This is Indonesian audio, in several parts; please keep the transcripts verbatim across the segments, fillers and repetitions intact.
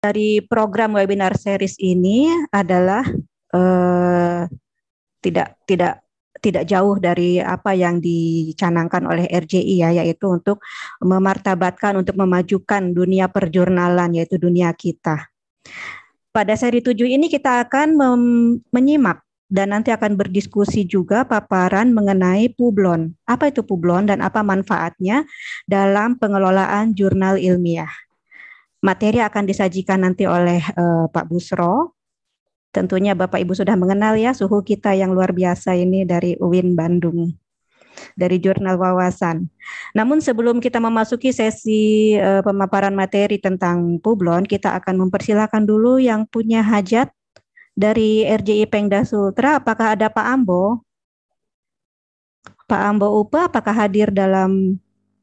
dari program webinar series ini adalah eh, tidak tidak tidak jauh dari apa yang dicanangkan oleh R J I ya, yaitu untuk memartabatkan, untuk memajukan dunia perjurnalan, yaitu dunia kita. Pada seri tujuh ini kita akan menyimak dan nanti akan berdiskusi juga paparan mengenai Publon. Apa itu Publon dan apa manfaatnya dalam pengelolaan jurnal ilmiah. Materi akan disajikan nanti oleh uh, Pak Busro. Tentunya Bapak Ibu sudah mengenal ya suhu kita yang luar biasa ini dari U I N Bandung, dari Jurnal Wawasan. Namun sebelum kita memasuki sesi uh, pemaparan materi tentang Publon, kita akan mempersilakan dulu yang punya hajat dari R J I Pengda Sultra. Apakah ada Pak Ambo? Pak Ambo Upa, apakah hadir dalam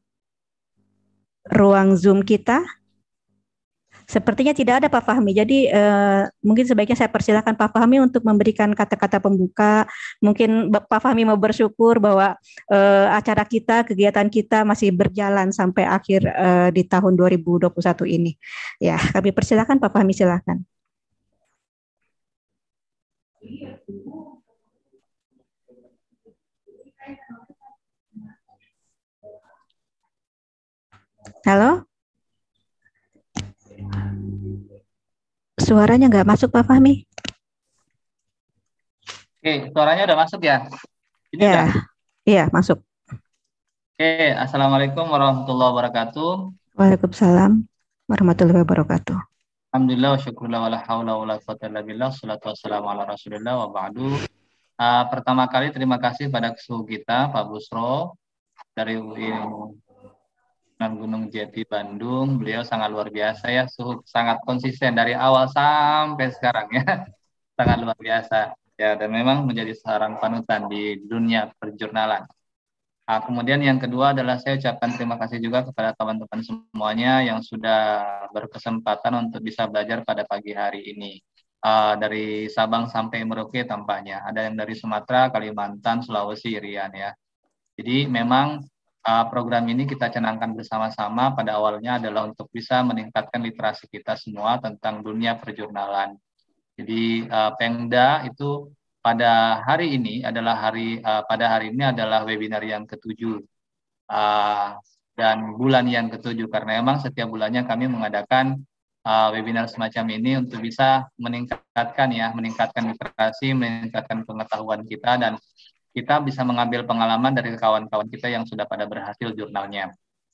ruang Zoom kita? Sepertinya tidak ada Pak Fahmi, jadi eh, mungkin sebaiknya saya persilakan Pak Fahmi untuk memberikan kata-kata pembuka. Mungkin Pak Fahmi mau bersyukur bahwa eh, acara kita, kegiatan kita masih berjalan sampai akhir eh, di tahun dua ribu dua puluh satu ini. Ya, kami persilakan Pak Fahmi, silakan. Halo? Suaranya nggak masuk Pak Fahmi. Oke, suaranya udah masuk ya? Ini ya, udah? Iya, masuk. Oke, Assalamualaikum warahmatullahi wabarakatuh. Waalaikumsalam warahmatullahi wabarakatuh. Alhamdulillah, syukurlah, wala hawla wala quwwata illa billah, salatu wassalamu ala rasulillah wa ba'du. Uh, pertama kali terima kasih pada suhu kita, Pak Busro, dari U I N Gunung Jati Bandung. Beliau sangat luar biasa ya, suhu sangat konsisten dari awal sampai sekarang ya. Sangat luar biasa ya, dan memang menjadi seorang panutan di dunia perjurnalan. Nah, kemudian yang kedua adalah saya ucapkan terima kasih juga kepada teman-teman semuanya yang sudah berkesempatan untuk bisa belajar pada pagi hari ini. Uh, dari Sabang sampai Merauke tampaknya. Ada yang dari Sumatera, Kalimantan, Sulawesi, Rian ya. Jadi memang uh, program ini kita canangkan bersama-sama pada awalnya adalah untuk bisa meningkatkan literasi kita semua tentang dunia perjurnalan. Jadi uh, Pengda itu pada hari ini adalah hari uh, pada hari ini adalah webinar yang ketujuh uh, dan bulan yang ketujuh, karena memang setiap bulannya kami mengadakan uh, webinar semacam ini untuk bisa meningkatkan ya meningkatkan literasi, meningkatkan pengetahuan kita, dan kita bisa mengambil pengalaman dari kawan-kawan kita yang sudah pada berhasil jurnalnya.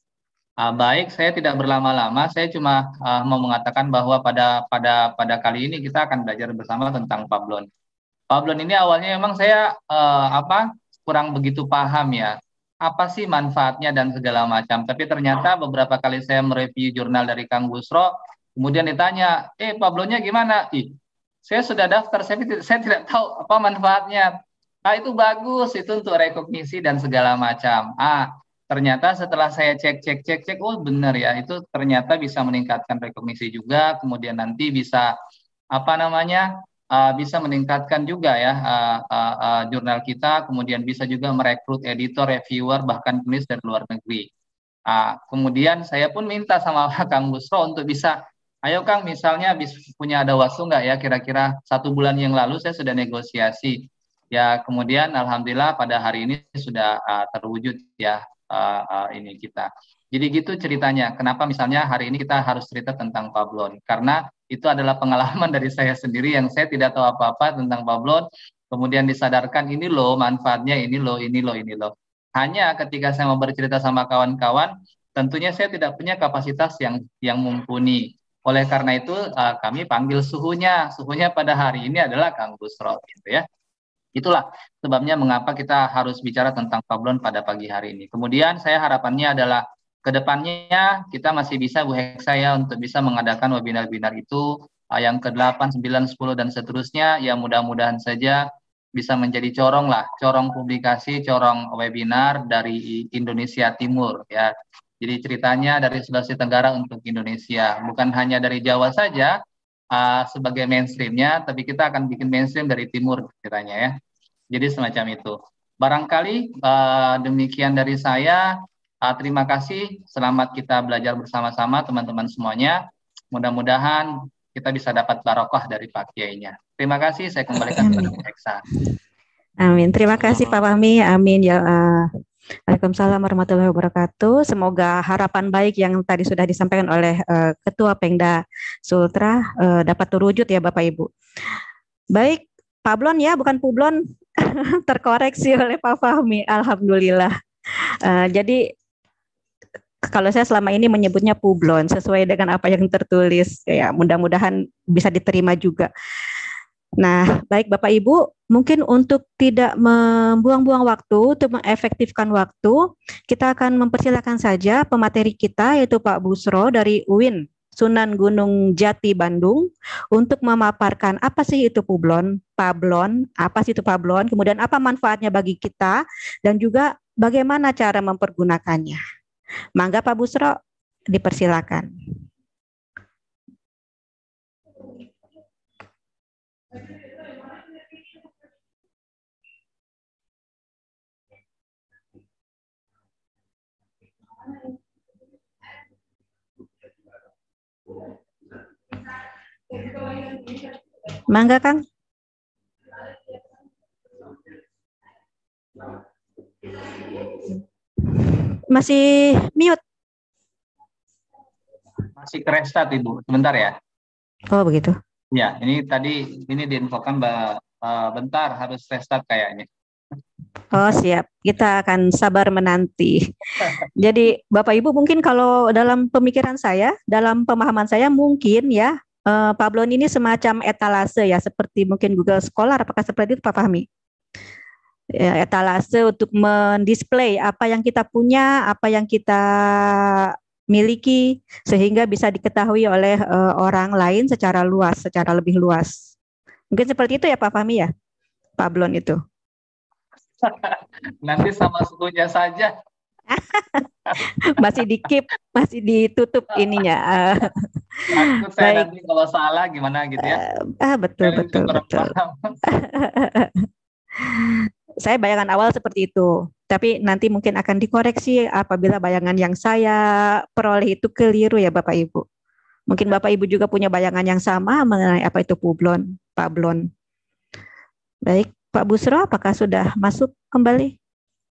Uh, baik, saya tidak berlama-lama, saya cuma uh, mau mengatakan bahwa pada pada pada kali ini kita akan belajar bersama tentang Publon. Publon ini awalnya memang saya uh, apa kurang begitu paham ya, apa sih manfaatnya dan segala macam. Tapi ternyata beberapa kali saya mereview jurnal dari Kang Busro, kemudian ditanya, eh Publonnya gimana? Ih, saya sudah daftar, saya, saya tidak tahu apa manfaatnya. Ah, itu bagus, itu untuk rekognisi dan segala macam. Ah, ternyata setelah saya cek, cek, cek, cek, oh benar ya, itu ternyata bisa meningkatkan rekognisi juga, kemudian nanti bisa, apa namanya, uh, bisa meningkatkan juga ya uh, uh, uh, jurnal kita, kemudian bisa juga merekrut editor, reviewer, bahkan penulis dari luar negeri. Uh, kemudian saya pun minta sama Kang Busro untuk bisa, ayo Kang, misalnya bisa punya ada waktu nggak ya, kira-kira satu bulan yang lalu saya sudah negosiasi. Ya, kemudian alhamdulillah pada hari ini sudah uh, terwujud ya uh, uh, ini kita. Jadi gitu ceritanya. Kenapa misalnya hari ini kita harus cerita tentang Publon? Karena itu adalah pengalaman dari saya sendiri yang saya tidak tahu apa-apa tentang Publon. Kemudian disadarkan ini loh manfaatnya, ini loh, ini loh, ini loh. Hanya ketika saya mau bercerita sama kawan-kawan, tentunya saya tidak punya kapasitas yang yang mumpuni. Oleh karena itu uh, kami panggil suhunya. Suhunya pada hari ini adalah Kang Busro gitu ya. Itulah sebabnya mengapa kita harus bicara tentang Publon pada pagi hari ini. Kemudian saya harapannya adalah ke depannya kita masih bisa Bu Heksa ya untuk bisa mengadakan webinar-webinar itu yang ke delapan, sembilan, sepuluh dan seterusnya. Ya mudah-mudahan saja bisa menjadi corong lah, corong publikasi, corong webinar dari Indonesia Timur ya. Jadi ceritanya dari Sulawesi Tenggara untuk Indonesia, bukan hanya dari Jawa saja Uh, sebagai mainstreamnya, tapi kita akan bikin mainstream dari timur ceritanya ya. Jadi semacam itu. Barangkali uh, demikian dari saya. Uh, terima kasih. Selamat kita belajar bersama-sama teman-teman semuanya. Mudah-mudahan kita bisa dapat barokah dari Pak Kiainya. Terima kasih, saya kembalikan kepada Pak Eksa. Amin. Terima kasih Pak Fahmi. Amin ya. Uh, Waalaikumsalam warahmatullahi wabarakatuh. Semoga harapan baik yang tadi sudah disampaikan oleh uh, Ketua Pengda Sultra uh, dapat terwujud ya Bapak Ibu. Baik, Pablon ya, bukan Publon. Terkoreksi oleh Pak Fahmi. Alhamdulillah. Uh, jadi kalau saya selama ini menyebutnya Publon sesuai dengan apa yang tertulis. Ya, mudah-mudahan bisa diterima juga. Nah, baik Bapak Ibu, mungkin untuk tidak membuang-buang waktu, untuk mengefektifkan waktu, kita akan mempersilakan saja pemateri kita yaitu Pak Busro dari U I N Sunan Gunung Jati Bandung untuk memaparkan apa sih itu Publon, Pablon, apa sih itu Pablon, kemudian apa manfaatnya bagi kita dan juga bagaimana cara mempergunakannya. Mangga Pak Busro, dipersilakan. Mangga Kang. Masih mute. Masih ke restart Ibu, sebentar ya. Oh begitu. Ya, ini tadi ini diinfokan Mbak, uh, bentar harus restart kayaknya. Oh siap, kita akan sabar menanti. Jadi Bapak Ibu mungkin kalau dalam pemikiran saya, dalam pemahaman saya mungkin ya, eh, Pablon ini semacam etalase ya, seperti mungkin Google Scholar, apakah seperti itu Pak Fahmi? Ya, etalase untuk mendisplay apa yang kita punya, apa yang kita miliki, sehingga bisa diketahui oleh uh, orang lain secara luas, secara lebih luas. Mungkin seperti itu ya Pak Fahmi ya, Pablon itu. Nanti sama sukunya saja. Masih di keep, masih ditutup ininya. Takut saya Baik. Nanti kalau salah gimana gitu ya. Uh, ah betul Kalian betul betul. Saya bayangan awal seperti itu, tapi nanti mungkin akan dikoreksi apabila bayangan yang saya peroleh itu keliru ya Bapak Ibu. Mungkin Bapak Ibu juga punya bayangan yang sama mengenai apa itu Publon, Pablon. Baik, Pak Busro, apakah sudah masuk kembali?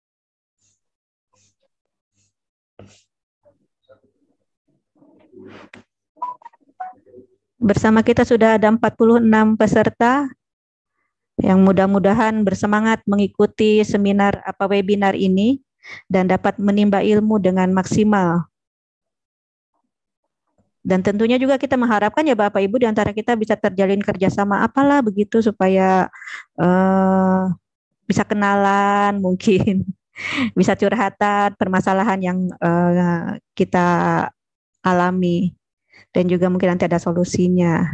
Bersama kita sudah ada empat puluh enam peserta yang mudah-mudahan bersemangat mengikuti seminar apa webinar ini dan dapat menimba ilmu dengan maksimal. Dan tentunya juga kita mengharapkan ya Bapak Ibu di antara kita bisa terjalin kerjasama apalah begitu supaya uh, bisa kenalan mungkin, bisa curhatan permasalahan yang uh, kita alami dan juga mungkin nanti ada solusinya.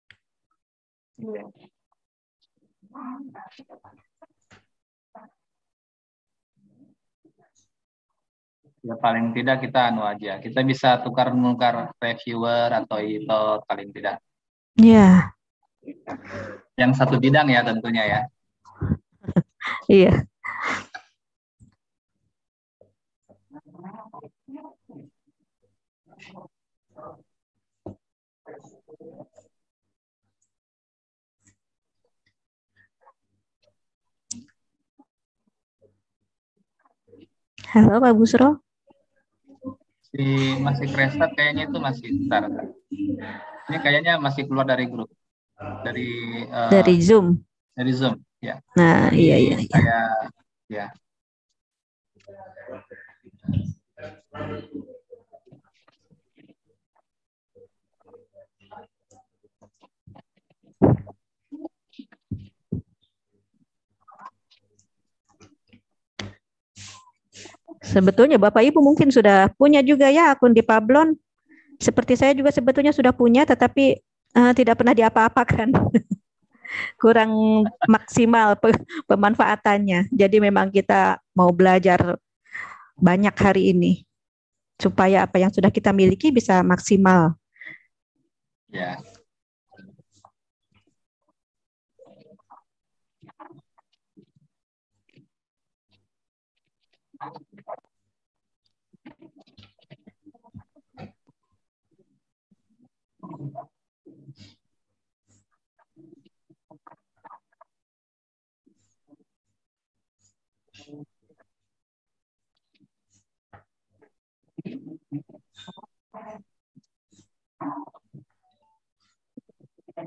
Ya paling tidak kita anu aja, kita bisa tukar-menukar reviewer atau itu paling tidak. Iya. Yang satu bidang ya tentunya ya. Iya. Halo Pak Busro. Si masih restart kayaknya itu masih bentar. Ini kayaknya masih keluar dari grup. Dari uh, dari Zoom. Dari Zoom, ya. Nah, Jadi, iya iya iya. Saya ya. Sebetulnya Bapak Ibu mungkin sudah punya juga ya akun di Pablon. Seperti saya juga sebetulnya sudah punya, tetapi uh, tidak pernah diapa-apakan. Kurang maksimal pe pemanfaatannya. Jadi memang kita mau belajar banyak hari ini supaya apa yang sudah kita miliki bisa maksimal. Ya.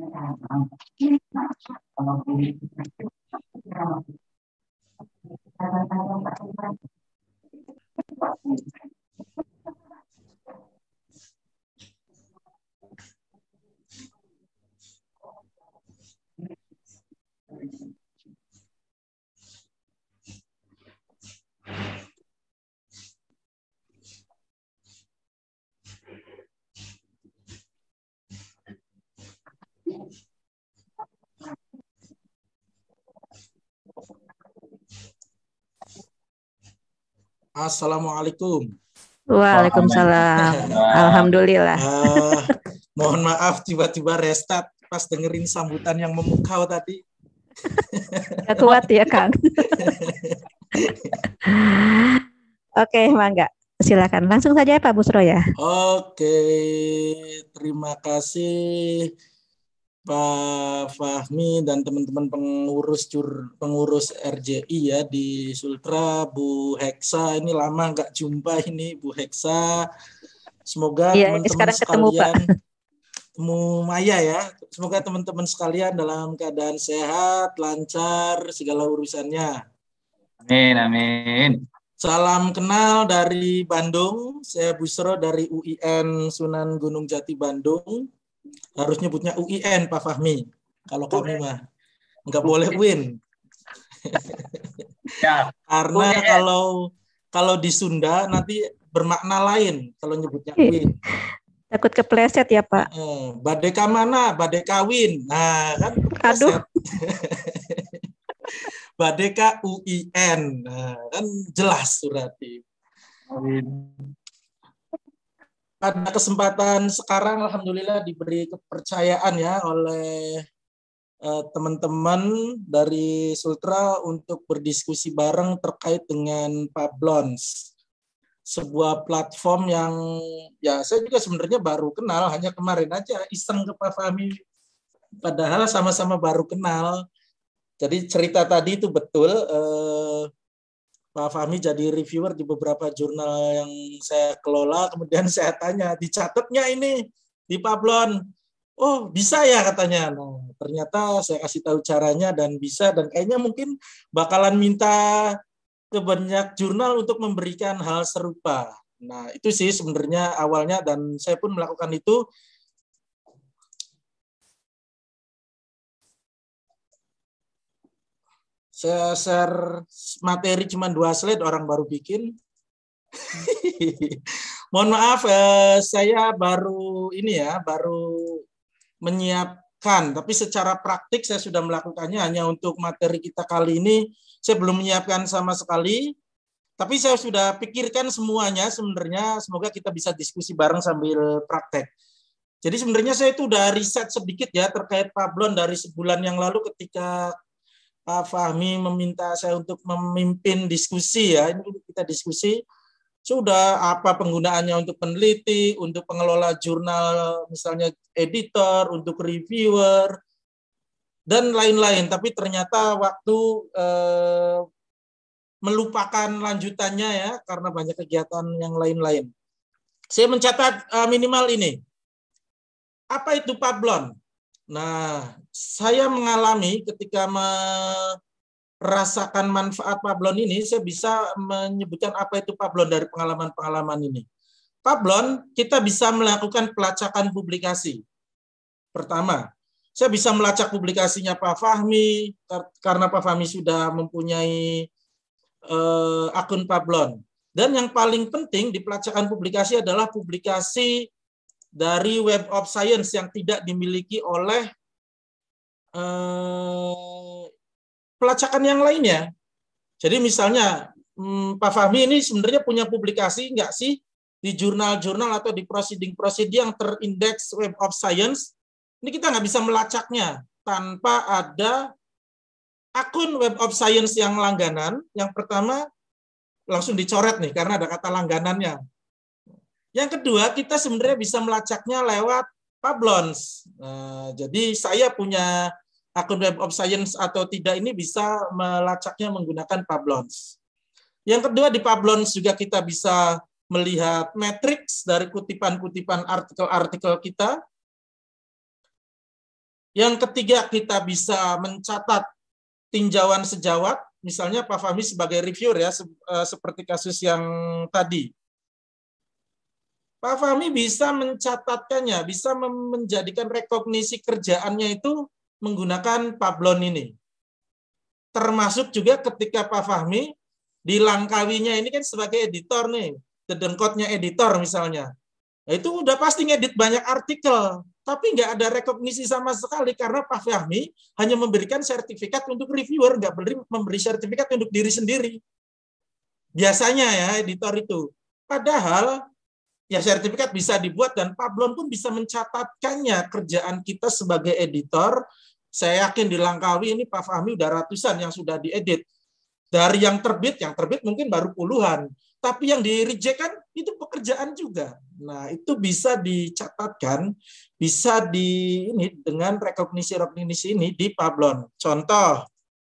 Assalamualaikum. Waalaikumsalam. Alhamdulillah. Uh, mohon maaf tiba-tiba restart pas dengerin sambutan yang memukau tadi. Gak kuat ya, Kang. Oke, Mangga. Silakan. Langsung saja Pak Busro ya. Oke, terima kasih Pak Fahmi dan teman-teman pengurus jur, pengurus R J I ya di Sultra, Bu Heksa, ini lama nggak jumpa ini Bu Heksa. Semoga ya, teman-teman ketemu, sekalian, Pak. temu Maya ya. Semoga teman-teman sekalian dalam keadaan sehat, lancar segala urusannya. Amin, amin. Salam kenal dari Bandung. Saya Busro dari U I N Sunan Gunung Jati Bandung. Harus nyebutnya U I N Pak Fahmi. Kalau kami mah nggak boleh U I N. Ya. Karena kalau kalau di Sunda nanti bermakna lain kalau nyebutnya U I N. Takut kepleset ya Pak. Eh, badeka mana? Badek kawin. Nah kan kepleset. Badeka U I N. Nah, kan jelas Surati. Pada kesempatan sekarang alhamdulillah diberi kepercayaan ya oleh eh, teman-teman dari Sultra untuk berdiskusi bareng terkait dengan Pablons. Sebuah platform yang ya saya juga sebenarnya baru kenal, hanya kemarin aja iseng ke Pak Fahmi. Padahal sama-sama baru kenal. Jadi cerita tadi itu betul, eh, Pak Fahmi jadi reviewer di beberapa jurnal yang saya kelola, kemudian saya tanya, dicatatnya ini di Pablon? Oh bisa ya katanya. Nah, ternyata saya kasih tahu caranya dan bisa, dan kayaknya mungkin bakalan minta ke banyak jurnal untuk memberikan hal serupa. Nah itu sih sebenarnya awalnya, dan saya pun melakukan itu. Saya share materi cuma dua slide, orang baru bikin. Mohon maaf, eh, saya baru ini ya, baru menyiapkan. Tapi secara praktik saya sudah melakukannya, hanya untuk materi kita kali ini saya belum menyiapkan sama sekali. Tapi saya sudah pikirkan semuanya sebenarnya, semoga kita bisa diskusi bareng sambil praktek. Jadi sebenarnya saya itu udah riset sedikit ya terkait Pablon dari sebulan yang lalu ketika Pak Fahmi meminta saya untuk memimpin diskusi ya. Ini kita diskusi sudah apa penggunaannya untuk peneliti, untuk pengelola jurnal misalnya editor, untuk reviewer dan lain-lain. Tapi ternyata waktu eh, melupakan lanjutannya ya karena banyak kegiatan yang lain-lain. Saya mencatat eh, minimal ini. Apa itu Pablon? Nah, saya mengalami ketika merasakan manfaat Pablon ini, saya bisa menyebutkan apa itu Pablon dari pengalaman-pengalaman ini. Pablon, kita bisa melakukan pelacakan publikasi. Pertama, saya bisa melacak publikasinya Pak Fahmi, karena Pak Fahmi sudah mempunyai eh, akun Pablon. Dan yang paling penting di pelacakan publikasi adalah publikasi dari Web of Science yang tidak dimiliki oleh eh, pelacakan yang lainnya. Jadi misalnya hmm, Pak Fahmi ini sebenarnya punya publikasi nggak sih di jurnal-jurnal atau di proceeding-proceeding yang terindeks Web of Science? Ini kita nggak bisa melacaknya tanpa ada akun Web of Science yang langganan. Yang pertama langsung dicoret nih karena ada kata langganannya. Yang kedua, kita sebenarnya bisa melacaknya lewat Pablons. Nah, jadi saya punya akun Web of Science atau tidak ini bisa melacaknya menggunakan Pablons. Yang kedua, di Pablons juga kita bisa melihat matriks dari kutipan-kutipan artikel-artikel kita. Yang ketiga, kita bisa mencatat tinjauan sejawat, misalnya Pak Fahmi sebagai reviewer ya, seperti kasus yang tadi. Pak Fahmi bisa mencatatkannya, bisa menjadikan rekognisi kerjaannya itu menggunakan pablon ini. Termasuk juga ketika Pak Fahmi dilangkawinya ini kan sebagai editor nih, dedengkotnya editor misalnya. Nah, itu udah pasti ngedit banyak artikel, tapi nggak ada rekognisi sama sekali karena Pak Fahmi hanya memberikan sertifikat untuk reviewer, nggak beri, memberi sertifikat untuk diri sendiri. Biasanya ya editor itu. Padahal ya sertifikat bisa dibuat dan pablon pun bisa mencatatkannya kerjaan kita sebagai editor. Saya yakin di Langkawi ini Pak Fahmi udah ratusan yang sudah diedit. Dari yang terbit, yang terbit mungkin baru puluhan. Tapi yang di-reject kan itu pekerjaan juga. Nah, itu bisa dicatatkan, bisa di ini dengan rekognisi-rekognisi ini di pablon. Contoh.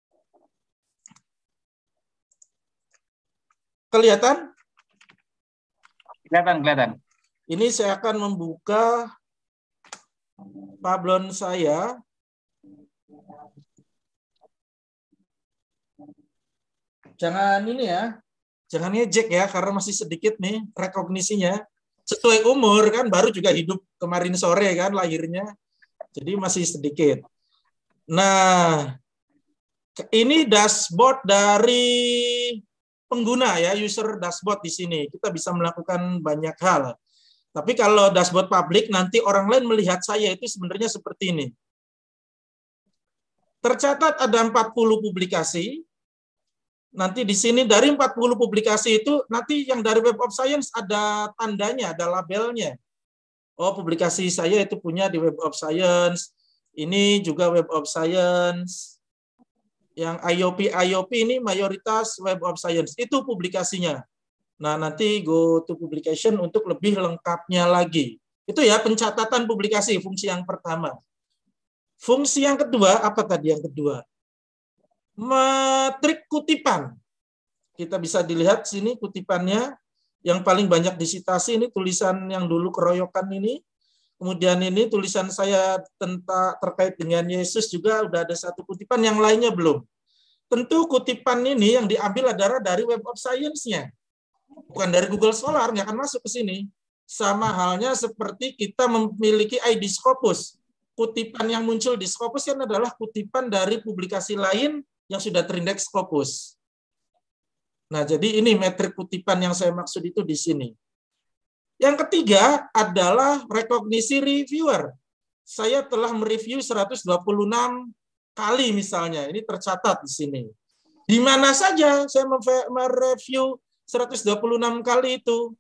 Kelihatan? Kelihatan, kelihatan. Ini saya akan membuka pablon saya. Jangan ini ya, jangan ngejek ya, karena masih sedikit nih rekognisinya. Sesuai umur kan, baru juga hidup kemarin sore kan lahirnya, jadi masih sedikit. Nah, ini dashboard dari pengguna ya, user dashboard di sini. Kita bisa melakukan banyak hal. Tapi kalau dashboard publik, nanti orang lain melihat saya itu sebenarnya seperti ini. Tercatat ada empat puluh publikasi. Nanti di sini dari empat puluh publikasi itu, nanti yang dari Web of Science ada tandanya, ada labelnya. Oh, publikasi saya itu punya di Web of Science. Ini juga Web of Science. Yang I O P I O P ini mayoritas Web of Science. Itu publikasinya. Nah, nanti go to publication untuk lebih lengkapnya lagi. Itu ya pencatatan publikasi, fungsi yang pertama. Fungsi yang kedua, apa tadi yang kedua? Metrik kutipan. Kita bisa dilihat sini kutipannya. Yang paling banyak disitasi ini tulisan yang dulu keroyokan ini. Kemudian ini tulisan saya tentang terkait dengan Yesus juga udah ada satu kutipan, yang lainnya belum. Tentu kutipan ini yang diambil adalah dari Web of Science-nya. Bukan dari Google Scholar, nggak akan masuk ke sini. Sama halnya seperti kita memiliki I D Scopus. Kutipan yang muncul di Scopus kan adalah kutipan dari publikasi lain yang sudah terindeks Scopus. Nah, jadi ini metrik kutipan yang saya maksud itu di sini. Yang ketiga adalah rekognisi reviewer. Saya telah mereview seratus dua puluh enam kali misalnya. Ini tercatat di sini. Di mana saja saya mereview seratus dua puluh enam kali itu?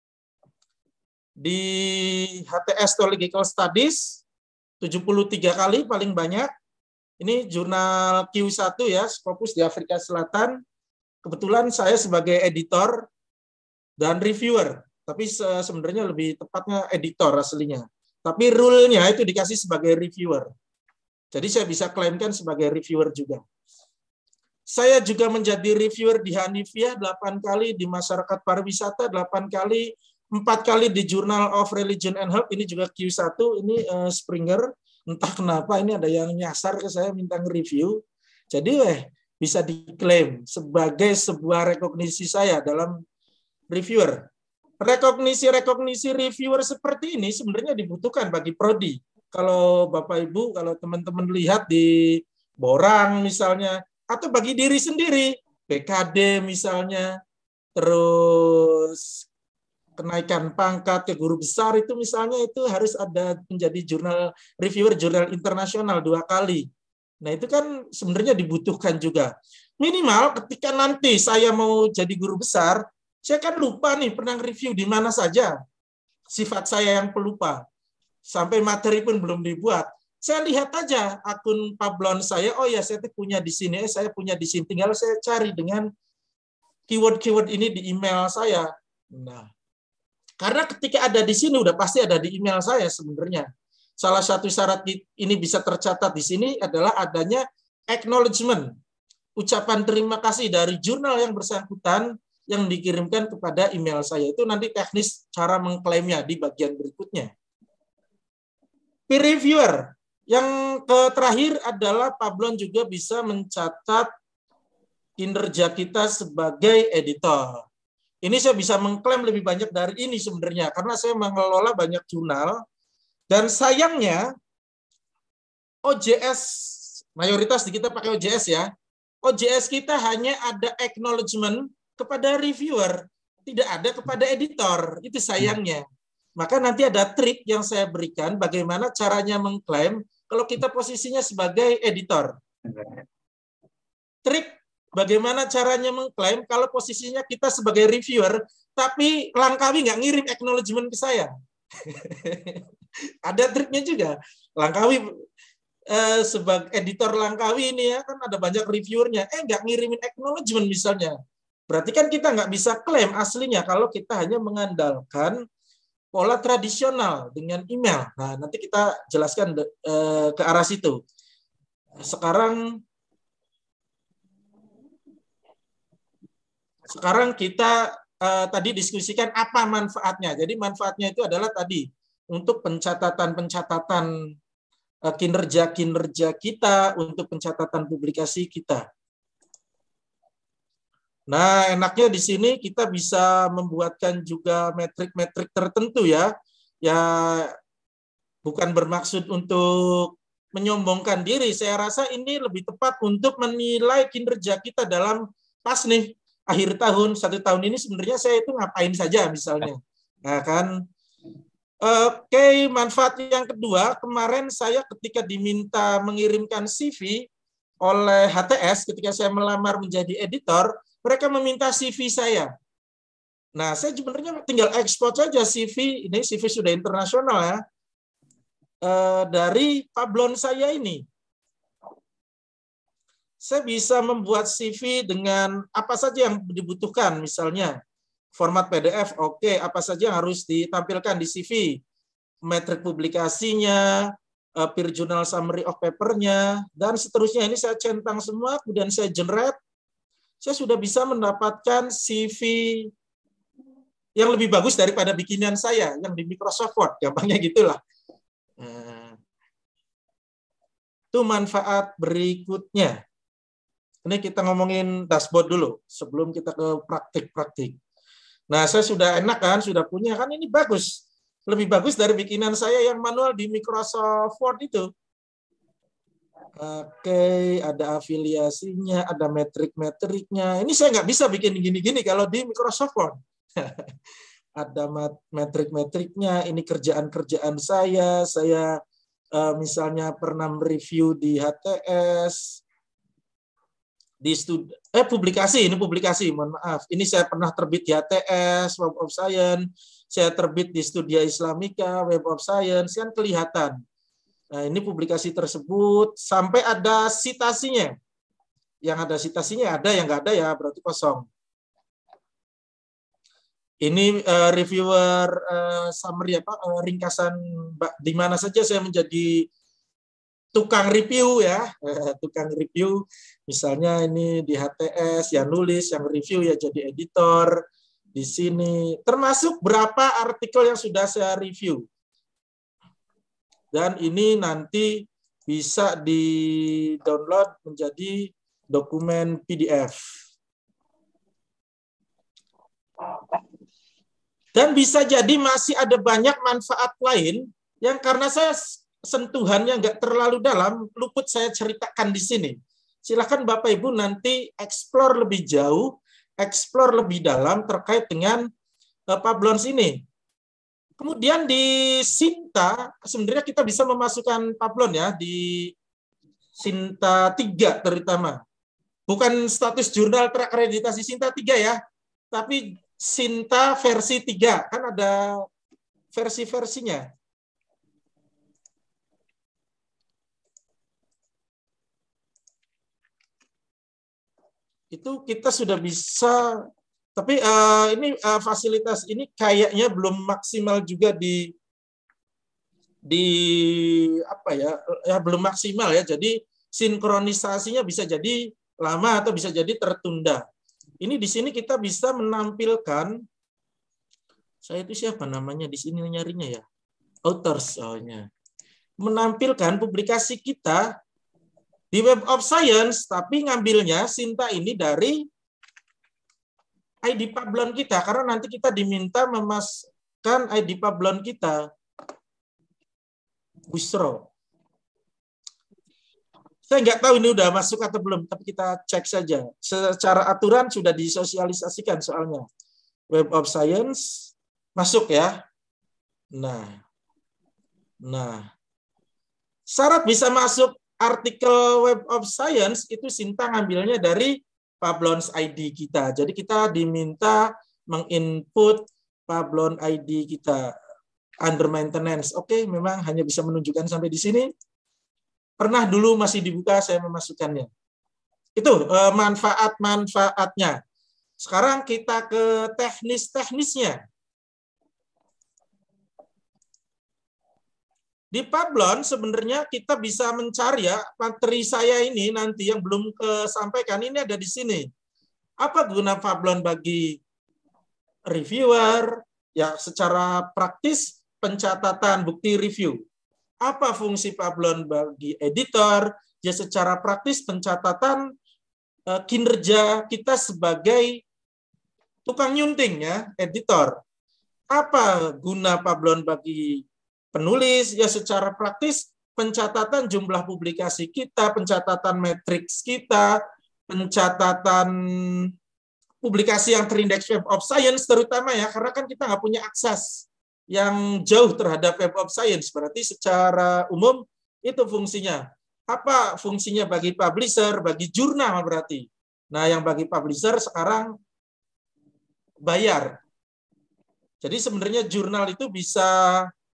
Di H T S Theological Studies, tujuh puluh tiga kali paling banyak. Ini jurnal Q satu ya, Scopus di Afrika Selatan. Kebetulan saya sebagai editor dan reviewer, tapi sebenarnya lebih tepatnya editor aslinya. Tapi rule-nya itu dikasih sebagai reviewer. Jadi saya bisa klaimkan sebagai reviewer juga. Saya juga menjadi reviewer di Hanifiyah delapan kali, di Masyarakat Pariwisata delapan kali, empat kali di Journal of Religion and Health, ini juga Q satu, ini uh, Springer. Entah kenapa ini ada yang nyasar ke saya minta nge-review. Jadi eh, bisa diklaim sebagai sebuah rekognisi saya dalam reviewer. Rekognisi-rekognisi reviewer seperti ini sebenarnya dibutuhkan bagi prodi. Kalau Bapak Ibu, kalau teman-teman lihat di Borang misalnya, atau bagi diri sendiri, P K D misalnya, terus kenaikan pangkat ke guru besar itu misalnya itu harus ada menjadi jurnal reviewer jurnal internasional dua kali. Nah itu kan sebenarnya dibutuhkan juga. Minimal ketika nanti saya mau jadi guru besar, saya kan lupa nih pernah review di mana saja. Sifat saya yang pelupa. Sampai materi pun belum dibuat. Saya lihat aja akun pablon saya, oh ya saya punya di sini, saya punya di sini. Tinggal saya cari dengan keyword-keyword ini di email saya. Nah, karena ketika ada di sini udah pasti ada di email saya sebenarnya. Salah satu syarat ini bisa tercatat di sini adalah adanya acknowledgement, ucapan terima kasih dari jurnal yang bersangkutan yang dikirimkan kepada email saya. Itu nanti teknis cara mengklaimnya di bagian berikutnya. Peer reviewer. Yang ke terakhir adalah Pablon juga bisa mencatat kinerja kita sebagai editor. Ini saya bisa mengklaim lebih banyak dari ini sebenarnya, karena saya mengelola banyak jurnal, dan sayangnya O J S, mayoritas di kita pakai O J S ya, O J S kita hanya ada acknowledgement kepada reviewer, tidak ada kepada editor, itu sayangnya. Maka nanti ada trik yang saya berikan bagaimana caranya mengklaim kalau kita posisinya sebagai editor. Trik bagaimana caranya mengklaim kalau posisinya kita sebagai reviewer, tapi Langkawi nggak ngirim acknowledgement ke saya. Ada triknya juga. Langkawi eh, sebagai editor Langkawi ini ya kan ada banyak reviewernya, eh nggak ngirimin acknowledgement misalnya. Berarti kan kita nggak bisa klaim aslinya kalau kita hanya mengandalkan pola tradisional dengan email. Nah, nanti kita jelaskan eh, ke arah situ. Sekarang sekarang kita eh, tadi diskusikan apa manfaatnya. Jadi manfaatnya itu adalah tadi untuk pencatatan-pencatatan eh, kinerja-kinerja kita, untuk pencatatan publikasi kita. Nah, enaknya di sini kita bisa membuatkan juga metrik-metrik tertentu ya. Ya bukan bermaksud untuk menyombongkan diri. Saya rasa ini lebih tepat untuk menilai kinerja kita dalam pas nih akhir tahun, satu tahun ini sebenarnya saya itu ngapain saja misalnya. Nah, kan. Oke, manfaat yang kedua, kemarin saya ketika diminta mengirimkan C V oleh H T S ketika saya melamar menjadi editor, mereka meminta C V saya. Nah, saya sebenarnya tinggal ekspor saja C V, ini C V sudah internasional ya, eh, dari Pablon saya ini. Saya bisa membuat C V dengan apa saja yang dibutuhkan, misalnya format P D F, oke, apa saja yang harus ditampilkan di C V, metrik publikasinya, eh, peer journal summary of paper-nya, dan seterusnya. Ini saya centang semua, kemudian saya generate. Saya sudah bisa mendapatkan C V yang lebih bagus daripada bikinan saya yang di Microsoft Word, gampangnya gitulah. Nah, itu manfaat berikutnya. Ini kita ngomongin dashboard dulu sebelum kita ke praktik-praktik. Nah, saya sudah enak kan, sudah punya kan, ini bagus, lebih bagus dari bikinan saya yang manual di Microsoft Word itu. Oke, ada afiliasinya, ada metrik-metriknya. Ini saya nggak bisa bikin gini-gini kalau di Microsoft Word. Ada metrik-metriknya, ini kerjaan-kerjaan saya. Saya eh, misalnya pernah mereview di H T S, di studi eh publikasi, ini publikasi, mohon maaf. Ini saya pernah terbit di H T S, Web of Science, saya terbit di Studia Islamika, Web of Science, kan kelihatan. Nah, ini publikasi tersebut sampai ada citasinya. Yang ada citasinya ada, yang nggak ada ya berarti kosong. Ini uh, reviewer uh, summary apa uh, ringkasan di mana saja saya menjadi tukang review ya, uh, tukang review. Misalnya ini di H T S yang nulis, yang review ya jadi editor. Di sini termasuk berapa artikel yang sudah saya review. Dan ini nanti bisa di-download menjadi dokumen P D F. Dan bisa jadi masih ada banyak manfaat lain yang karena saya sentuhannya nggak terlalu dalam, luput saya ceritakan di sini. Silakan Bapak Ibu nanti explore lebih jauh, explore lebih dalam terkait dengan uh, Pablons ini. Kemudian di Sinta, sebenarnya kita bisa memasukkan Pablon ya, di Sinta tiga terutama. Bukan status jurnal terakreditasi Sinta tiga ya, tapi Sinta versi tiga, kan ada versi-versinya. Itu kita sudah bisa. Tapi uh, ini uh, fasilitas ini kayaknya belum maksimal juga di di apa ya? Ya belum maksimal ya. Jadi sinkronisasinya bisa jadi lama atau bisa jadi tertunda. Ini di sini kita bisa menampilkan, saya itu siapa namanya di sini nyarinya ya? Authors, oh-nya. menampilkan publikasi kita di Web of Science, tapi ngambilnya Sinta ini dari I D Pablon kita, karena nanti kita diminta memasukkan I D Pablon kita. Busro. Saya nggak tahu ini udah masuk atau belum, tapi kita cek saja. Secara aturan sudah disosialisasikan soalnya. Web of Science masuk ya. Nah, nah, syarat bisa masuk artikel Web of Science itu Sinta ngambilnya dari Pablon's I D kita. Jadi kita diminta menginput Pablon I D kita under maintenance. Oke, memang hanya bisa menunjukkan sampai di sini. Pernah dulu masih dibuka saya memasukkannya. Itu eh, manfaat-manfaatnya. Sekarang kita ke teknis-teknisnya. Di Pablon sebenarnya kita bisa mencari ya, materi saya ini nanti yang belum kesampaikan ini ada di sini. Apa guna Pablon bagi reviewer? Ya, secara praktis pencatatan bukti review. Apa fungsi Pablon bagi editor? Ya, secara praktis pencatatan uh, kinerja kita sebagai tukang nyunting ya, editor. Apa guna Pablon bagi penulis? Ya, secara praktis pencatatan jumlah publikasi kita, pencatatan matriks kita, pencatatan publikasi yang terindeks Web of Science terutama ya, karena kan kita nggak punya akses yang jauh terhadap Web of Science. Berarti secara umum itu fungsinya. Apa fungsinya bagi publisher, bagi jurnal berarti? Nah, yang bagi publisher sekarang bayar. Jadi sebenarnya jurnal itu bisa,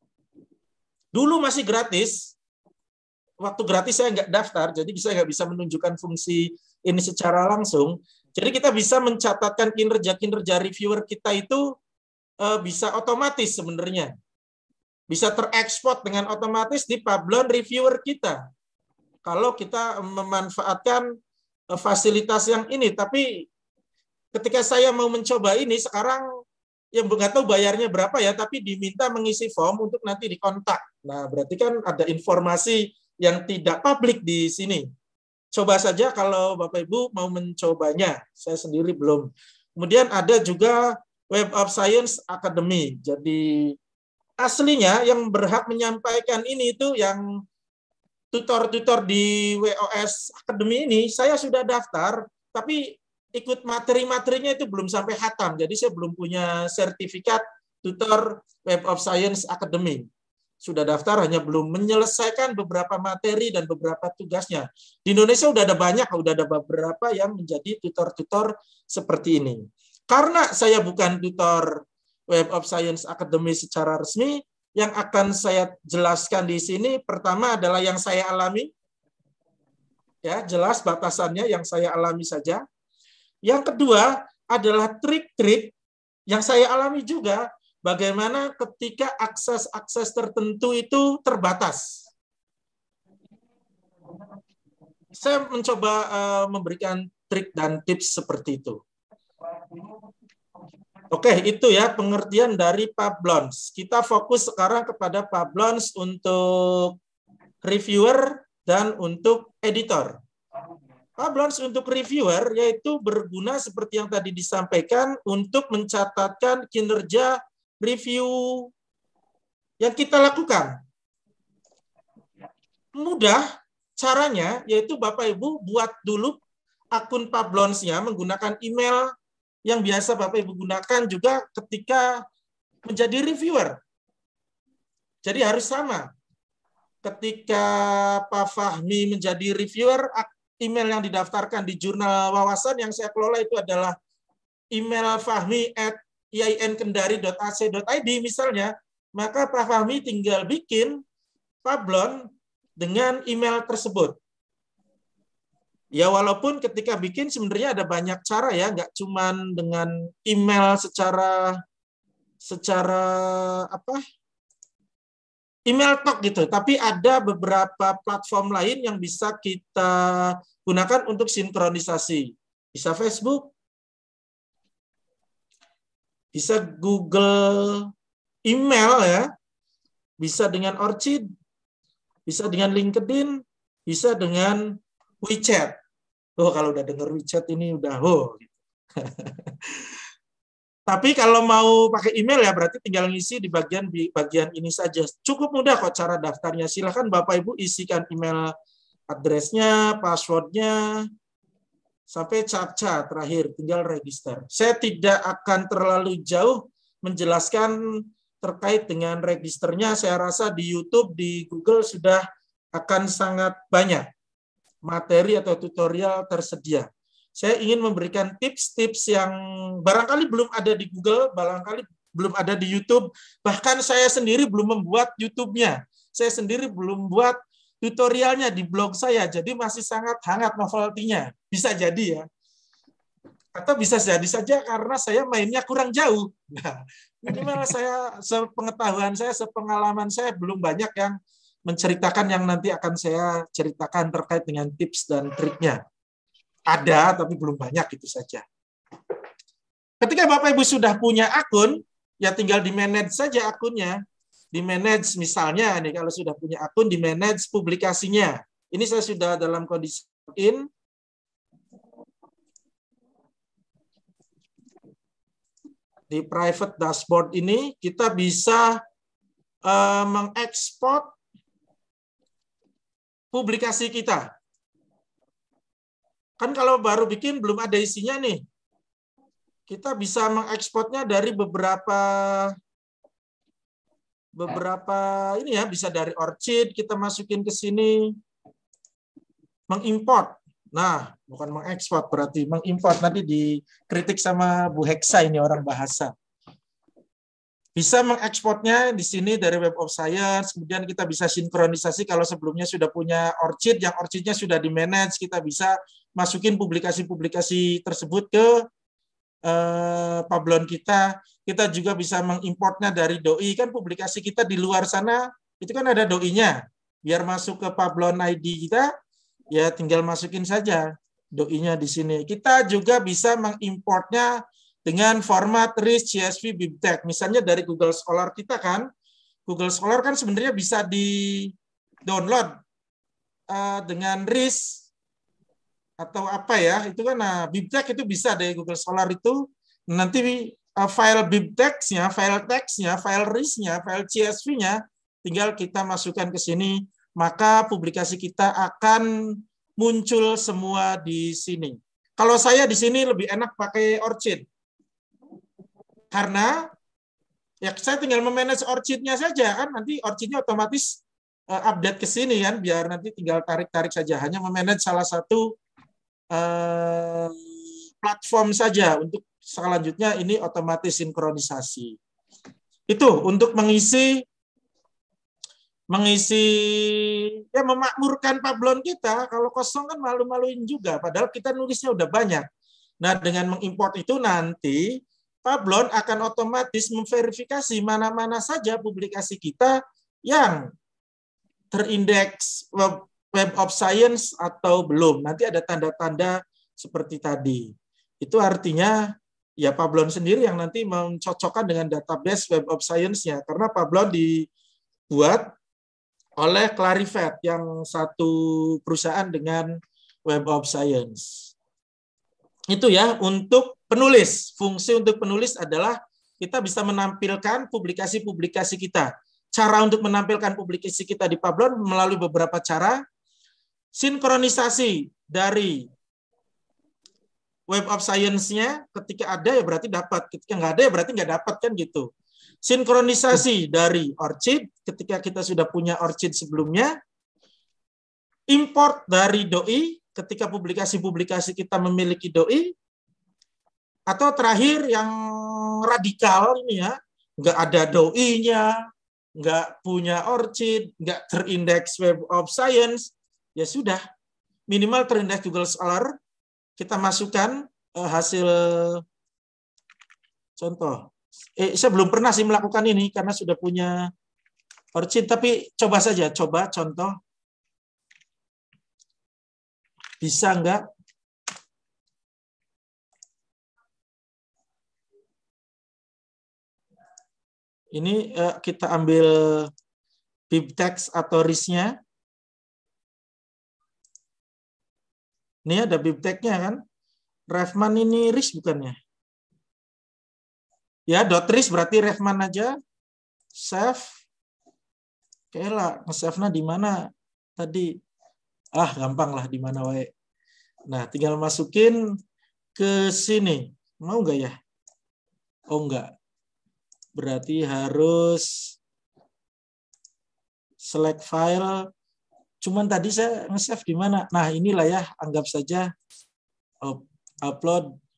dulu masih gratis. Waktu gratis saya nggak daftar, jadi saya nggak bisa menunjukkan fungsi ini secara langsung. Jadi kita bisa mencatatkan kinerja-kinerja reviewer kita itu eh, bisa otomatis sebenarnya. Bisa terekspor dengan otomatis di Pablon reviewer kita. Kalau kita memanfaatkan eh, fasilitas yang ini. Tapi ketika saya mau mencoba ini sekarang, ya nggak tahu bayarnya berapa ya, tapi diminta mengisi form untuk nanti dikontak. Nah, berarti kan ada informasi yang tidak publik di sini. Coba saja kalau Bapak Ibu mau mencobanya. Saya sendiri belum. Kemudian ada juga Web of Science Academy. Jadi aslinya yang berhak menyampaikan ini itu yang tutor-tutor di W O S Academy ini, saya sudah daftar, tapi ikut materi-materinya itu belum sampai khatam. Jadi saya belum punya sertifikat tutor Web of Science Academy. Sudah daftar, hanya belum menyelesaikan beberapa materi dan beberapa tugasnya. Di Indonesia sudah ada banyak, sudah ada beberapa yang menjadi tutor-tutor seperti ini. Karena saya bukan tutor Web of Science Academy secara resmi, yang akan saya jelaskan di sini pertama adalah yang saya alami. Ya, jelas batasannya yang saya alami saja. Yang kedua adalah trik-trik yang saya alami juga, bagaimana ketika akses-akses tertentu itu terbatas. Saya mencoba uh, memberikan trik dan tips seperti itu. Oke, itu ya pengertian dari Pablons. Kita fokus sekarang kepada Pablons untuk reviewer dan untuk editor. Pablons untuk reviewer yaitu berguna seperti yang tadi disampaikan untuk mencatatkan kinerja review yang kita lakukan. Mudah caranya, yaitu Bapak Ibu buat dulu akun Pablons-nya menggunakan email yang biasa Bapak Ibu gunakan juga ketika menjadi reviewer. Jadi harus sama. Ketika Pak Fahmi menjadi reviewer, email yang didaftarkan di jurnal wawasan yang saya kelola itu adalah email fahmi at iankendari dot a c dot i d misalnya, maka Pak Fahmi tinggal bikin Pablon dengan email tersebut. Ya walaupun ketika bikin sebenarnya ada banyak cara ya, nggak cuman dengan email secara secara apa email talk gitu, tapi ada beberapa platform lain yang bisa kita gunakan untuk sinkronisasi. Bisa Facebook, bisa Google email ya, bisa dengan Orchid, bisa dengan LinkedIn, bisa dengan WeChat. Oh, kalau udah denger WeChat ini udah oh. Tapi kalau mau pakai email ya berarti tinggal ngisi di bagian di bagian ini saja. Cukup mudah kok cara daftarnya. Silakan Bapak Ibu isikan email address-nya, password-nya, sampai captcha terakhir, tinggal register. Saya tidak akan terlalu jauh menjelaskan terkait dengan registernya. Saya rasa di YouTube, di Google sudah akan sangat banyak materi atau tutorial tersedia. Saya ingin memberikan tips-tips yang barangkali belum ada di Google, barangkali belum ada di YouTube, bahkan saya sendiri belum membuat YouTube-nya. Saya sendiri belum buat tutorialnya di blog saya, jadi masih sangat hangat novelty-nya. Bisa jadi ya. Atau bisa jadi saja karena saya mainnya kurang jauh. Nah, minimal saya, sepengetahuan saya, sepengalaman saya, belum banyak yang menceritakan yang nanti akan saya ceritakan terkait dengan tips dan triknya. Ada, tapi belum banyak, itu saja. Ketika Bapak Ibu sudah punya akun, ya tinggal di-manage saja akunnya. Di-manage misalnya, nih kalau sudah punya akun, di-manage publikasinya. Ini saya sudah dalam kondisi login. Di private dashboard ini, kita bisa uh, mengekspor publikasi kita. Kan kalau baru bikin belum ada isinya nih. Kita bisa mengekspornya dari beberapa beberapa ini ya, bisa dari OrCid kita masukin ke sini. Mengimport. Nah, bukan mengekspor berarti mengimport, nanti dikritik sama Bu Heksa ini orang bahasa. Bisa mengekspornya di sini dari Web of Science, kemudian kita bisa sinkronisasi kalau sebelumnya sudah punya OrCid, yang OrCid-nya sudah di-manage, kita bisa masukin publikasi-publikasi tersebut ke eh, Pablon kita. Kita juga bisa mengimportnya dari doi, kan publikasi kita di luar sana, itu kan ada doi-nya. Biar masuk ke Pablon I D kita, ya tinggal masukin saja doi-nya di sini. Kita juga bisa mengimportnya dengan format R I S, C S V, BibTeX. Misalnya dari Google Scholar kita kan, Google Scholar kan sebenarnya bisa di-download uh, dengan R I S atau apa ya, itu kan nah, BibTeX itu bisa dari Google Scholar itu. Nanti uh, file BibTeX-nya, file text-nya, file R I S-nya, file C S V-nya, tinggal kita masukkan ke sini, maka publikasi kita akan muncul semua di sini. Kalau saya di sini lebih enak pakai OrCid. Karena ya saya tinggal memanage OrCid-nya saja kan, nanti OrCid-nya otomatis uh, update ke sini kan, biar nanti tinggal tarik-tarik saja, hanya memanage salah satu uh, platform saja. Untuk selanjutnya ini otomatis sinkronisasi. Itu untuk mengisi mengisi ya memakmurkan Pablon kita. Kalau kosong kan malu-maluin juga, padahal kita nulisnya udah banyak. Nah, dengan mengimport itu nanti Pablon akan otomatis memverifikasi mana-mana saja publikasi kita yang terindeks Web, Web of Science atau belum. Nanti ada tanda-tanda seperti tadi. Itu artinya ya Pablon sendiri yang nanti mencocokkan dengan database Web of Science-nya. Karena Pablon dibuat oleh Clarivate, yang satu perusahaan dengan Web of Science. Itu ya untuk penulis. Fungsi untuk penulis adalah kita bisa menampilkan publikasi-publikasi kita. Cara untuk menampilkan publikasi kita di Pablon melalui beberapa cara. Sinkronisasi dari Web of Science-nya, ketika ada ya berarti dapat, ketika nggak ada ya berarti nggak dapat kan gitu. Sinkronisasi dari OrCid, ketika kita sudah punya OrCid sebelumnya. Import dari doi, ketika publikasi-publikasi kita memiliki doi. Atau terakhir yang radikal ini ya, nggak ada doi-nya, nggak punya OrCid, nggak terindeks Web of Science, ya sudah, minimal terindeks Google Scholar, kita masukkan eh, hasil contoh. Eh, saya belum pernah sih melakukan ini karena sudah punya OrCid, tapi coba saja, coba contoh. Bisa nggak? Ini eh, kita ambil BibTeX atau R I S-nya. Ini ada bibteknya kan. Refman ini ris bukannya? Ya, dot ris berarti refman aja. Save. Oke lah, nge-save-nya di mana tadi? Ah, gampang lah di mana wae. Nah, tinggal masukin ke sini. Mau nggak ya? Oh, enggak. Berarti harus select file. Cuman tadi saya nge-save di mana? Nah, inilah ya, anggap saja upload.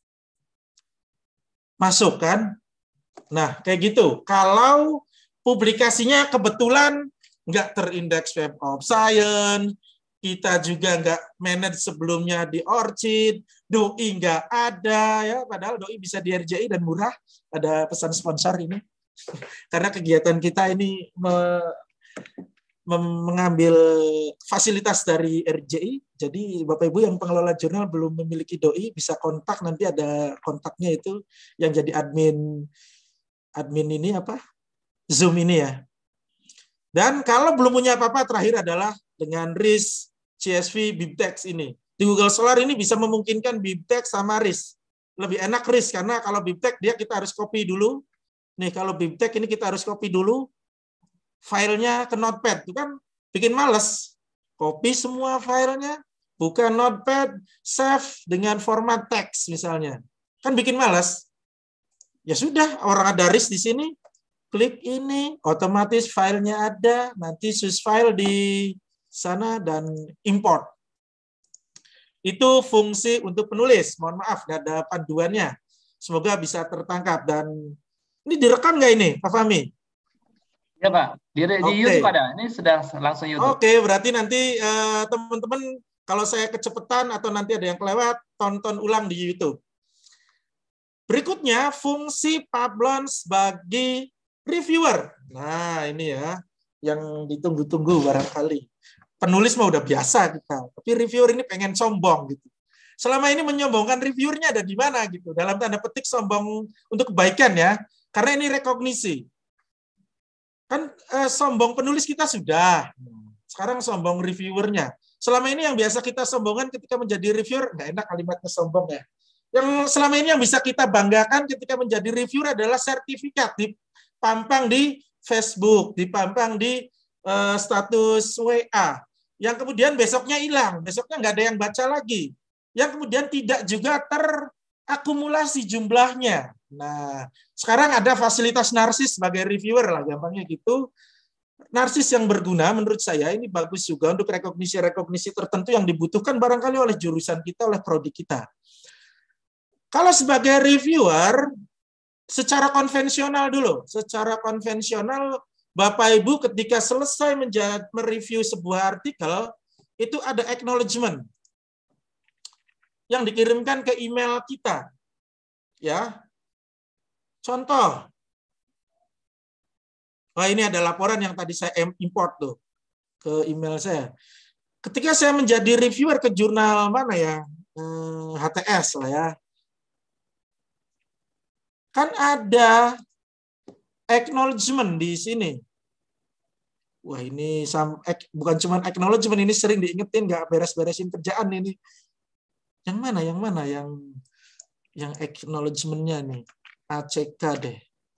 Masuk kan? Nah, kayak gitu. Kalau publikasinya kebetulan nggak terindeks Web of Science, kita juga nggak manage sebelumnya di ORCID, doi nggak ada, ya, padahal doi bisa di R J I dan murah. Ada pesan sponsor ini. Karena kegiatan kita ini me mengambil fasilitas dari R J I, jadi Bapak Ibu yang pengelola jurnal belum memiliki doi bisa kontak, nanti ada kontaknya itu yang jadi admin admin ini apa Zoom ini ya. Dan kalau belum punya apa-apa, terakhir adalah dengan R I S, C S V, BibTeX ini. Di Google Scholar ini bisa memungkinkan BibTeX sama R I S. Lebih enak R I S karena kalau BibTeX dia kita harus copy dulu. Nih kalau BibTeX ini kita harus copy dulu filenya ke Notepad, itu kan bikin males. Copy semua filenya, buka Notepad, save dengan format teks misalnya. Kan bikin males. Ya sudah, orang ada R I S di sini, klik ini, otomatis filenya ada, nanti sus file di sana dan import. Itu fungsi untuk penulis. Mohon maaf, nggak ada panduannya. Semoga bisa tertangkap. Dan ini direkam nggak ini, Pak Fahmi? Ya Pak, di, di okay. YouTube ada. Ini sudah langsung YouTube. Oke, okay, berarti nanti uh, teman-teman kalau saya kecepatan atau nanti ada yang kelewat, tonton ulang di YouTube. Berikutnya, fungsi Publons bagi reviewer. Nah, ini ya, yang ditunggu-tunggu barangkali. Penulis mah udah biasa kita, tapi reviewer ini pengen sombong gitu. Selama ini menyombongkan reviewernya ada di mana gitu. Dalam tanda petik sombong untuk kebaikan ya, karena ini rekognisi. Kan eh, sombong penulis kita sudah, sekarang sombong reviewernya. Selama ini yang biasa kita sombongan ketika menjadi reviewer, nggak enak kalimatnya sombong ya. Yang selama ini yang bisa kita banggakan ketika menjadi reviewer adalah sertifikat dipampang di Facebook, dipampang di uh, status W A, yang kemudian besoknya hilang, besoknya nggak ada yang baca lagi, yang kemudian tidak juga terakumulasi jumlahnya. Nah, sekarang ada fasilitas narsis sebagai reviewer lah, gampangnya gitu. Narsis yang berguna menurut saya ini bagus juga untuk rekognisi-rekognisi tertentu yang dibutuhkan barangkali oleh jurusan kita, oleh prodi kita. Kalau sebagai reviewer, secara konvensional dulu, secara konvensional Bapak Ibu ketika selesai menjadi mereview sebuah artikel, itu ada acknowledgement yang dikirimkan ke email kita. Ya. Contoh, wah ini ada laporan yang tadi saya import tuh ke email saya. Ketika saya menjadi reviewer ke jurnal mana ya, hmm, H T S lah ya, kan ada acknowledgement di sini. Wah ini bukan cuma acknowledgement, ini sering diingetin nggak beres-beresin kerjaan ini. Yang mana, yang mana, yang yang acknowledgement-nya nih. A C K deh.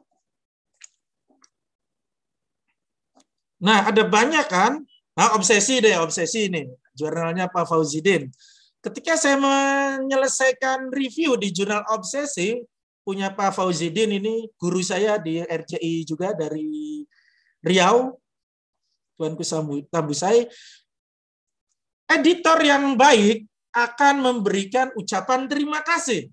Nah, ada banyak kan? Nah, obsesi deh, obsesi ini. Jurnalnya Pak Fauzidin. Ketika saya menyelesaikan review di jurnal obsesi, punya Pak Fauzidin ini, guru saya di R J I juga dari Riau, Tuanku Tambusai. Editor yang baik akan memberikan ucapan terima kasih.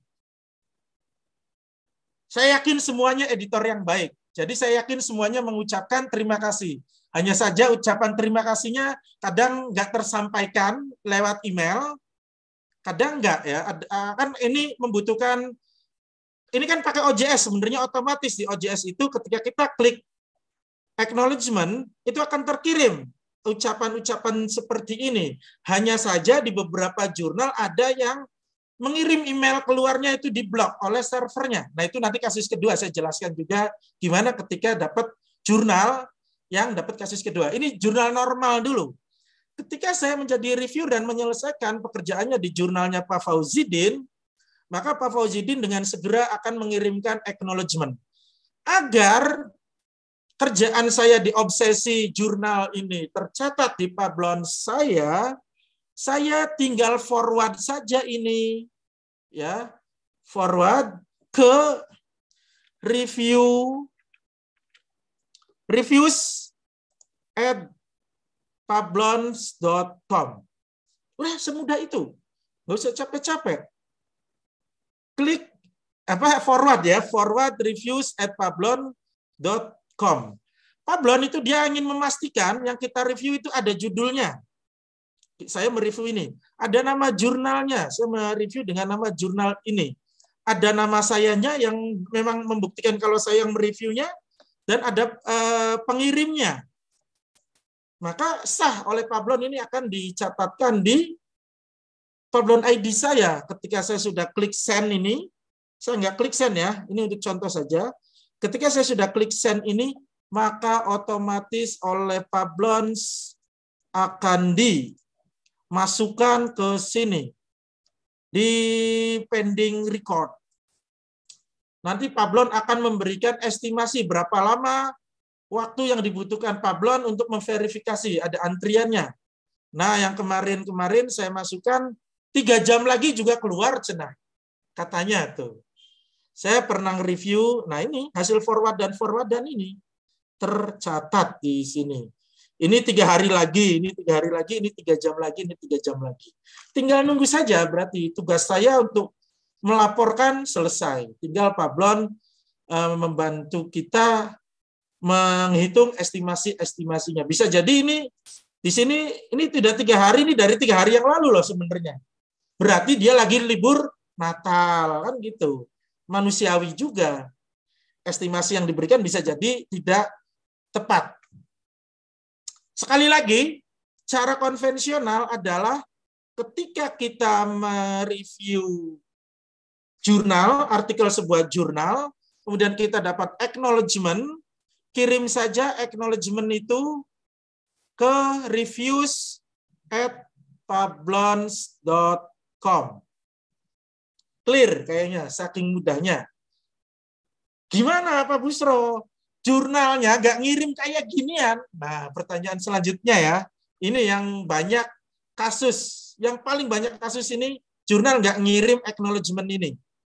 Saya yakin semuanya editor yang baik. Jadi saya yakin semuanya mengucapkan terima kasih. Hanya saja ucapan terima kasihnya kadang nggak tersampaikan lewat email, kadang nggak ya. Kan ini membutuhkan, ini kan pakai O J S, sebenarnya otomatis di O J S itu ketika kita klik acknowledgement, itu akan terkirim ucapan-ucapan seperti ini. Hanya saja di beberapa jurnal ada yang mengirim email keluarnya itu diblok oleh servernya. Nah itu nanti kasus kedua saya jelaskan juga gimana ketika dapat jurnal yang dapat kasus kedua. Ini jurnal normal dulu. ketika saya menjadi reviewer dan menyelesaikan pekerjaannya di jurnalnya Pak Fauzidin, maka Pak Fauzidin dengan segera akan mengirimkan acknowledgement. Agar kerjaan saya di obsesi jurnal ini tercatat di pablon saya, saya tinggal forward saja ini, ya, forward ke review reviews at pablons dot com. Udah semudah itu. Nggak usah capek-capek. Klik apa forward ya, forward reviews at pablon dot com. Pablon itu dia ingin memastikan yang kita review itu ada judulnya. Saya mereview ini. Ada nama jurnalnya. Saya mereview dengan nama jurnal ini. Ada nama sayanya yang memang membuktikan kalau saya yang mereviewnya, dan ada eh, pengirimnya. Maka sah oleh pablon ini akan dicatatkan di pablon I D saya. Ketika saya sudah klik send ini, saya nggak klik send ya, ini untuk contoh saja. Ketika saya sudah klik send ini, maka otomatis oleh pablons akan dimasukkan ke sini. Di pending record. Nanti pablon akan memberikan estimasi berapa lama waktu yang dibutuhkan pablon untuk memverifikasi, ada antriannya. Nah, yang kemarin-kemarin saya masukkan tiga jam lagi juga keluar cenah. Katanya tuh. Saya pernah review, nah ini hasil forward dan forwardan ini tercatat di sini. Ini tiga hari lagi, ini tiga hari lagi, ini tiga jam lagi, ini tiga jam lagi. Tinggal nunggu saja, berarti tugas saya untuk melaporkan selesai. Tinggal pablon eh, membantu kita menghitung estimasi-estimasinya. Bisa jadi ini di sini ini tidak tiga hari, ini dari tiga hari yang lalu loh sebenarnya. Berarti dia lagi libur Natal kan gitu. Manusiawi juga. Estimasi yang diberikan bisa jadi tidak tepat. Sekali lagi, cara konvensional adalah ketika kita mereview jurnal, artikel sebuah jurnal, kemudian kita dapat acknowledgement, kirim saja acknowledgement itu ke reviews at pablons dot com. Clear kayaknya, saking mudahnya. Gimana Pak Busro? Jurnalnya nggak ngirim kayak ginian. Nah, pertanyaan selanjutnya ya. Ini yang banyak kasus. Yang paling banyak kasus ini, jurnal nggak ngirim acknowledgement ini.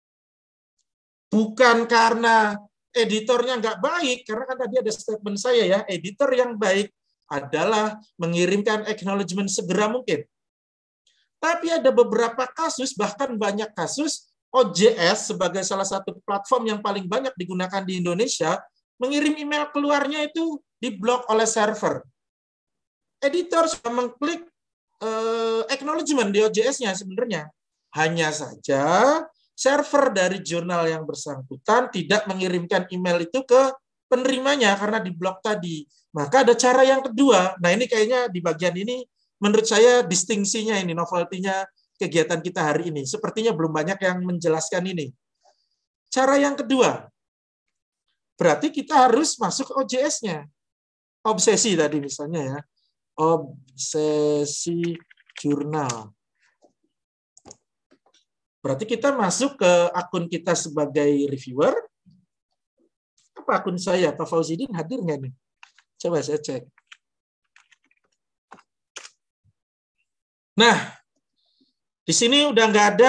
Bukan karena editornya nggak baik, karena kan tadi ada statement saya ya, editor yang baik adalah mengirimkan acknowledgement segera mungkin. Tapi ada beberapa kasus, bahkan banyak kasus, O J S sebagai salah satu platform yang paling banyak digunakan di Indonesia, mengirim email keluarnya itu diblok oleh server. Editor sudah mengklik eh, acknowledgement di O J S-nya sebenarnya. Hanya saja server dari jurnal yang bersangkutan tidak mengirimkan email itu ke penerimanya karena diblok tadi. Maka ada cara yang kedua. Nah ini kayaknya di bagian ini menurut saya distingsinya ini, novelty-nya kegiatan kita hari ini. Sepertinya belum banyak yang menjelaskan ini. Cara yang kedua, berarti kita harus masuk ke O J S-nya. Obsesi tadi misalnya ya. Obsesi jurnal. Berarti kita masuk ke akun kita sebagai reviewer. Apa akun saya? Pak Fauzidin hadir nggak nih? Coba saya cek. Nah, di sini udah nggak ada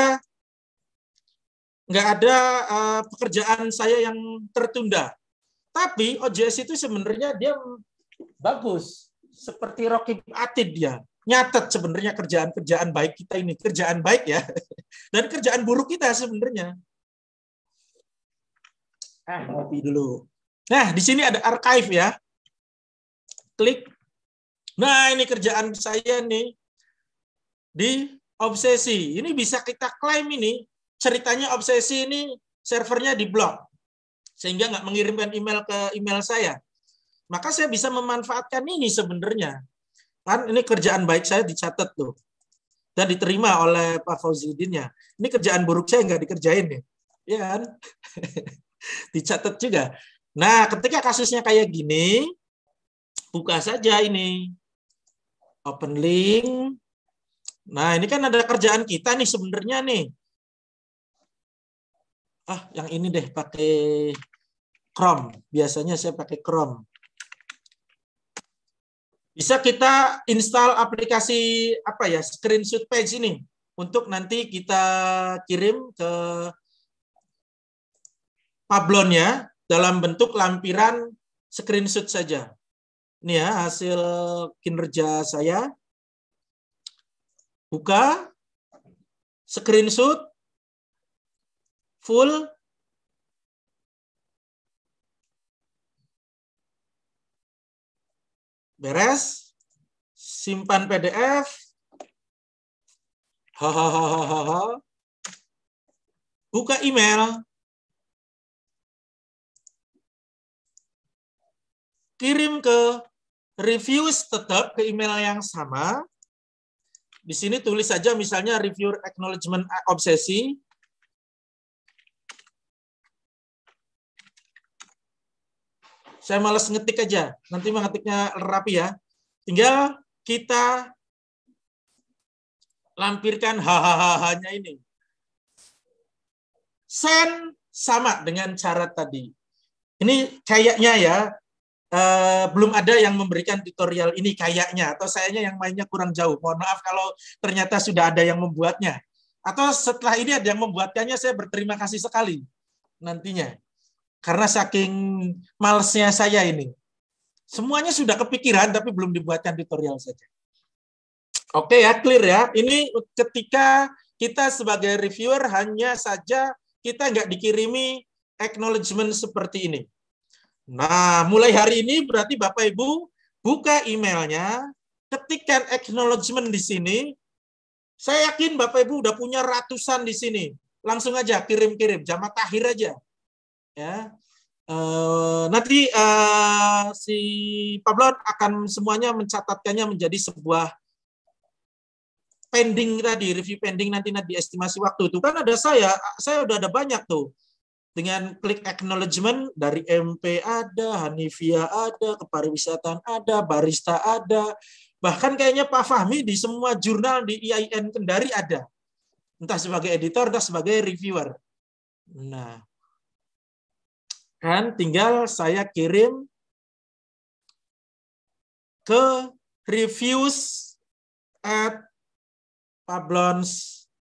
nggak ada uh, pekerjaan saya yang tertunda. Tapi O J S itu sebenarnya dia bagus, seperti Rokib Atid dia. Nyatet sebenarnya kerjaan-kerjaan baik kita ini, kerjaan baik ya, dan kerjaan buruk kita sebenarnya. Ah, ngopi dulu. Nah, di sini ada archive ya. Klik. Nah, ini kerjaan saya nih di obsesi. Ini bisa kita klaim ini. Ceritanya obsesi ini servernya diblok. Sehingga nggak mengirimkan email ke email saya. Maka saya bisa memanfaatkan ini sebenarnya. Kan ini kerjaan baik saya dicatat tuh. Dan diterima oleh Pak Fauzidinnya. Ini kerjaan buruk saya nggak dikerjain nih. Iya kan? Dicatat juga. Nah, ketika kasusnya kayak gini, buka saja ini Open link. Nah, ini kan ada kerjaan kita nih sebenarnya nih. Ah, yang ini deh pakai Chrome. Biasanya saya pakai Chrome. Bisa kita install aplikasi apa ya, screenshot page ini untuk nanti kita kirim ke Pablonnya dalam bentuk lampiran screenshot saja. Ini ya hasil kinerja saya. Buka, screenshot, full, beres, simpan P D F, hahaha, buka email, kirim ke reviews tetap ke email yang sama. Di sini tulis saja misalnya reviewer acknowledgement obsesi. Saya malas ngetik aja, nanti mengetiknya rapi ya. Tinggal kita lampirkan hahaha-nya ini. Send sama dengan cara tadi. Ini kayaknya ya, Uh, belum ada yang memberikan tutorial ini kayaknya, atau sayanya yang mainnya kurang jauh. Mohon maaf kalau ternyata sudah ada yang membuatnya. Atau setelah ini ada yang membuatkannya, saya berterima kasih sekali nantinya. Karena saking malesnya saya ini. Semuanya sudah kepikiran, tapi belum dibuatkan tutorial saja. Oke ya, clear ya. Ini ketika kita sebagai reviewer hanya saja kita nggak dikirimi acknowledgement seperti ini. Nah, mulai hari ini berarti Bapak Ibu buka emailnya, ketikkan acknowledgement di sini. Saya yakin Bapak Ibu udah punya ratusan di sini. Langsung aja kirim-kirim, Jamaah Tahir aja. Ya, e, nanti e, si Pablon akan semuanya mencatatkannya menjadi sebuah pending tadi, review pending nanti nanti estimasi waktu itu kan ada saya, saya udah ada banyak tuh. Dengan klik acknowledgement dari M P ada, Hanifia ada, Kepariwisataan ada, Barista ada, bahkan kayaknya Pak Fahmi di semua jurnal di I A I N Kendari ada. Entah sebagai editor, entah sebagai reviewer. Nah, kan tinggal saya kirim ke reviews at Pablons.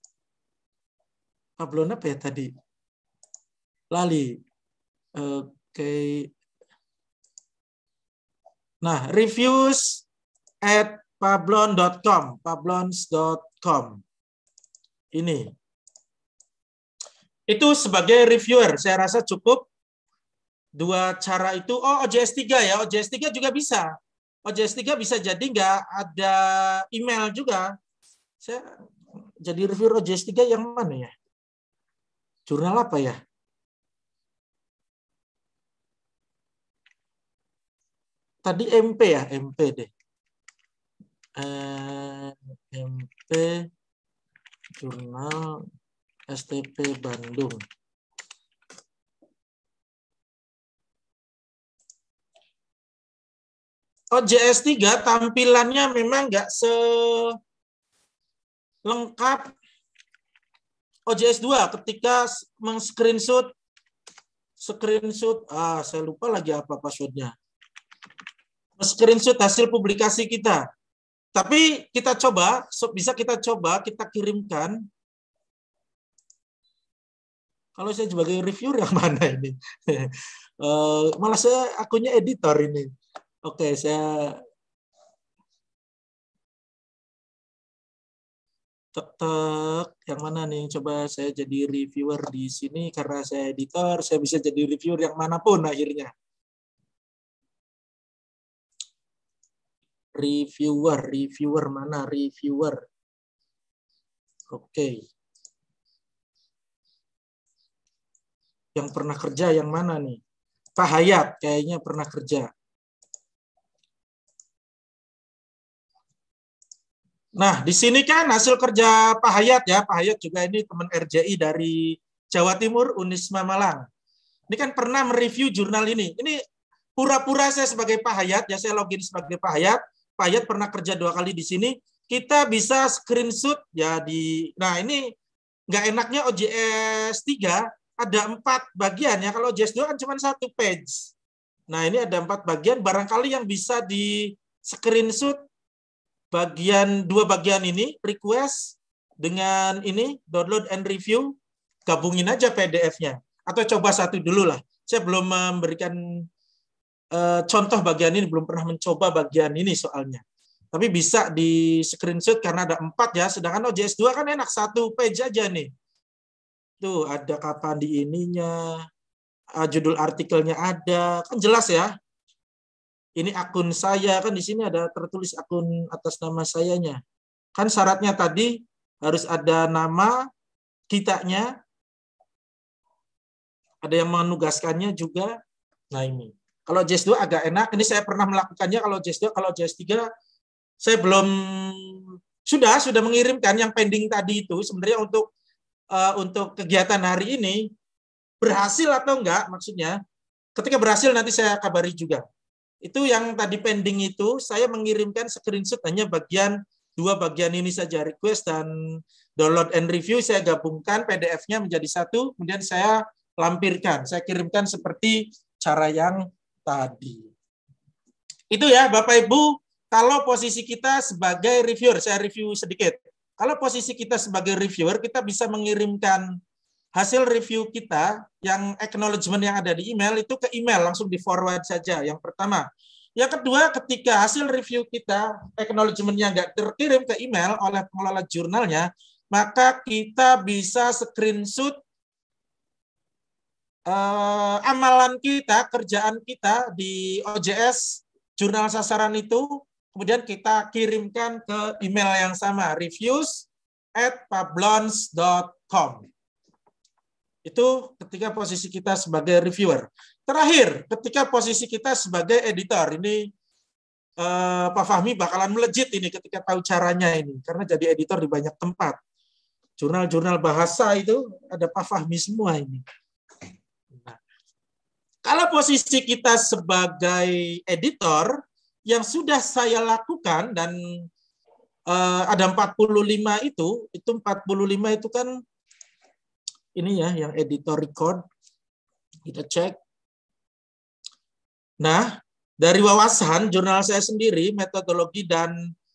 Pablon apa ya tadi? Lali. Oke. Okay. Nah, reviews at pablon dot com, pablons dot com. Ini. Itu sebagai reviewer, saya rasa cukup dua cara itu. Oh, O J S tiga ya, O J S tiga juga bisa. O J S tiga bisa jadi nggak ada email juga. Saya jadi reviewer O J S tiga yang mana ya? Jurnal apa ya? Tadi M P ya, M P deh. Eh, M P Jurnal S T P Bandung. O J S tiga tampilannya memang nggak selengkap O J S dua ketika meng-screenshot screenshot ah saya lupa lagi apa passwordnya. Screenshot hasil publikasi kita. Tapi kita coba, bisa kita coba, kita kirimkan. Kalau saya sebagai reviewer yang mana ini? uh, malah saya akunnya editor ini. Oke, saya tek-tek yang mana nih? Coba saya jadi reviewer di sini karena saya editor, saya bisa jadi reviewer yang manapun akhirnya. Reviewer, reviewer mana? Reviewer. Oke. Yang pernah kerja yang mana nih? Pak Hayat kayaknya pernah kerja. Nah, di sini kan hasil kerja Pak Hayat ya. Pak Hayat juga ini teman R J I dari Jawa Timur, Unisma Malang. Ini kan pernah mereview jurnal ini. Ini pura-pura saya sebagai Pak Hayat, ya saya login sebagai Pak Hayat. Pak Yat pernah kerja dua kali di sini. Kita bisa screenshot ya di. Nah ini nggak enaknya O J S tiga ada empat bagian ya. Kalau O J S dua kan cuma satu page. Nah ini ada empat bagian. Barangkali yang bisa di screenshot bagian dua bagian ini, request dengan ini download and review, gabungin aja P D F-nya. Atau coba satu dulu lah. Saya belum memberikan uh, contoh bagian ini, belum pernah mencoba bagian ini soalnya. Tapi bisa di screenshot karena ada empat ya. Sedangkan O J S dua kan enak, satu page aja nih. Tuh ada kapan di ininya, judul artikelnya ada, kan jelas ya. Ini akun saya, kan di sini ada tertulis akun atas nama sayanya. Kan syaratnya tadi harus ada nama kitanya, ada yang menugaskannya juga. Nah ini. Kalau O J S dua agak enak, ini saya pernah melakukannya kalau O J S dua, kalau O J S tiga saya belum, sudah sudah mengirimkan yang pending tadi itu sebenarnya untuk uh, untuk kegiatan hari ini berhasil atau enggak maksudnya. Ketika berhasil nanti saya kabari juga. Itu yang tadi pending itu saya mengirimkan screenshot hanya bagian dua bagian ini saja, request dan download and review saya gabungkan P D F-nya menjadi satu, kemudian saya lampirkan, saya kirimkan seperti cara yang tadi. Itu ya Bapak Ibu. Kalau posisi kita sebagai reviewer, saya review sedikit. Kalau posisi kita sebagai reviewer, kita bisa mengirimkan hasil review kita, yang acknowledgement yang ada di email, itu ke email, langsung di forward saja. Yang pertama. Yang kedua, ketika hasil review kita, acknowledgement-nya nggak terkirim ke email oleh pengelola jurnalnya, maka kita bisa screenshot uh, amalan kita, kerjaan kita di O J S, jurnal sasaran itu, kemudian kita kirimkan ke email yang sama, reviews at pablons dot com. Itu ketika posisi kita sebagai reviewer. Terakhir, ketika posisi kita sebagai editor. Ini eh, Pak Fahmi bakalan melejit ini ketika tahu caranya ini. Karena jadi editor di banyak tempat. Jurnal-jurnal bahasa itu ada Pak Fahmi semua ini. Nah, kalau posisi kita sebagai editor, yang sudah saya lakukan dan uh, ada empat puluh lima itu, itu empat puluh lima itu kan ini ya yang editor record. Kita cek. Nah, dari wawasan jurnal saya sendiri, metodologi dan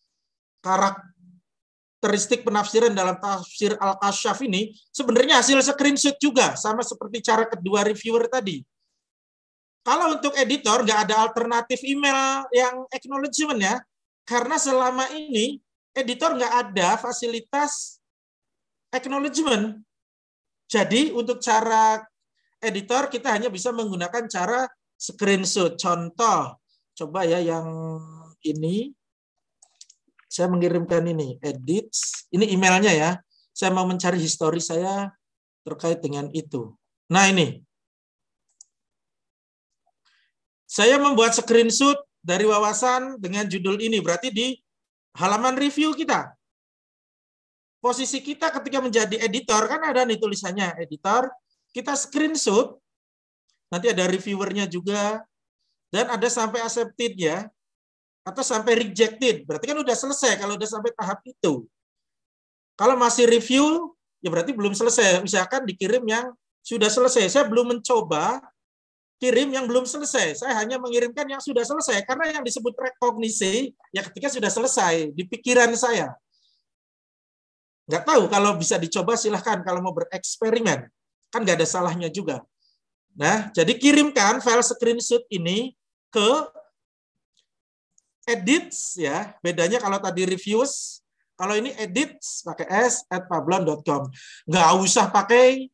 karakteristik penafsiran dalam tafsir Al-Kasyaf ini sebenarnya hasil screenshot juga sama seperti cara kedua reviewer tadi. Kalau untuk editor nggak ada alternatif email yang acknowledgement ya, karena selama ini editor nggak ada fasilitas acknowledgement. Jadi untuk cara editor kita hanya bisa menggunakan cara screenshot. Contoh, coba ya yang ini, saya mengirimkan ini, edits, ini emailnya ya. Saya mau mencari histori saya terkait dengan itu. Nah ini. Saya membuat screenshot dari wawasan dengan judul ini. Berarti di halaman review kita. Posisi kita ketika menjadi editor, kan ada nih tulisannya editor. Kita screenshot. Nanti ada reviewernya juga. Dan ada sampai accepted ya. Atau sampai rejected. Berarti kan udah selesai kalau udah sampai tahap itu. Kalau masih review, ya berarti belum selesai. Misalkan dikirim yang sudah selesai. Saya belum mencoba kirim yang belum selesai. Saya hanya mengirimkan yang sudah selesai. Karena yang disebut rekognisi, ya ketika sudah selesai, di pikiran saya. Nggak tahu, kalau bisa dicoba silahkan. Kalau mau bereksperimen, kan nggak ada salahnya juga. Nah, jadi kirimkan file screenshot ini ke edits, ya. Bedanya kalau tadi reviews, kalau ini edits, pakai s, at pablon dot com. Nggak usah pakai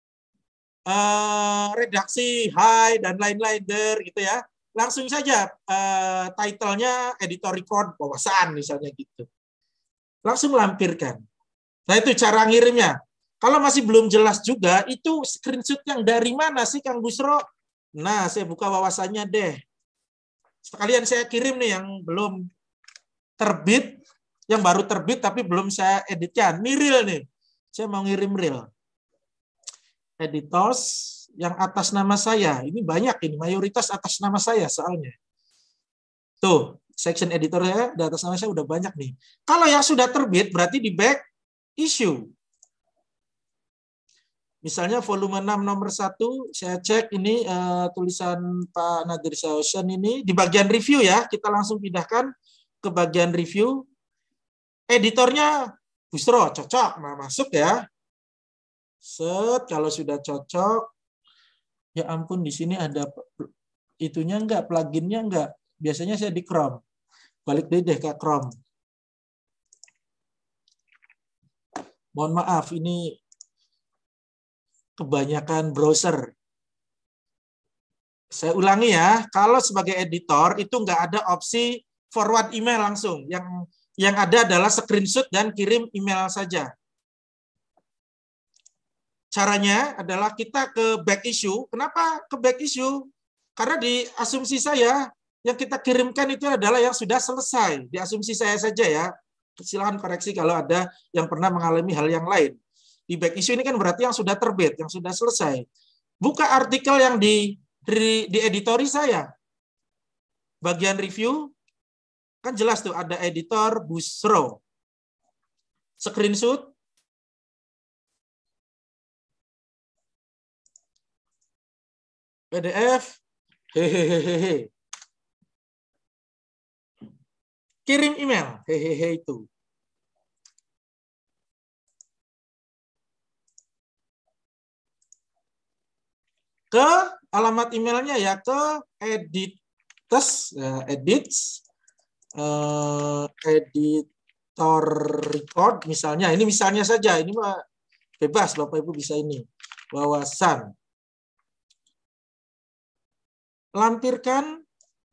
Uh, redaksi, hi, dan lain-lain der, gitu ya. Langsung saja uh, title-nya editor record wawasan misalnya gitu. Langsung lampirkan. Nah itu cara ngirimnya. Kalau masih belum jelas juga, itu screenshot yang dari mana sih Kang Busro? Nah saya buka wawasannya deh. Sekalian saya kirim nih yang belum terbit, yang baru terbit tapi belum saya editkan. Ini real nih. Saya mau ngirim real. Editors yang atas nama saya. Ini banyak ini, mayoritas atas nama saya soalnya. Tuh, section editor saya, di atas nama saya udah banyak nih. Kalau yang sudah terbit berarti di back issue. Misalnya volume enam nomor satu, saya cek ini uh, tulisan Pak Nadir Syahhusain ini di bagian review ya, kita langsung pindahkan ke bagian review. Editornya Busro, cocok, nah masuk ya. Set, kalau sudah cocok, ya ampun di sini ada itunya enggak, pluginnya enggak. Biasanya saya di Chrome. Balik deh deh ke Chrome. Mohon maaf, ini kebanyakan browser. Saya ulangi ya, kalau sebagai editor itu nggak ada opsi forward email langsung. Yang yang ada adalah screenshot dan kirim email saja. Caranya adalah kita ke back issue. Kenapa ke back issue? Karena di asumsi saya yang kita kirimkan itu adalah yang sudah selesai. Di asumsi saya saja ya. Silahkan koreksi kalau ada yang pernah mengalami hal yang lain. Di back issue ini kan berarti yang sudah terbit, yang sudah selesai. Buka artikel yang di di, di editori saya. Bagian review, kan jelas tuh ada editor Busro. Screenshot. P D F. Hehehehe. Kirim email. Hehehe itu. Ke alamat emailnya ya ke edits, ya, edits, uh, editor record misalnya. Ini misalnya saja, ini mah bebas Bapak Ibu bisa ini. Wawasan. Lampirkan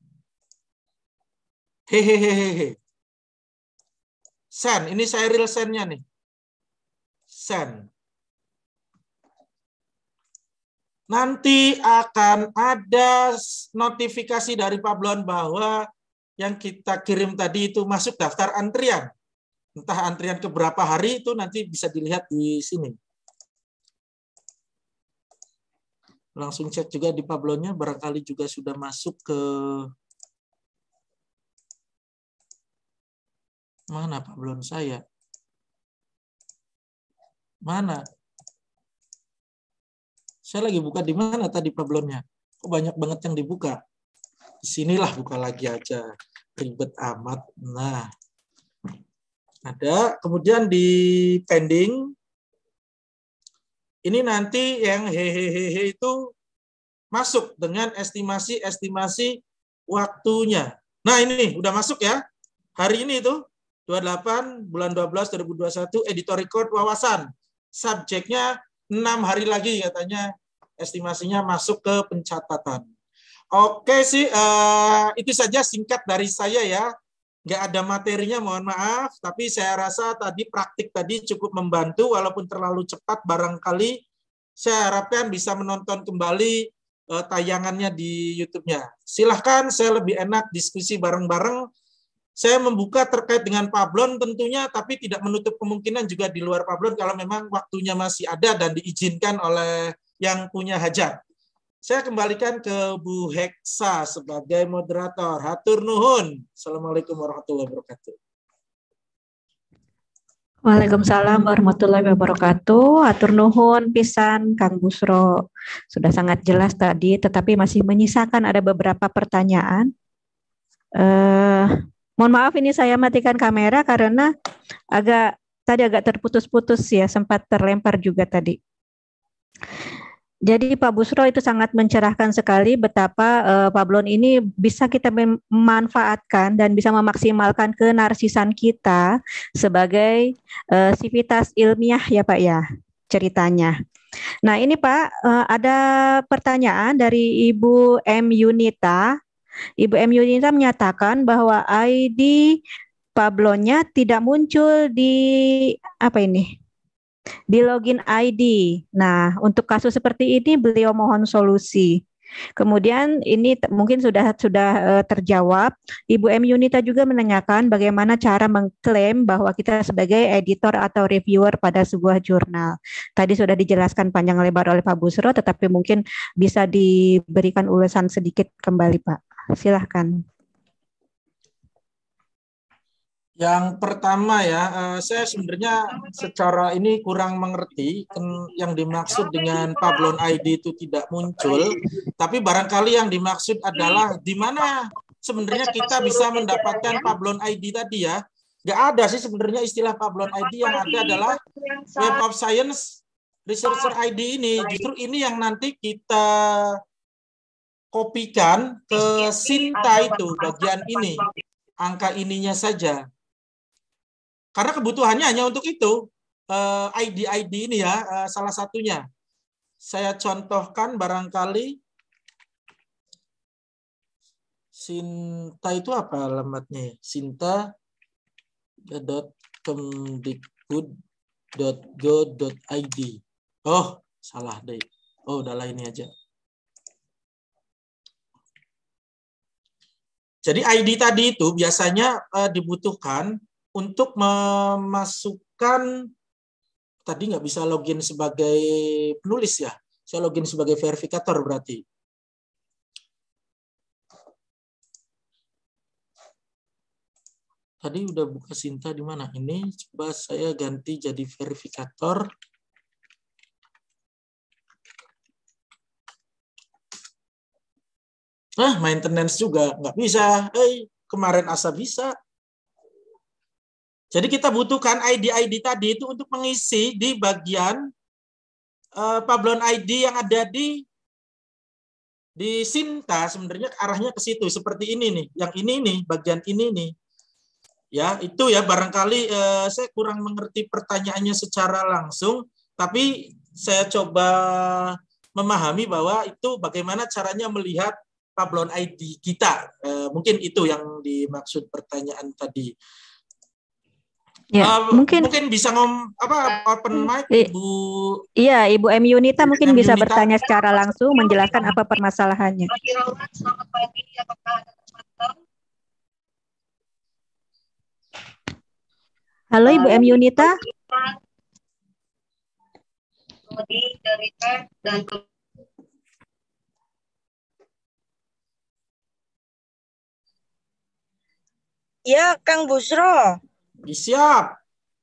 hehehehe. Send, ini saya real send-nya nih. Send. Nanti akan ada notifikasi dari Pablon bahwa yang kita kirim tadi itu masuk daftar antrian. Entah antrian ke berapa hari itu nanti bisa dilihat di sini. Langsung cek juga di Pablonnya, barangkali juga sudah masuk ke mana Pablon saya? Mana? Saya lagi buka di mana tadi Pablonnya? Kok banyak banget yang dibuka? Sinilah buka lagi aja. Ribet amat. Nah, ada. Kemudian di pending. Ini nanti yang hehehe itu masuk dengan estimasi-estimasi waktunya. Nah ini udah masuk ya. Hari ini itu dua puluh delapan bulan dua belas dua ribu dua puluh satu editor record wawasan. Subjeknya enam hari lagi katanya estimasinya masuk ke pencatatan. Oke sih, uh, itu saja singkat dari saya ya. Nggak ada materinya, mohon maaf. Tapi saya rasa tadi praktik tadi cukup membantu, walaupun terlalu cepat barangkali. Saya harapkan bisa menonton kembali uh, tayangannya di YouTube-nya. Silahkan, saya lebih enak diskusi bareng-bareng. Saya membuka terkait dengan Pablon tentunya, tapi tidak menutup kemungkinan juga di luar Pablon kalau memang waktunya masih ada dan diizinkan oleh yang punya hajat. Saya kembalikan ke Bu Heksa sebagai moderator. Hatur nuhun. Assalamualaikum warahmatullahi wabarakatuh. Waalaikumsalam warahmatullahi wabarakatuh. Hatur nuhun pisan Kang Busro. Sudah sangat jelas tadi, tetapi masih menyisakan ada beberapa pertanyaan. Eh... Mohon maaf ini saya matikan kamera karena agak tadi agak terputus-putus ya, sempat terlempar juga tadi. Jadi Pak Busro itu sangat mencerahkan sekali betapa uh, Pablon ini bisa kita memanfaatkan dan bisa memaksimalkan kenarsisan kita sebagai uh, sivitas ilmiah ya Pak ya ceritanya. Nah ini Pak uh, ada pertanyaan dari Ibu M. Yunita. Ibu M. Yunita menyatakan bahwa I D Pablonnya tidak muncul di apa ini? Di login I D. Nah, untuk kasus seperti ini beliau mohon solusi. Kemudian ini mungkin sudah sudah uh, terjawab. Ibu M. Yunita juga menanyakan bagaimana cara mengklaim bahwa kita sebagai editor atau reviewer pada sebuah jurnal. Tadi sudah dijelaskan panjang lebar oleh Pak Busro, tetapi mungkin bisa diberikan ulasan sedikit kembali, Pak. Silahkan. Yang pertama ya, uh, saya sebenarnya secara ini kurang mengerti yang dimaksud dengan Pablon I D itu tidak muncul, tapi barangkali yang dimaksud adalah di mana sebenarnya kita bisa mendapatkan Pablon I D tadi ya. Nggak ada sih sebenarnya istilah Pablon I D, yang ada adalah Web of Science Researcher I D ini. Justru ini yang nanti kita kopikan ke Sinta itu, bagian ini, angka ininya saja. Karena kebutuhannya hanya untuk itu, I D-I D ini ya, salah satunya. Saya contohkan barangkali, Sinta itu apa alamatnya? Sinta dot kemdikbud dot go dot i d. Oh, salah deh. Oh, udahlah ini aja. Jadi I D tadi itu biasanya uh, dibutuhkan untuk memasukkan, tadi nggak bisa login sebagai penulis ya, saya login sebagai verifikator berarti. Tadi udah buka Sinta di mana? Ini coba saya ganti jadi verifikator. Nah, maintenance juga nggak bisa. Eh, kemarin asa bisa. Jadi kita butuhkan I D-I D tadi itu untuk mengisi di bagian uh, Pablon I D yang ada di di Sinta. Sebenarnya arahnya ke situ seperti ini nih. Yang ini nih, bagian ini nih. Ya, itu ya barangkali uh, saya kurang mengerti pertanyaannya secara langsung, tapi saya coba memahami bahwa itu bagaimana caranya melihat Pablon I D kita. Uh, mungkin itu yang dimaksud pertanyaan tadi. Ya, uh, mungkin mungkin bisa ngom apa open mic Ibu. Iya, Ibu M Yunita mungkin M. bisa Yunita. bertanya secara langsung menjelaskan apa permasalahannya. Selamat pagi, apakah Halo Ibu M Yunita. Ya, Kang Busro. Siap.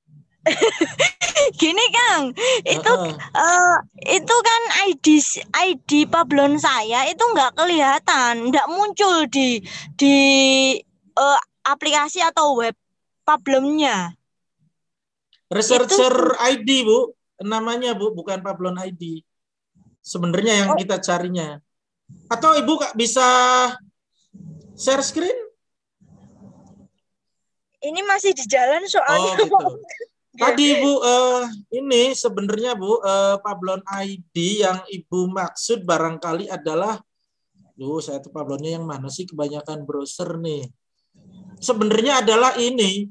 Gini Kang, itu uh -uh. Uh, itu kan I D I D Pablon saya itu nggak kelihatan, nggak muncul di di uh, aplikasi atau web Pablonnya. Researcher itu, I D Bu, namanya Bu, bukan Pablon I D. Sebenarnya yang oh. kita carinya. Atau Ibu bisa share screen? Ini masih di jalan soalnya. Oh, gitu. Tadi Bu, uh, ini sebenarnya Bu, uh, Pablon I D yang Ibu maksud barangkali adalah, duh saya tuh Pablonnya yang mana sih, kebanyakan browser nih. Sebenarnya adalah ini.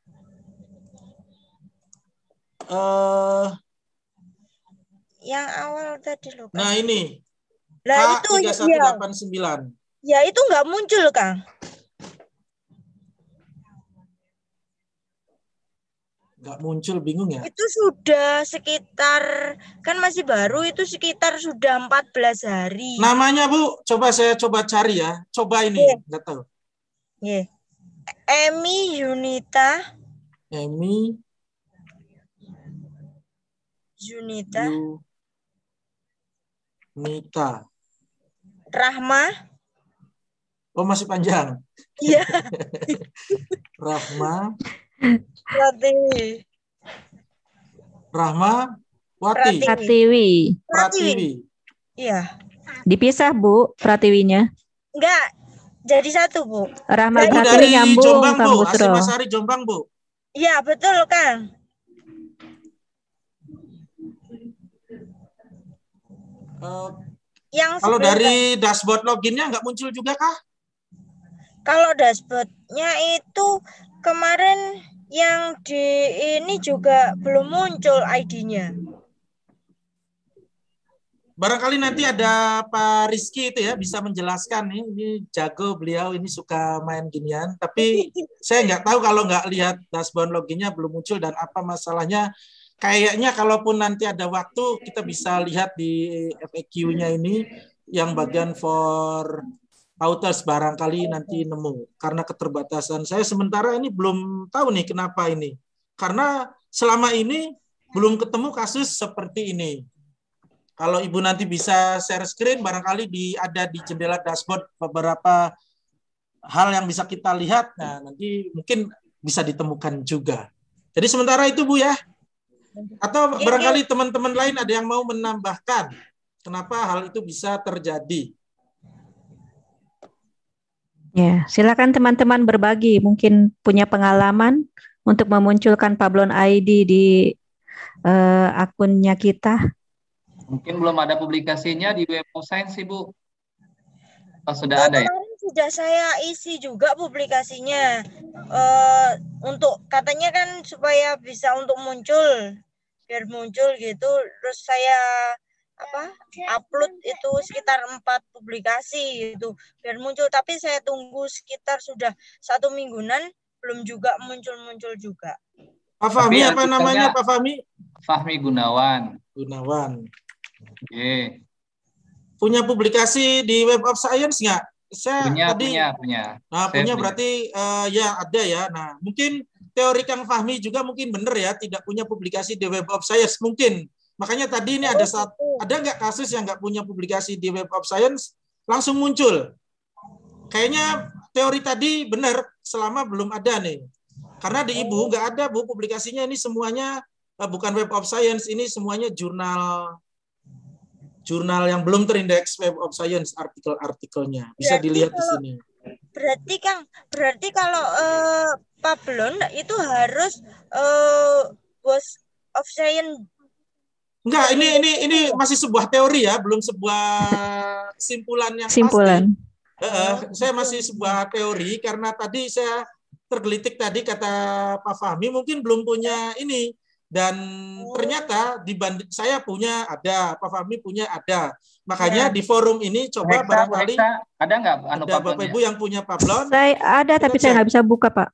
Uh, yang awal tadi loh. Nah ini. Nah itu tiga satu delapan sembilan. Ya itu nggak muncul Kang. Nggak muncul, bingung ya? Itu sudah sekitar, kan masih baru, itu sekitar sudah empat belas hari. Namanya Bu, coba saya coba cari ya. Coba ini, yeah. nggak tahu. Yeah. Emi Yunita. Emi Yunita. Yunita. Rahma. Oh masih panjang. Iya. Rahma. Pratiwi. Rahma Wati. Pratiwi. Pratiwi. Iya. Dipisah Bu, Pratiwinya. Enggak, jadi satu Bu. Rahma nah, Pratiwi nyambung Jombang Kang Bu, Busro. Mas Ari Jombang Bu. Iya betul Kang. Uh, yang kalau dari dashboard loginnya nggak muncul juga kah? Kalau dashboardnya itu kemarin yang di ini juga belum muncul I D-nya. Barangkali nanti ada Pak Rizky itu ya bisa menjelaskan nih, ini jago beliau, ini suka main ginian. Tapi saya nggak tahu kalau nggak lihat dashboard loginnya belum muncul dan apa masalahnya. Kayaknya kalaupun nanti ada waktu kita bisa lihat di F A Q-nya ini yang bagian for Authors barangkali nanti nemu. Karena keterbatasan saya sementara ini belum tahu nih kenapa ini. Karena selama ini belum ketemu kasus seperti ini. Kalau Ibu nanti bisa share screen, barangkali di, ada di jendela dashboard beberapa hal yang bisa kita lihat. Nah, nanti mungkin bisa ditemukan juga. Jadi sementara itu Bu ya. Atau barangkali teman-teman lain ada yang mau menambahkan kenapa hal itu bisa terjadi. Ya, silakan teman-teman berbagi, mungkin punya pengalaman untuk memunculkan Pablon I D di uh, akunnya kita. Mungkin belum ada publikasinya di Web of Science, Ibu. Oh, sudah ada ya? Kemarin sudah saya isi juga publikasinya. Uh, untuk katanya kan supaya bisa untuk muncul, biar muncul gitu. Terus saya apa upload itu sekitar empat publikasi itu biar muncul, tapi saya tunggu sekitar sudah satu mingguan belum juga muncul-muncul juga. Pak Fahmi apa namanya Pak Fahmi? Fahmi Gunawan. Gunawan. Oke. Punya publikasi di Web of Science nggak? Saya punya, tadi. Punya, punya. Nah, punya berarti uh, ya ada ya. Nah, mungkin teori Kang Fahmi juga mungkin benar ya, tidak punya publikasi di Web of Science mungkin. Makanya tadi ini ada saat, ada nggak kasus yang nggak punya publikasi di Web of Science langsung muncul. Kayaknya teori tadi benar selama belum ada nih. Karena di Ibu nggak ada Bu publikasinya, ini semuanya bukan Web of Science, ini semuanya jurnal jurnal yang belum terindeks Web of Science artikel-artikelnya. Bisa berarti dilihat kalau, di sini. Berarti Kang, berarti kalau uh, Pablon itu harus uh, was of Science. Enggak, ini ini ini masih sebuah teori ya, belum sebuah kesimpulan yang Simpulan. pasti. Uh, saya masih sebuah teori karena tadi saya tergelitik tadi kata Pak Fahmi mungkin belum punya ini, dan ternyata dibanding saya punya ada, Pak Fahmi punya ada. Makanya ya. Di forum ini coba Heksa, barangkali Heksa. Ada nggak anu ada Bapak Ibu yang punya Pablon? Saya ada tapi saya nggak bisa buka Pak.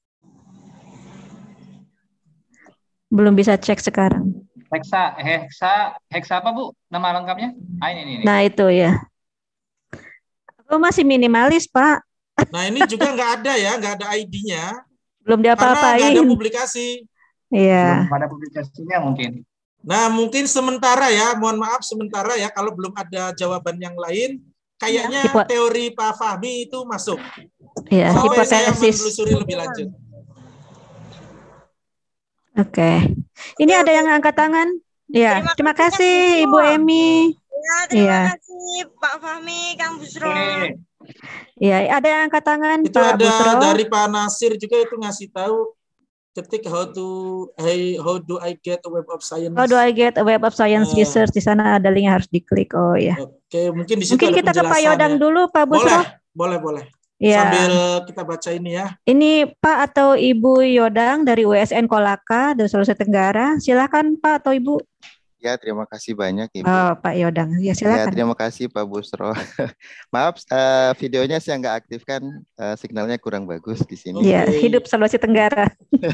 Belum bisa cek sekarang. Heksa, heksa, heksa apa Bu? Nama lengkapnya? Ah, ini, ini. Nah itu ya. Aku masih minimalis Pak. Nah ini juga nggak ada ya, nggak ada I D-nya. Belum diapa-apain. Karena nggak ada publikasi. Iya. Belum ada publikasinya mungkin. Nah mungkin sementara ya, mohon maaf sementara ya, kalau belum ada jawaban yang lain, kayaknya ya. Teori Pak Fahmi itu masuk. Iya. Sampai Hipotesis. Saya menelusuri lebih lanjut. Oke, okay. Ini ada yang angkat tangan. Ya, terima, terima kasih, kasih Ibu Emi. Ya, terima ya. kasih Pak Fahmi, Kang Busro. Ya, ada yang angkat tangan. Itu Pak ada Busro. Dari Pak Nasir juga itu ngasih tahu ketik how to hey, how do I get a Web of Science. How do I get a Web of Science uh, research? Di sana ada link yang harus diklik. Oh ya. Oke, okay. mungkin di situ mungkin ada kita ke Pak Yodang dulu, Pak Busro. Boleh, boleh, boleh. Ya. Sambil kita baca ini ya. Ini Pak atau Ibu Yodang dari U S N Kolaka dari Sulawesi Tenggara. Silakan Pak atau Ibu. Ya, terima kasih banyak Ibu. Oh, Pak Yodang. Ya, silakan. Ya, terima kasih Pak Busro. Maaf, uh, videonya saya nggak aktifkan, uh, signalnya kurang bagus di sini. Iya, okay. Hidup Sulawesi Tenggara.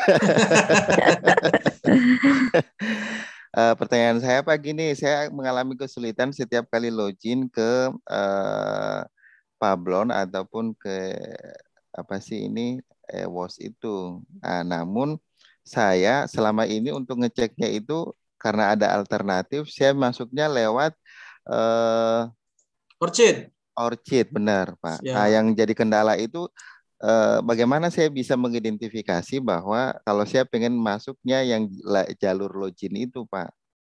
uh, pertanyaan saya pagi ini, saya mengalami kesulitan setiap kali login ke uh, Pablon ataupun ke apa sih ini eh, W O S itu. Nah, namun saya selama ini untuk ngeceknya itu karena ada alternatif, saya masuknya lewat eh, Orchid. Orchid, benar Pak. Ya. Nah, yang jadi kendala itu eh, bagaimana saya bisa mengidentifikasi bahwa kalau saya pengen masuknya yang jalur login itu Pak.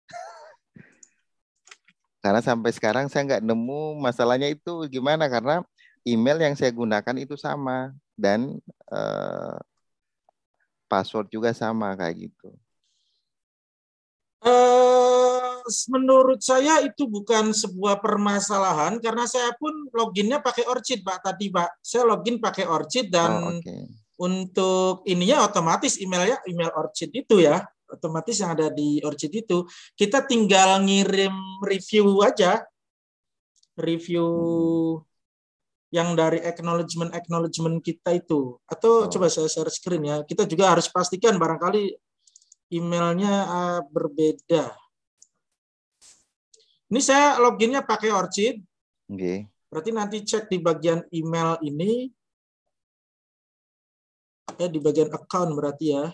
Karena sampai sekarang saya nggak nemu masalahnya itu gimana, karena email yang saya gunakan itu sama dan eh, password juga sama kayak gitu. Uh, menurut saya itu bukan sebuah permasalahan karena saya pun loginnya pakai Orchid Pak tadi Pak. Saya login pakai Orchid dan oh, okay. Untuk ininya otomatis emailnya email Orchid itu ya. Otomatis yang ada di Orchid itu kita tinggal ngirim review aja, review yang dari acknowledgement acknowledgement kita itu, atau oh. coba saya share screen ya, kita juga harus pastikan barangkali emailnya uh, berbeda. Ini saya loginnya pakai Orchid, okay. Berarti nanti cek di bagian email ini, ya di bagian account berarti ya.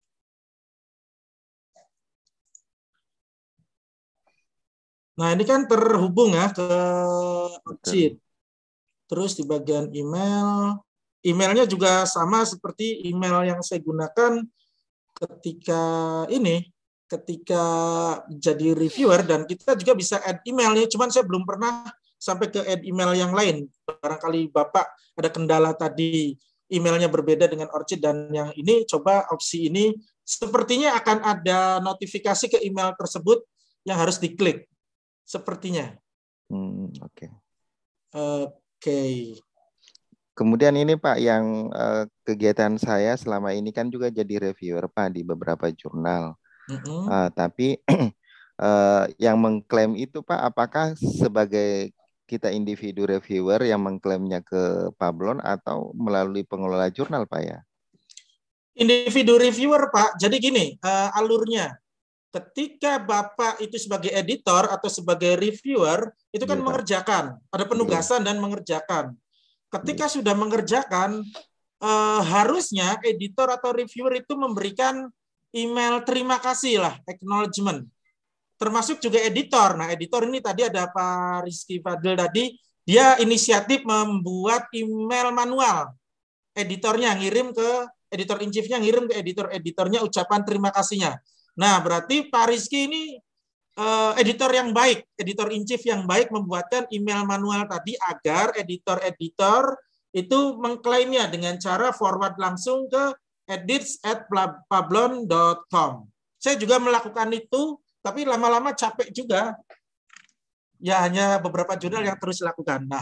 Nah ini kan terhubung ya ke Orchid. Terus di bagian email, emailnya juga sama seperti email yang saya gunakan ketika ini, ketika jadi reviewer, dan kita juga bisa add emailnya. Cuman saya belum pernah sampai ke add email yang lain. Barangkali Bapak ada kendala tadi emailnya berbeda dengan Orchid dan yang ini, coba opsi ini. Sepertinya akan ada notifikasi ke email tersebut yang harus diklik. Sepertinya. Hmm, oke. Okay. Oke. Okay. Kemudian ini Pak, yang uh, kegiatan saya selama ini kan juga jadi reviewer Pak di beberapa jurnal. Mm-hmm. uh, tapi uh, yang mengklaim itu Pak, apakah sebagai kita individu reviewer yang mengklaimnya ke Pablon atau melalui pengelola jurnal Pak ya? Individu reviewer Pak. Jadi gini uh, alurnya. Ketika Bapak itu sebagai editor atau sebagai reviewer, itu kan ya, mengerjakan, ada penugasan ya, dan mengerjakan. Ketika ya, sudah mengerjakan, eh, harusnya editor atau reviewer itu memberikan email terima kasih lah, acknowledgement. Termasuk juga editor. Nah, editor ini tadi ada Pak Rizky Fadil tadi, dia inisiatif membuat email manual. Editornya ngirim ke, editor in chief-nya ngirim ke editor-editornya ucapan terima kasihnya. Nah, berarti Pak Rizky ini uh, editor yang baik, editor in chief yang baik membuatkan email manual tadi agar editor-editor itu mengklaimnya dengan cara forward langsung ke edits at pablon dot com. Saya juga melakukan itu, tapi lama-lama capek juga. Ya, hanya beberapa jurnal yang terus lakukan. Nah,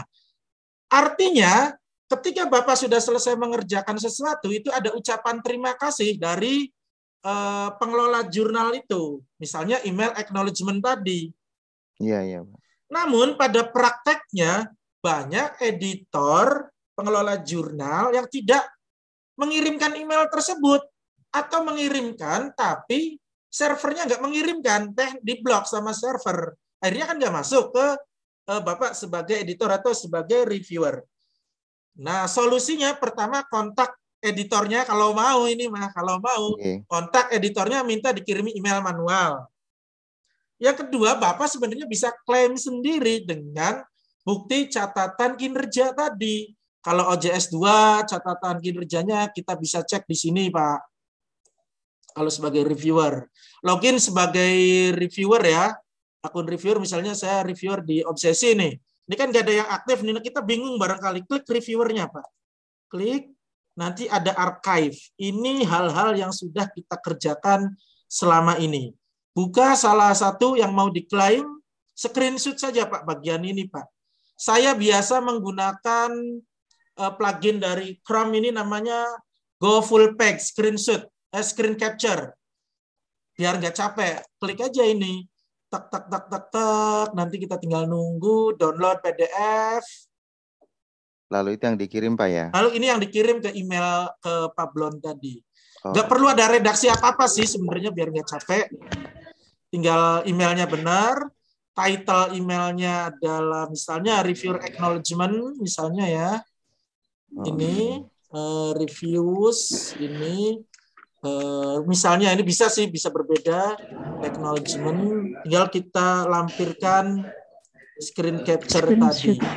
artinya ketika Bapak sudah selesai mengerjakan sesuatu, itu ada ucapan terima kasih dari Uh, pengelola jurnal itu, misalnya email acknowledgement tadi. Iya, iya. Namun pada prakteknya banyak editor pengelola jurnal yang tidak mengirimkan email tersebut atau mengirimkan tapi servernya nggak mengirimkan, teh diblok sama server. Akhirnya kan nggak masuk ke uh, Bapak sebagai editor atau sebagai reviewer. Nah, solusinya pertama kontak editornya kalau mau ini mah kalau mau okay, kontak editornya minta dikirimi email manual. Yang kedua, Bapak sebenarnya bisa klaim sendiri dengan bukti catatan kinerja tadi. Kalau O J S dua catatan kinerjanya kita bisa cek di sini, Pak. Kalau sebagai reviewer, login sebagai reviewer ya, akun reviewer misalnya saya reviewer di Obsesi nih. Ini kan gak ada yang aktif nih, kita bingung barangkali klik reviewernya, Pak. Klik. Nanti ada archive. Ini hal-hal yang sudah kita kerjakan selama ini. Buka salah satu yang mau diklaim, screenshot saja Pak bagian ini Pak. Saya biasa menggunakan uh, plugin dari Chrome ini namanya Go Full Page Screenshot, eh, Screen Capture. Biar nggak capek, klik aja ini. Tak tak tak tak tak. Nanti kita tinggal nunggu download P D F. Lalu itu yang dikirim Pak ya? Lalu ini yang dikirim ke email ke Pablon tadi. Oh. Nggak perlu ada redaksi apa-apa sih sebenarnya biar nggak capek. Tinggal emailnya benar, title emailnya adalah misalnya reviewer acknowledgement misalnya ya. Oh. Ini uh, reviews ini uh, misalnya ini bisa sih bisa berbeda acknowledgement. Tinggal kita lampirkan screen capture screen tadi. Shoot.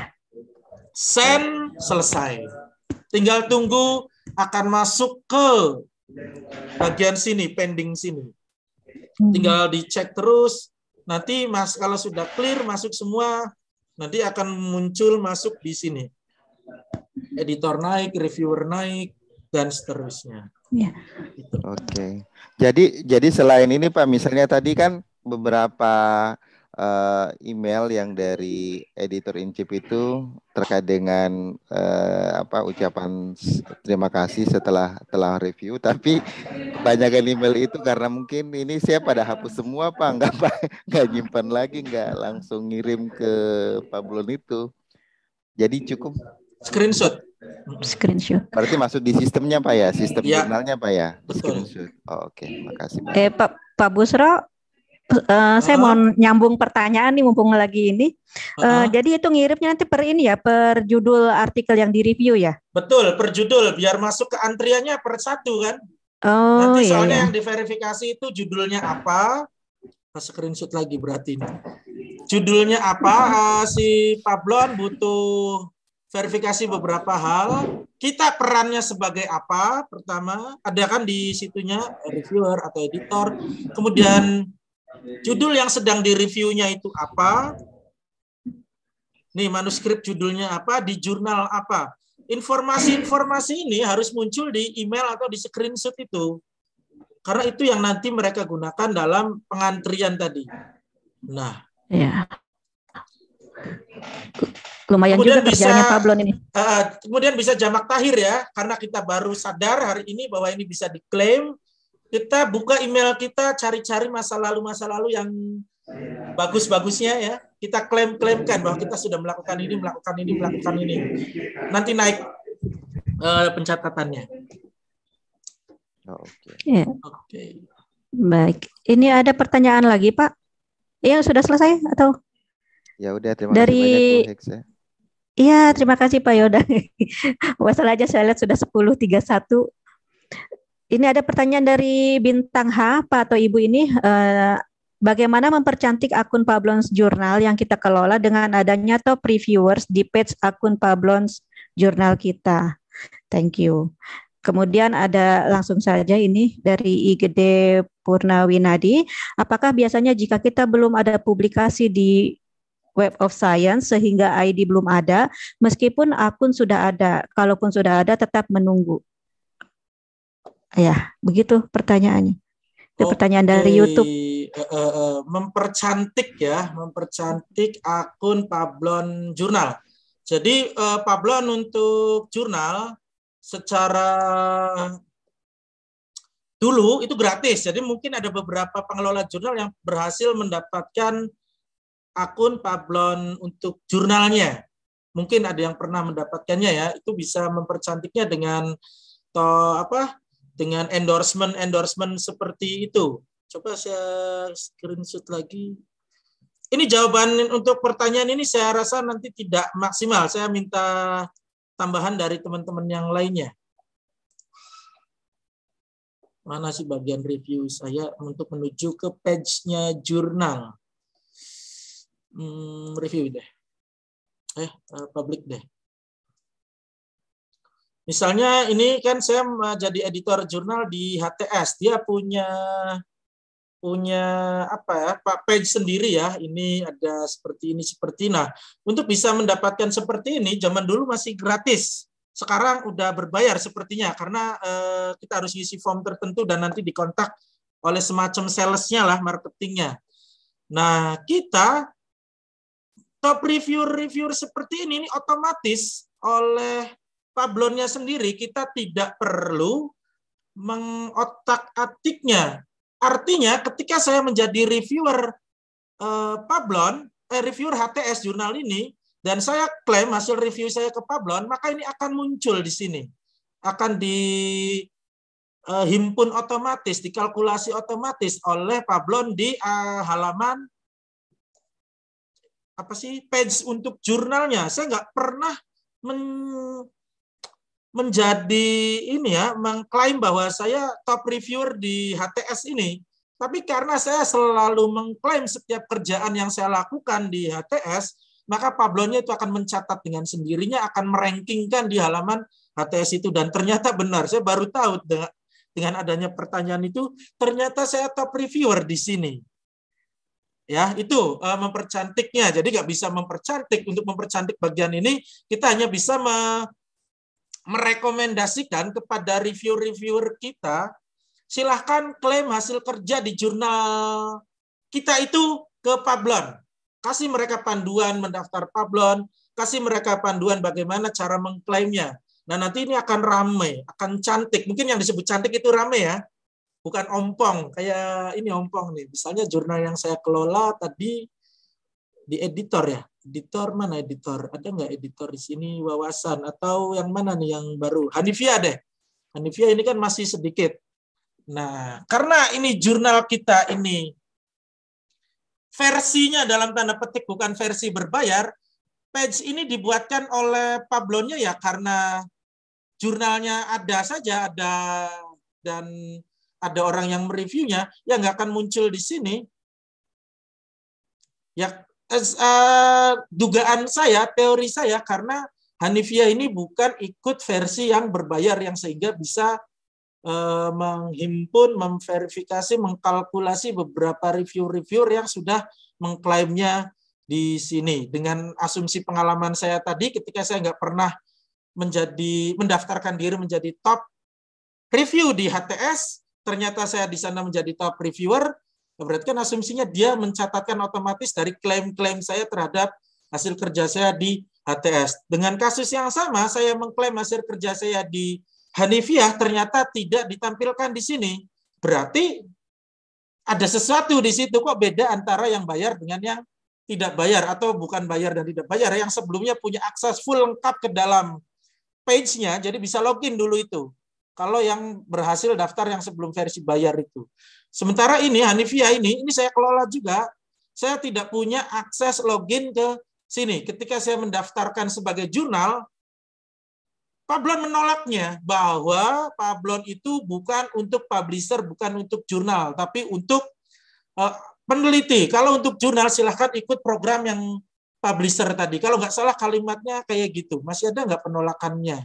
Send, selesai. Tinggal tunggu akan masuk ke bagian sini, pending sini. Tinggal dicek terus. Nanti mas kalau sudah clear masuk semua, nanti akan muncul masuk di sini. Editor naik, reviewer naik, dan seterusnya. Ya. Gitu. Oke. Jadi jadi selain ini Pak, misalnya tadi kan beberapa Uh, email yang dari editor in chief itu terkait dengan uh, apa ucapan terima kasih setelah telah review, tapi kebanyakan email itu karena mungkin ini saya pada hapus semua Pak, nggak nggak nyimpan lagi, nggak langsung ngirim ke Pablon itu, jadi cukup screenshot. Screenshot. Berarti masuk di sistemnya Pak ya, sistem ya. Jurnalnya Pak ya. Betul. Screenshot. Oh, oke, okay. Makasih Pak. Eh Pak Pak Busro. Uh, saya Uh-huh. mau nyambung pertanyaan nih mumpung lagi ini. Uh, Uh-huh. Jadi itu ngirimnya nanti per ini ya, per judul artikel yang di-review ya? Betul, per judul biar masuk ke antriannya per satu kan. Oh Nanti iya, soalnya iya. yang diverifikasi itu judulnya apa? Screenshot lagi berarti ini. Judulnya apa? Uh, si Pablon butuh verifikasi beberapa hal. Kita perannya sebagai apa? Pertama, ada kan di situnya reviewer atau editor. Kemudian judul yang sedang direviewnya itu apa? Nih, manuskrip judulnya apa? Di jurnal apa? Informasi-informasi ini harus muncul di email atau di screenshot itu. Karena itu yang nanti mereka gunakan dalam pengantrian tadi. Nah, ya. Lumayan kemudian juga kerjaannya bisa, Pablon ini. Uh, kemudian bisa jamak tahir ya, karena kita baru sadar hari ini bahwa ini bisa diklaim. Kita buka email kita, cari-cari masa lalu-masa lalu yang bagus-bagusnya ya. Kita klaim-klaimkan bahwa kita sudah melakukan ini, melakukan ini, melakukan ini. Nanti naik uh, pencatatannya. Oh, Oke. Ya. Oke. Baik. Ini ada pertanyaan lagi, Pak? Iya, sudah selesai atau? Ya udah, terima Dari... kasih banyak Bu Hexa. Iya, terima kasih Pak Yoda. Masalah aja saya lihat sudah sepuluh tiga puluh satu. Ini ada pertanyaan dari Bintang H, Pak atau Ibu ini. Eh, bagaimana mempercantik akun Pablon's Journal yang kita kelola dengan adanya top reviewers di page akun Pablon's Journal kita? Thank you. Kemudian ada langsung saja ini dari I G D Purnawinadi. Apakah biasanya jika kita belum ada publikasi di Web of Science sehingga I D belum ada, meskipun akun sudah ada, kalaupun sudah ada tetap menunggu? Ya, begitu pertanyaannya. Itu Oke. pertanyaan dari YouTube. Uh, uh, uh, mempercantik ya, mempercantik akun Pablon Jurnal. Jadi uh, Pablon untuk jurnal secara dulu itu gratis. Jadi mungkin ada beberapa pengelola jurnal yang berhasil mendapatkan akun Pablon untuk jurnalnya. Mungkin ada yang pernah mendapatkannya ya. Itu bisa mempercantiknya dengan to apa? Dengan endorsement-endorsement seperti itu. Coba saya screenshot lagi. Ini jawaban untuk pertanyaan ini saya rasa nanti tidak maksimal. Saya minta tambahan dari teman-teman yang lainnya. Mana sih bagian review saya untuk menuju ke page-nya jurnal. Hmm, review deh. Eh, public deh. Misalnya ini kan saya jadi editor jurnal di H T S, dia punya punya apa ya, Pak page sendiri ya. Ini ada seperti ini seperti ini. Nah, untuk bisa mendapatkan seperti ini zaman dulu masih gratis. Sekarang udah berbayar sepertinya karena eh, kita harus isi form tertentu dan nanti dikontak oleh semacam salesnya lah, marketingnya. Nah, kita top reviewer-reviewer seperti ini, ini otomatis oleh Pablonnya sendiri kita tidak perlu mengotak-atiknya. Artinya ketika saya menjadi reviewer eh, Pablon, eh, reviewer H T S jurnal ini, dan saya klaim hasil review saya ke Pablon, maka ini akan muncul di sini. Akan dihimpun eh, otomatis, dikalkulasi otomatis oleh Pablon di eh, halaman apa sih page untuk jurnalnya. Saya nggak pernah men menjadi ini ya, mengklaim bahwa saya top reviewer di H T S ini. Tapi karena saya selalu mengklaim setiap kerjaan yang saya lakukan di H T S, maka Pablonnya itu akan mencatat dengan sendirinya, akan merankingkan di halaman H T S itu. Dan ternyata benar, saya baru tahu dengan, dengan adanya pertanyaan itu, ternyata saya top reviewer di sini. Ya, itu uh, mempercantiknya. Jadi nggak bisa mempercantik. Untuk mempercantik bagian ini, kita hanya bisa me merekomendasikan kepada reviewer-reviewer kita, silahkan klaim hasil kerja di jurnal kita itu ke Pablon. Kasih mereka panduan mendaftar Pablon, kasih mereka panduan bagaimana cara mengklaimnya. Nah, nanti ini akan ramai, akan cantik. Mungkin yang disebut cantik itu ramai ya, bukan ompong. Kayak ini ompong nih. Misalnya jurnal yang saya kelola tadi di editor ya. Editor mana editor? Ada nggak editor di sini? Wawasan atau yang mana nih yang baru? Hanifia deh. Hanifia ini kan masih sedikit. Nah, karena ini jurnal kita ini versinya dalam tanda petik bukan versi berbayar, page ini dibuatkan oleh Pablonnya ya karena jurnalnya ada saja, ada dan ada orang yang mereviewnya, ya nggak akan muncul di sini. Ya, as, uh, dugaan saya, teori saya, karena Hanifiyah ini bukan ikut versi yang berbayar yang sehingga bisa uh, menghimpun, memverifikasi, mengkalkulasi beberapa review-reviewer yang sudah mengklaimnya di sini. Dengan asumsi pengalaman saya tadi, ketika saya nggak pernah menjadi mendaftarkan diri menjadi top review di H T S, ternyata saya di sana menjadi top reviewer, berarti kan asumsinya dia mencatatkan otomatis dari klaim-klaim saya terhadap hasil kerja saya di H T S. Dengan kasus yang sama, saya mengklaim hasil kerja saya di Hanifiyah, ternyata tidak ditampilkan di sini. Berarti ada sesuatu di situ, kok beda antara yang bayar dengan yang tidak bayar, atau bukan bayar dan tidak bayar, yang sebelumnya punya akses full lengkap ke dalam page-nya, jadi bisa login dulu itu. Kalau yang berhasil daftar yang sebelum versi bayar itu. Sementara ini, Hanifiyah ini, ini saya kelola juga, saya tidak punya akses login ke sini. Ketika saya mendaftarkan sebagai jurnal, Pablon menolaknya bahwa Pablon itu bukan untuk publisher, bukan untuk jurnal, tapi untuk uh, peneliti. Kalau untuk jurnal silahkan ikut program yang publisher tadi. Kalau nggak salah kalimatnya kayak gitu. Masih ada nggak penolakannya?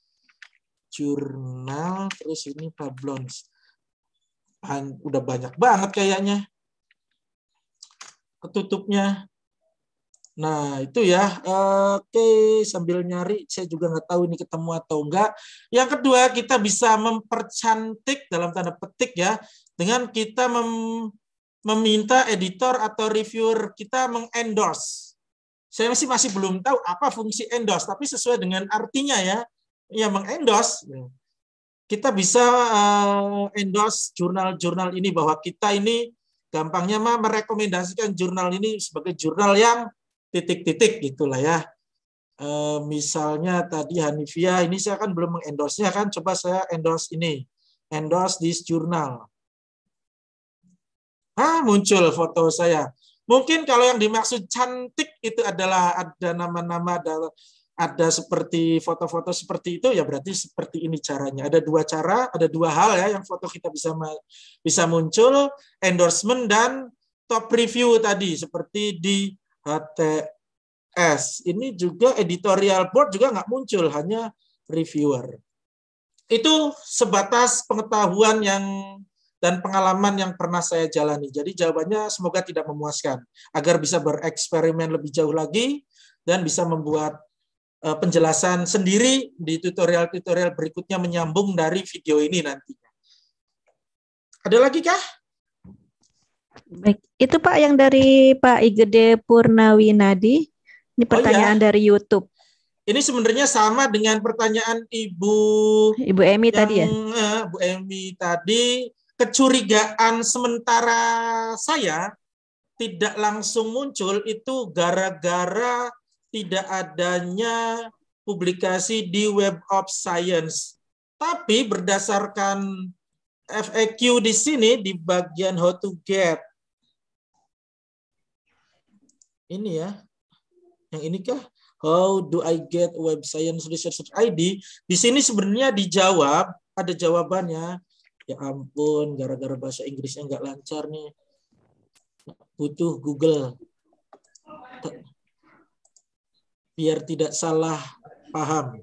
Jurnal, terus ini Pablon. Udah banyak banget kayaknya ketutupnya. Nah, itu ya. Oke, sambil nyari, saya juga nggak tahu ini ketemu atau enggak. Yang kedua, kita bisa mempercantik dalam tanda petik ya, dengan kita mem meminta editor atau reviewer kita mengendorse. Saya masih masih belum tahu apa fungsi endorse, tapi sesuai dengan artinya ya, ya mengendorse. Kita bisa uh, endorse jurnal-jurnal ini bahwa kita ini gampangnya mah merekomendasikan jurnal ini sebagai jurnal yang titik-titik gitulah ya. Uh, misalnya tadi Hanifiyah, ini saya kan belum mengendorse-nya kan, coba saya endorse ini, endorse this journal. Ah, muncul foto saya. Mungkin kalau yang dimaksud cantik itu adalah ada nama-nama, ada, ada seperti foto-foto seperti itu, ya berarti seperti ini caranya. Ada dua cara, ada dua hal ya yang foto kita bisa bisa muncul, endorsement dan top review tadi seperti di H T S. Ini juga editorial board juga nggak muncul, hanya reviewer. Itu sebatas pengetahuan yang dan pengalaman yang pernah saya jalani. Jadi jawabannya semoga tidak memuaskan, agar bisa bereksperimen lebih jauh lagi dan bisa membuat uh, penjelasan sendiri di tutorial-tutorial berikutnya menyambung dari video ini nantinya. Ada lagi kah? Baik, itu Pak yang dari Pak Igede Purnawinadi. Ini pertanyaan oh, ya. Dari YouTube. Ini sebenarnya sama dengan pertanyaan Ibu Ibu Emi yang, tadi ya. Uh, Bu Emi tadi. Kecurigaan sementara saya tidak langsung muncul itu gara-gara tidak adanya publikasi di Web of Science. Tapi berdasarkan F A Q di sini di bagian how to get. Ini ya. Yang ini kah? How do I get Web Science Researcher I D? Di sini sebenarnya dijawab, ada jawabannya. Ya ampun, gara-gara bahasa Inggrisnya nggak lancar nih. Butuh Google. Biar tidak salah paham.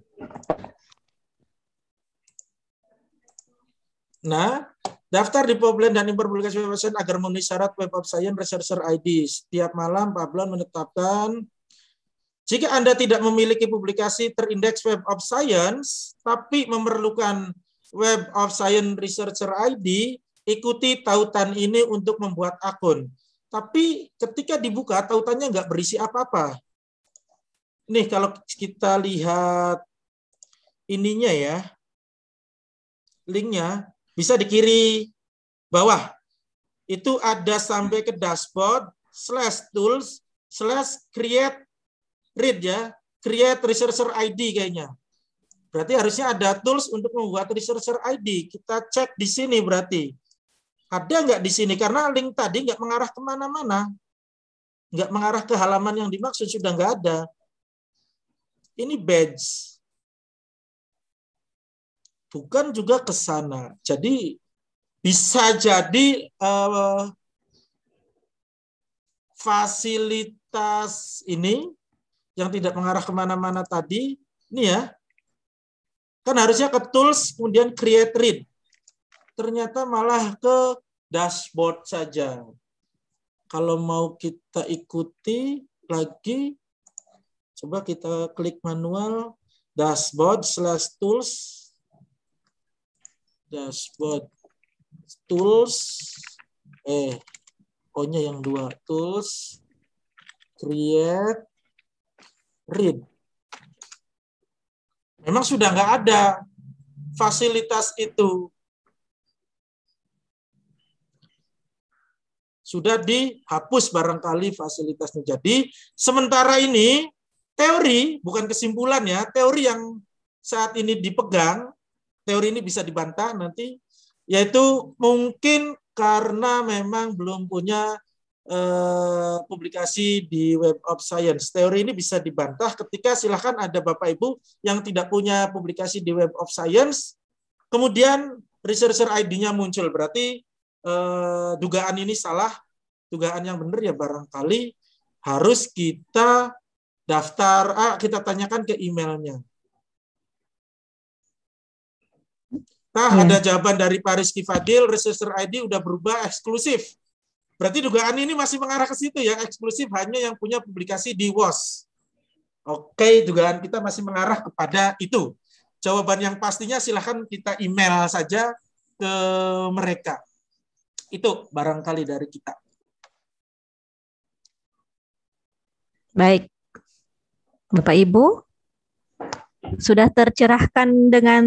Nah, daftar di Pablon dan impor publikasi Web of Science agar memenuhi syarat Web of Science Researcher I D. Setiap malam Pablon menetapkan jika Anda tidak memiliki publikasi terindeks Web of Science, tapi memerlukan Web of Science Researcher I D, ikuti tautan ini untuk membuat akun. Tapi ketika dibuka, tautannya nggak berisi apa-apa. Nih, kalau kita lihat ininya ya, linknya, bisa di kiri bawah. Itu ada sampai ke dashboard, slash tools, slash create read ya, create researcher I D kayaknya. Berarti harusnya ada tools untuk membuat researcher I D. Kita cek di sini berarti. Ada nggak di sini? Karena link tadi nggak mengarah kemana-mana. nggak mengarah ke halaman yang dimaksud, sudah nggak ada. Ini badge. Bukan juga ke sana. Jadi bisa jadi uh, fasilitas ini yang tidak mengarah kemana-mana tadi, ini ya, kan harusnya ke tools, kemudian create read. Ternyata malah ke dashboard saja. Kalau mau kita ikuti lagi, coba kita klik manual, dashboard slash tools, dashboard tools, eh, O-nya yang dua, tools, create, read. Memang sudah nggak ada fasilitas itu. Sudah dihapus barangkali fasilitasnya. Jadi sementara ini teori, bukan kesimpulan ya, teori yang saat ini dipegang, teori ini bisa dibantah nanti, yaitu mungkin karena memang belum punya eh, publikasi di Web of Science. Teori ini bisa dibantah ketika silahkan ada Bapak Ibu yang tidak punya publikasi di Web of Science, kemudian researcher I D-nya muncul, berarti eh, dugaan ini salah, dugaan yang benar ya barangkali harus kita daftar, ah, kita tanyakan ke emailnya. Nah, hmm. ada jawaban dari Pak Rizky Fadil, researcher I D udah berubah eksklusif. Berarti dugaan ini masih mengarah ke situ ya, eksklusif hanya yang punya publikasi di W O S. Oke, dugaan kita masih mengarah kepada itu. Jawaban yang pastinya silahkan kita email saja ke mereka. Itu barangkali dari kita. Baik. Bapak Ibu, sudah tercerahkan dengan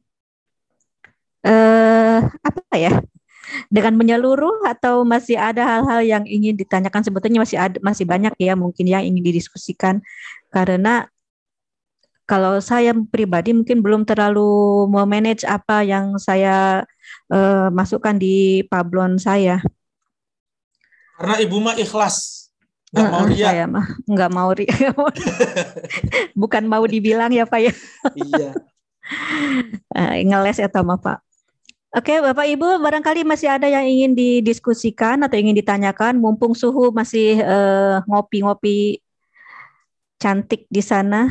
eh, apa ya? Dengan menyeluruh atau masih ada hal-hal yang ingin ditanyakan? Sebetulnya masih ada, masih banyak ya mungkin yang ingin didiskusikan, karena kalau saya pribadi mungkin belum terlalu memanage apa yang saya eh, masukkan di pablon saya. Karena Ibu mah ikhlas, nggak mau ria. Saya mah nggak mau ria. Bukan mau dibilang ya Pak ya. Iya. Ngeles ya Tama Pak. Oke Bapak Ibu, barangkali masih ada yang ingin didiskusikan atau ingin ditanyakan, mumpung suhu masih eh, ngopi-ngopi cantik di sana.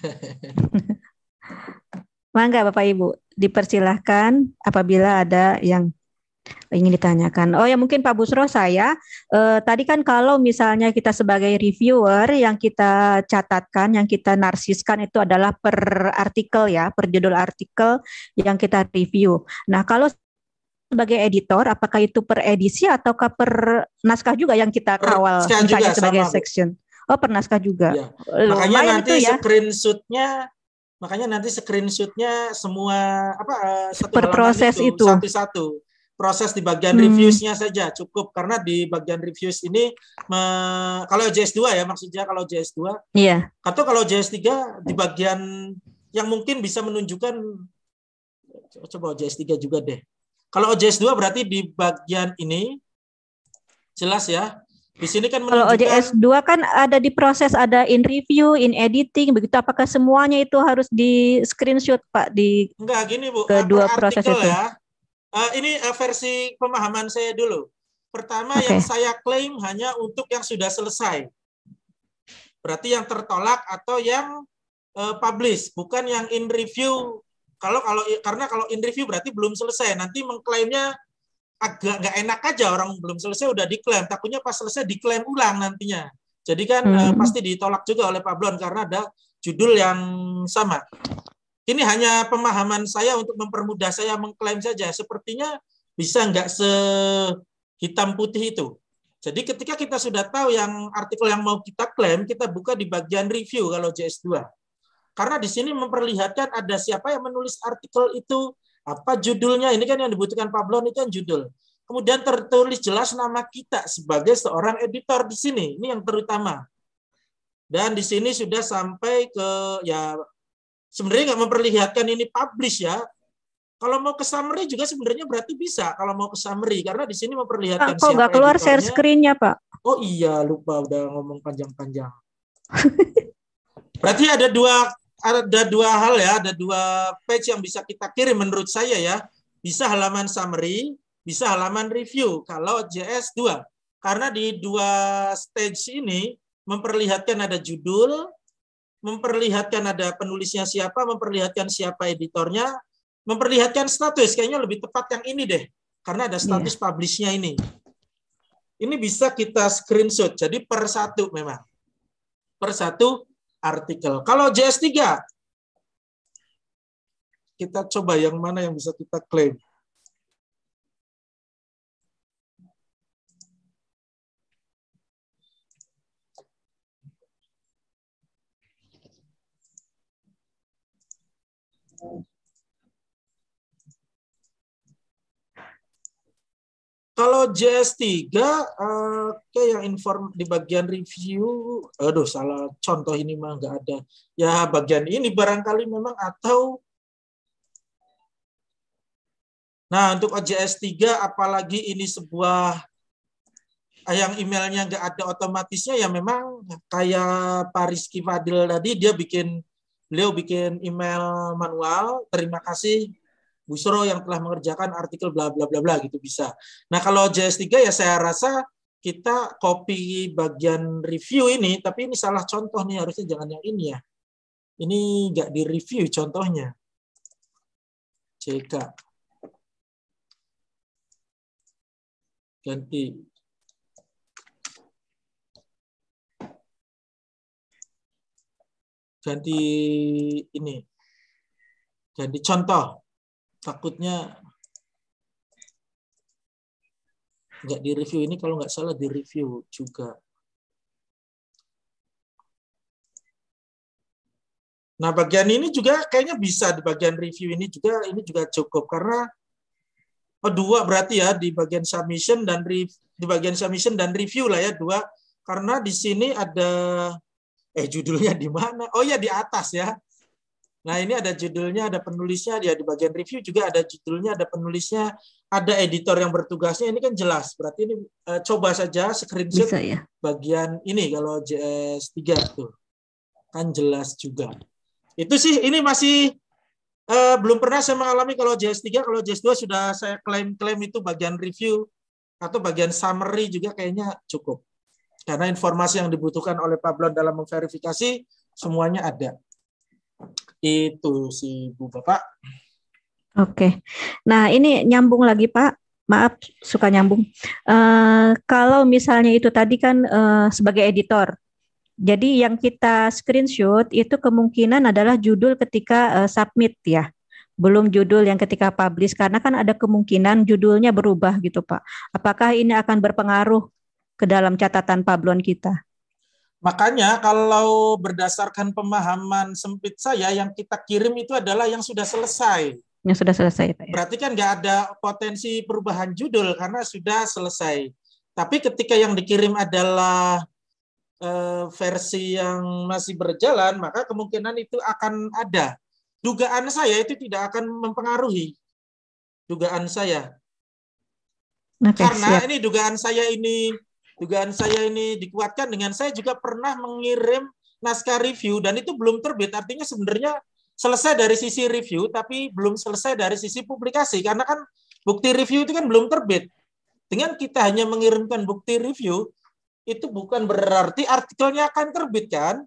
Mangga Bapak Ibu, dipersilahkan apabila ada yang ingin ditanyakan. Oh ya mungkin Pak Busro, saya eh, tadi kan kalau misalnya kita sebagai reviewer yang kita catatkan, yang kita narsiskan itu adalah per artikel ya, per judul artikel yang kita review. Nah kalau sebagai editor, apakah itu per edisi ataukah per naskah juga yang kita kawal per, misalnya juga, sebagai sama, section? Oh per naskah juga. Ya. Makanya Lumayan nanti ya. screenshotnya, makanya nanti screenshotnya semua apa satu per proses itu, itu. satu-satu. Proses di bagian hmm. reviewsnya saja cukup, karena di bagian reviews ini me, kalau J S dua ya maksudnya, kalau J S dua iya. Atau kalau J S tiga di bagian yang mungkin bisa menunjukkan, coba J S tiga juga deh. Kalau J S dua berarti di bagian ini jelas ya. Di sini kan menunjukkan, kalau J S dua kan ada di proses, ada in review, in editing, begitu. Apakah semuanya itu harus di screenshot Pak di enggak gini Bu, kedua proses itu ya. Uh, ini uh, versi pemahaman saya dulu. Pertama okay. Yang saya klaim hanya untuk yang sudah selesai. Berarti yang tertolak atau yang uh, publish, bukan yang in review. Kalau kalau karena kalau in review berarti belum selesai. Nanti mengklaimnya agak nggak enak aja, orang belum selesai udah diklaim. Takutnya pas selesai diklaim ulang nantinya. Jadi kan hmm. uh, pasti ditolak juga oleh pablon karena ada judul yang sama. Ini hanya pemahaman saya untuk mempermudah saya mengklaim saja. Sepertinya bisa nggak sehitam putih itu. Jadi ketika kita sudah tahu yang artikel yang mau kita klaim, kita buka di bagian review kalau J S dua. Karena di sini memperlihatkan ada siapa yang menulis artikel itu, apa judulnya. Ini kan yang dibutuhkan pablon itu kan judul. Kemudian tertulis jelas nama kita sebagai seorang editor di sini. Ini yang terutama. Dan di sini sudah sampai ke ya. Sebenarnya nggak memperlihatkan ini publish ya. Kalau mau ke summary juga sebenarnya berarti bisa. Kalau mau ke summary, karena di sini memperlihatkan Pak, kok nggak keluar share screen-nya Pak? Oh iya, lupa udah ngomong panjang-panjang. Berarti ada dua ada dua hal ya, ada dua page yang bisa kita kirim menurut saya ya. Bisa halaman summary, bisa halaman review kalau J S dua. Karena di dua stage ini memperlihatkan ada judul, memperlihatkan ada penulisnya siapa, memperlihatkan siapa editornya, memperlihatkan status. Kayaknya lebih tepat yang ini deh. Karena ada status yeah. publish-nya ini. Ini bisa kita screenshot. Jadi per satu memang. Per satu artikel. Kalau J S tiga, kita coba yang mana yang bisa kita klaim. Kalau J S tiga, uh, kayak yang inform di bagian review, aduh salah contoh ini mah nggak ada. Ya bagian ini barangkali memang atau, nah untuk J S tiga apalagi ini sebuah yang emailnya nggak ada otomatisnya ya memang kayak Pak Rizky Fadil tadi dia bikin, beliau bikin email manual, terima kasih Busro yang telah mengerjakan artikel bla bla bla bla gitu bisa. Nah kalau J S tiga ya saya rasa kita copy bagian review ini, tapi ini salah contoh nih, harusnya jangan yang ini ya. Ini nggak di review contohnya. C K. Ganti. Ganti ini. Ganti contoh. Takutnya nggak di review ini, kalau nggak salah di review juga. Nah bagian ini juga kayaknya bisa di bagian review ini juga, ini juga cukup karena oh, dua berarti ya di bagian submission dan re, di bagian submission dan review lah ya dua, karena di sini ada eh judulnya di mana? Oh ya di atas ya. Nah ini ada judulnya, ada penulisnya, dia di bagian review juga ada judulnya, ada penulisnya, ada editor yang bertugasnya, ini kan jelas. Berarti ini uh, coba saja screenshot bisa, ya? Bagian ini kalau J S tiga tuh. Kan jelas juga. Itu sih, ini masih uh, belum pernah saya mengalami kalau J S tiga, kalau J S dua sudah saya klaim-klaim itu bagian review atau bagian summary juga kayaknya cukup. Karena informasi yang dibutuhkan oleh Pablon dalam memverifikasi semuanya ada. Itu sih Bu Bapak. Oke, nah ini nyambung lagi Pak, maaf suka nyambung. Uh, kalau misalnya itu tadi kan uh, sebagai editor, jadi yang kita screenshot itu kemungkinan adalah judul ketika uh, submit ya, belum judul yang ketika publish, karena kan ada kemungkinan judulnya berubah gitu Pak. Apakah ini akan berpengaruh ke dalam catatan Pablon kita? Makanya kalau berdasarkan pemahaman sempit saya, yang kita kirim itu adalah yang sudah selesai. Yang sudah selesai, Pak. Ya? Berarti kan nggak ada potensi perubahan judul karena sudah selesai. Tapi ketika yang dikirim adalah e, versi yang masih berjalan, maka kemungkinan itu akan ada. Dugaan saya itu tidak akan mempengaruhi. Dugaan saya. Oke, karena siap. Ini dugaan saya ini Dugaan saya ini dikuatkan dengan saya juga pernah mengirim naskah review dan itu belum terbit. Artinya sebenarnya selesai dari sisi review tapi belum selesai dari sisi publikasi. Karena kan bukti review itu kan belum terbit. Dengan kita hanya mengirimkan bukti review, itu bukan berarti artikelnya akan terbit kan?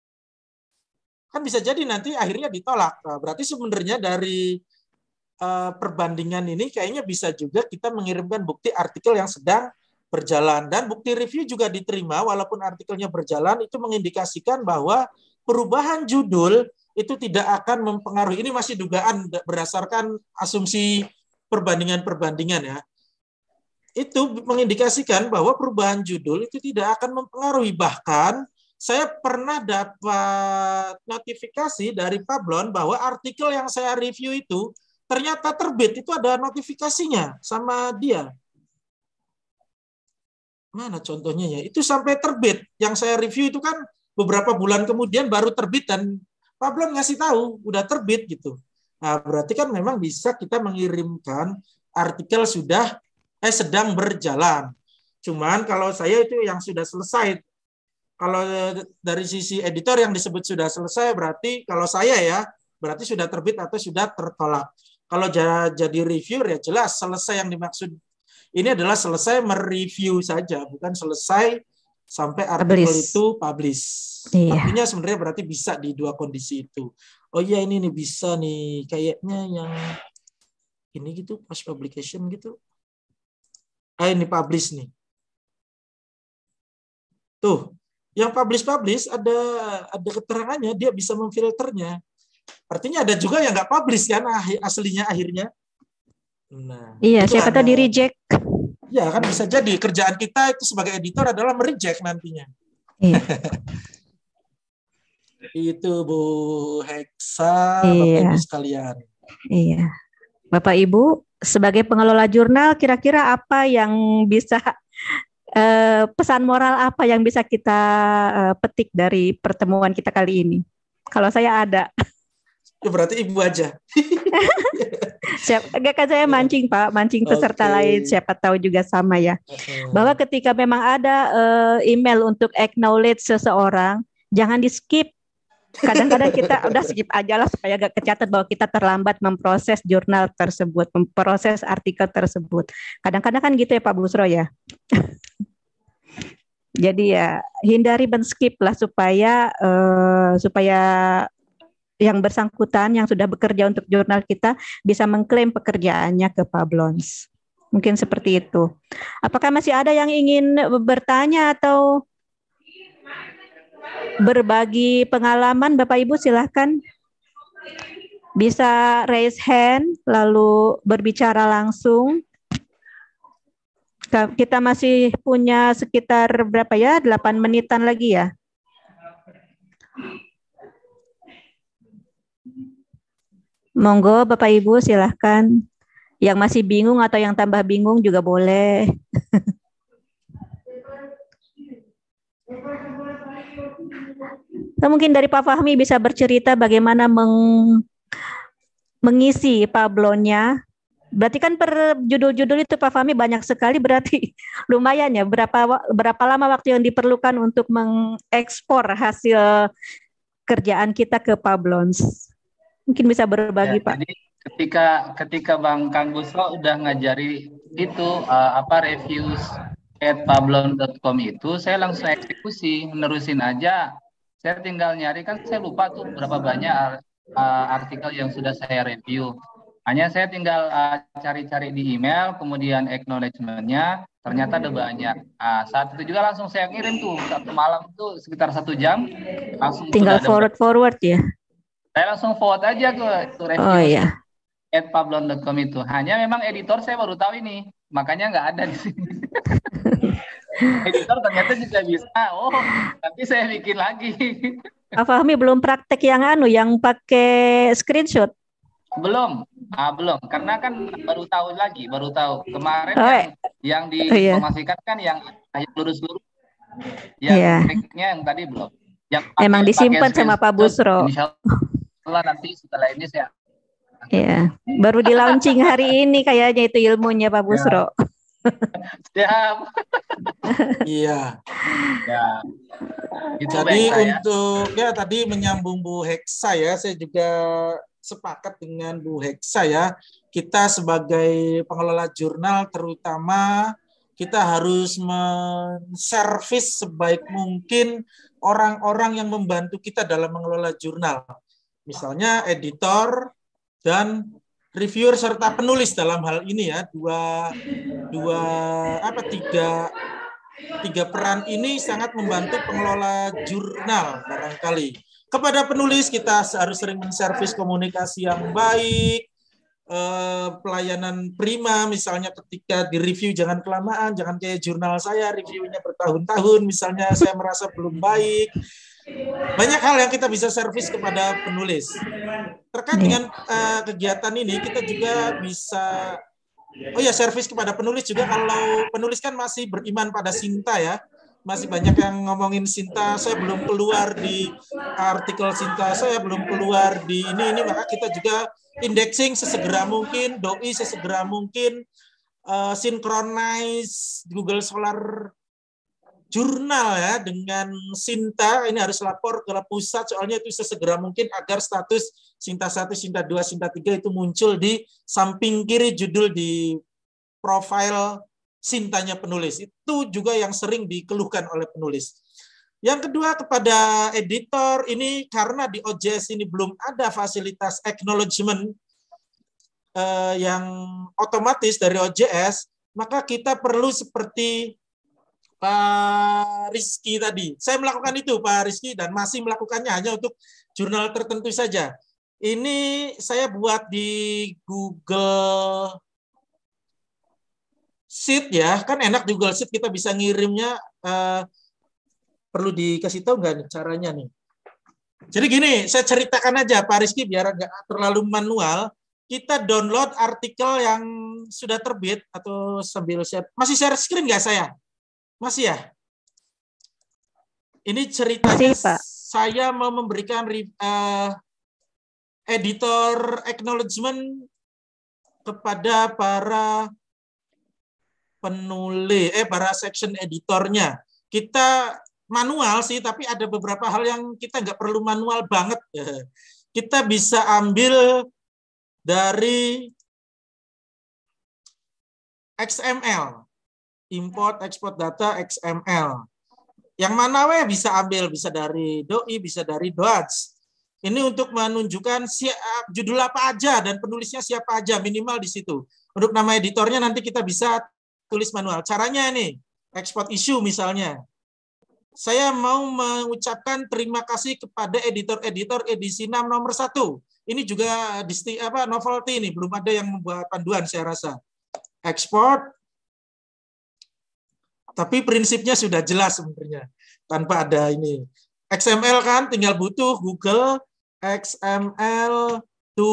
Kan bisa jadi nanti akhirnya ditolak. Nah, berarti sebenarnya dari uh, perbandingan ini kayaknya bisa juga kita mengirimkan bukti artikel yang sedang berjalan, dan bukti review juga diterima walaupun artikelnya berjalan, itu mengindikasikan bahwa perubahan judul itu tidak akan mempengaruhi. Ini masih dugaan berdasarkan asumsi perbandingan-perbandingan ya. Itu mengindikasikan bahwa perubahan judul itu tidak akan mempengaruhi. Bahkan saya pernah dapat notifikasi dari Pablon bahwa artikel yang saya review itu ternyata terbit, itu ada notifikasinya sama dia. Mana contohnya ya? Itu sampai terbit. Yang saya review itu kan beberapa bulan kemudian baru terbit dan Pablon ngasih tahu udah terbit gitu. Nah, berarti kan memang bisa kita mengirimkan artikel sudah eh sedang berjalan. Cuman kalau saya itu yang sudah selesai. Kalau dari sisi editor yang disebut sudah selesai, berarti kalau saya ya, berarti sudah terbit atau sudah tertolak. Kalau jadi reviewer ya jelas selesai yang dimaksud. Ini adalah selesai mereview saja, bukan selesai sampai artikel publish. Itu publish. Iya. Artinya sebenarnya berarti bisa di dua kondisi itu. Oh iya ini nih bisa nih, kayaknya yang ini gitu, post publication gitu. Ah ini publish nih. Tuh. Yang publish-publish ada ada keterangannya, dia bisa memfilternya. Artinya ada juga yang nggak publish kan aslinya akhirnya. Nah, iya, siapa tahu di reject. Ya kan bisa jadi kerjaan kita itu sebagai editor adalah mereject nantinya. Iya. Itu Bu Hexa, iya. Bapak Ibu sekalian. Iya. Bapak Ibu sebagai pengelola jurnal kira-kira apa yang bisa Uh, pesan moral apa yang bisa kita uh, petik dari pertemuan kita kali ini? Kalau saya ada. Ya, berarti Ibu aja. Siap, enggak kan saya mancing Pak, mancing peserta okay. lain, siapa tahu juga sama ya. Uh-huh. Bahwa ketika memang ada uh, email untuk acknowledge seseorang, jangan di skip. Kadang-kadang kita udah skip aja lah supaya gak kecatat bahwa kita terlambat memproses jurnal tersebut, memproses artikel tersebut. Kadang-kadang kan gitu ya Pak Busro ya. Jadi ya hindari men-skip lah supaya uh, supaya yang bersangkutan yang sudah bekerja untuk jurnal kita bisa mengklaim pekerjaannya ke Pablons. Mungkin seperti itu. Apakah masih ada yang ingin bertanya atau berbagi pengalaman? Bapak Ibu silahkan. Bisa raise hand lalu berbicara langsung. Kita masih punya sekitar berapa ya? delapan menitan lagi ya. Monggo Bapak Ibu silahkan. Yang masih bingung atau yang tambah bingung juga boleh. Nah, mungkin dari Pak Fahmi bisa bercerita bagaimana meng, mengisi pablonnya. Berarti kan per judul-judul itu Pak Fahmi banyak sekali, berarti lumayan ya. Berapa berapa lama waktu yang diperlukan untuk mengekspor hasil kerjaan kita ke Pablons? Mungkin bisa berbagi ya, Pak. Jadi ketika ketika Bang Kang Busro udah ngajari itu uh, apa reviews at pablon dot com itu, saya langsung eksekusi, menerusin aja. Saya tinggal nyari, kan saya lupa tuh berapa banyak uh, artikel yang sudah saya review. Hanya saya tinggal cari-cari uh, di email, kemudian acknowledgement-nya, ternyata ada banyak. Uh, saat itu juga langsung saya ngirim tuh, satu malam tuh sekitar satu jam. Langsung tinggal forward-forward ya? Saya langsung forward aja ke, ke review oh, iya. at pablon dot com itu. Hanya memang editor saya baru tahu ini, makanya nggak ada di sini. Editor ternyata juga bisa. Oh, nanti saya bikin lagi. Pak Fahmi belum praktek yang anu, yang pakai screenshot? Belum, ah, belum, karena kan baru tahu lagi, baru tahu kemarin oh, yang, yang diinformasikan kan yang lurus-lurus, yang yeah. tekniknya yang tadi belum. Yang emang disimpan sama Pak Busro. Insya Allah nanti setelah ini saya. Iya, yeah. baru di launching hari ini kayaknya itu ilmunya Pak Busro. Siap. Iya. Ya. Itu jadi untuk ya tadi menyambung Bu Hexa ya, saya juga sepakat dengan Bu Hexa ya. Kita sebagai pengelola jurnal terutama kita harus menservis sebaik mungkin orang-orang yang membantu kita dalam mengelola jurnal. Misalnya editor dan reviewer serta penulis dalam hal ini ya, dua dua apa tiga tiga peran ini sangat membantu pengelola jurnal barangkali. Kepada penulis kita harus sering menservis komunikasi yang baik, eh, pelayanan prima, misalnya ketika di review jangan kelamaan, jangan kayak jurnal saya reviewnya bertahun-tahun, misalnya saya merasa belum baik. Banyak hal yang kita bisa servis kepada penulis. Terkait dengan uh, kegiatan ini, kita juga bisa, oh ya, servis kepada penulis juga. Kalau penulis kan masih beriman pada Sinta ya, masih banyak yang ngomongin Sinta, saya belum keluar di artikel Sinta, saya belum keluar di ini, ini maka kita juga indexing sesegera mungkin, doi sesegera mungkin, uh, synchronize Google Scholar Jurnal ya dengan Sinta. Ini harus lapor ke pusat soalnya itu sesegera mungkin agar status Sinta satu, Sinta dua, Sinta tiga itu muncul di samping kiri judul di profil Sintanya penulis. Itu juga yang sering dikeluhkan oleh penulis. Yang kedua kepada editor, ini karena di O J S ini belum ada fasilitas acknowledgement eh, yang otomatis dari O J S, maka kita perlu seperti Pak Rizky tadi. Saya melakukan itu, Pak Rizky, dan masih melakukannya hanya untuk jurnal tertentu saja. Ini saya buat di Google Sheet ya, kan enak di Google Sheet kita bisa ngirimnya. Eh, perlu dikasih tahu nggak nih caranya nih? Jadi gini, saya ceritakan aja Pak Rizky biar nggak terlalu manual. Kita download artikel yang sudah terbit atau sambil share. Masih share screen nggak saya? Masih ya? Ini ceritanya Masih, Pak. Saya mau memberikan uh, editor acknowledgement kepada para penulis, eh para section editornya. Kita manual sih, tapi ada beberapa hal yang kita nggak perlu manual banget. Kita bisa ambil dari X M L. Import, export data X M L. Yang mana we bisa ambil, bisa dari doi, bisa dari doats. Ini untuk menunjukkan siap, judul apa aja dan penulisnya siapa aja, minimal di situ. Untuk nama editornya nanti kita bisa tulis manual. Caranya nih, export issue misalnya. Saya mau mengucapkan terima kasih kepada editor-editor edisi enam nomor satu. Ini juga disti, apa, novelty ini, belum ada yang membuat panduan saya rasa. Export. Tapi prinsipnya sudah jelas sebenarnya, tanpa ada ini. X M L kan tinggal butuh Google X M L to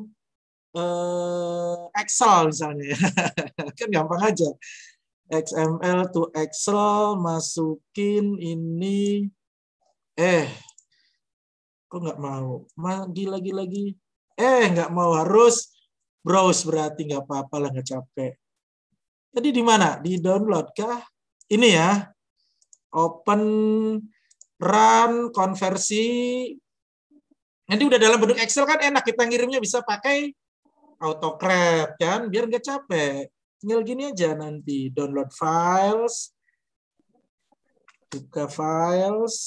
uh, Excel misalnya. Kan gampang aja. X M L to Excel, masukin ini. Eh, kok nggak mau? Lagi, lagi, lagi. Eh, nggak mau, harus browse berarti nggak apa-apa lah, nggak capek. Tadi di mana? Di download kah? Ini ya, open, run, konversi. Nanti udah dalam bentuk Excel kan enak, kita ngirimnya bisa pakai autocrat kan, biar nggak capek. Tinggal gini aja nanti, download files, buka files.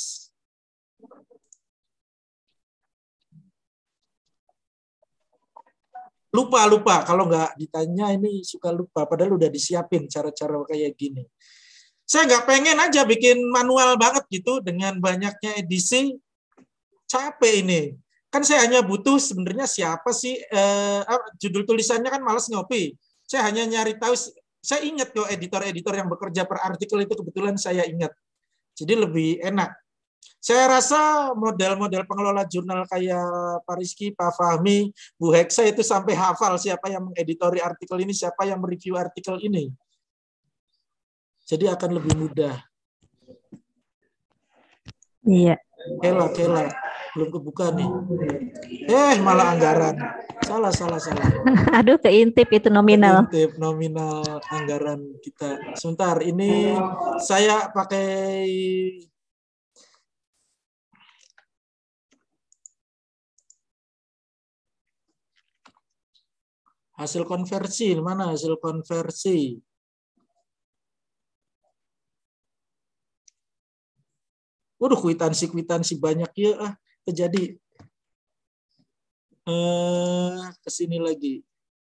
Lupa, lupa. Kalau nggak ditanya ini suka lupa, padahal udah disiapin cara-cara kayak gini. Saya nggak pengen aja bikin manual banget gitu dengan banyaknya edisi. Capek ini. Kan saya hanya butuh sebenarnya siapa sih, eh, judul tulisannya kan Malas Ngopi. Saya hanya nyari tahu, saya ingat kok editor-editor yang bekerja per artikel itu kebetulan saya ingat. Jadi lebih enak. Saya rasa model-model pengelola jurnal kayak Pak Rizky, Pak Fahmi, Bu Heksa itu sampai hafal siapa yang mengeditori artikel ini, siapa yang mereview artikel ini. Jadi akan lebih mudah. Iya. Kela, kela. Belum kebuka nih. Eh, malah anggaran. Salah, salah, salah. Aduh, keintip itu nominal. Keintip nominal anggaran kita. Sebentar, ini saya pakai hasil konversi. Mana hasil konversi? Waduh, kwitansi-kwitansi banyak ya, ah, terjadi. Eh, ke sini lagi.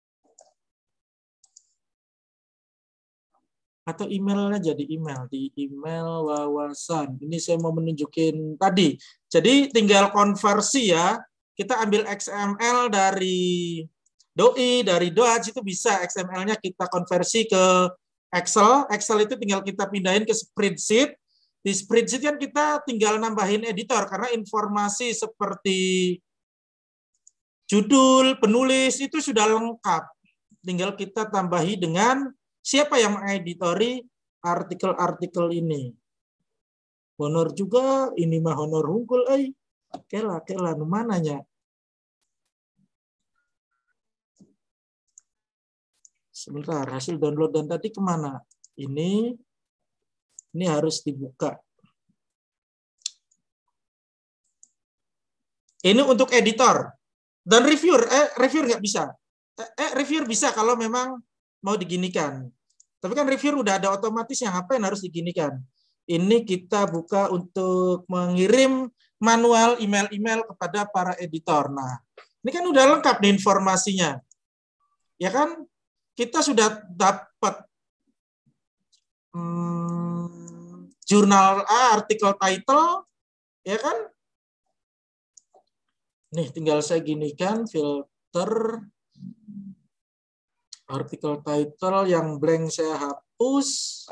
Atau emailnya jadi email, di email wawasan. Ini saya mau menunjukin tadi. Jadi tinggal konversi ya. Kita ambil X M L dari doi, dari doats itu bisa X M L-nya kita konversi ke Excel. Excel itu tinggal kita pindahin ke spreadsheet. Di spreadsheet kan kita tinggal nambahin editor karena informasi seperti judul, penulis itu sudah lengkap. Tinggal kita tambahi dengan siapa yang mengeditori artikel-artikel ini. Honor juga, ini mah honor hungkul, eh. Kela, kela, mananya? Sebentar, hasil download dan tadi kemana? Ini, ini harus dibuka. Ini untuk editor dan reviewer. Eh, reviewer nggak bisa. Eh, eh, reviewer bisa kalau memang mau diginikan. Tapi kan reviewer udah ada otomatis yang ngapain harus diginikan. Ini kita buka untuk mengirim manual email-email kepada para editor. Nah, ini kan udah lengkap nih informasinya. Ya kan? Kita sudah dapat hmm, jurnal A, artikel title, ya kan? Nih, tinggal saya ginikan, filter, artikel title yang blank saya hapus.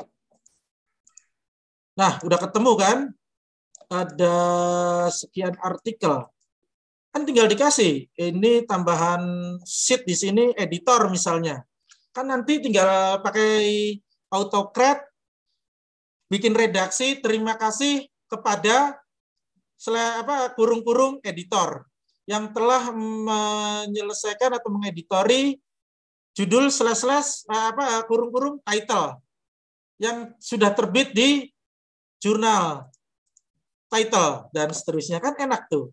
Nah, udah ketemu kan? Ada sekian artikel. Kan tinggal dikasih. Ini tambahan sheet di sini, editor misalnya. Kan nanti tinggal pakai AutoCAD, bikin redaksi, terima kasih kepada apa kurung-kurung editor yang telah menyelesaikan atau mengeditori judul slash-slash apa kurung-kurung title yang sudah terbit di jurnal title dan seterusnya. Kan enak tuh.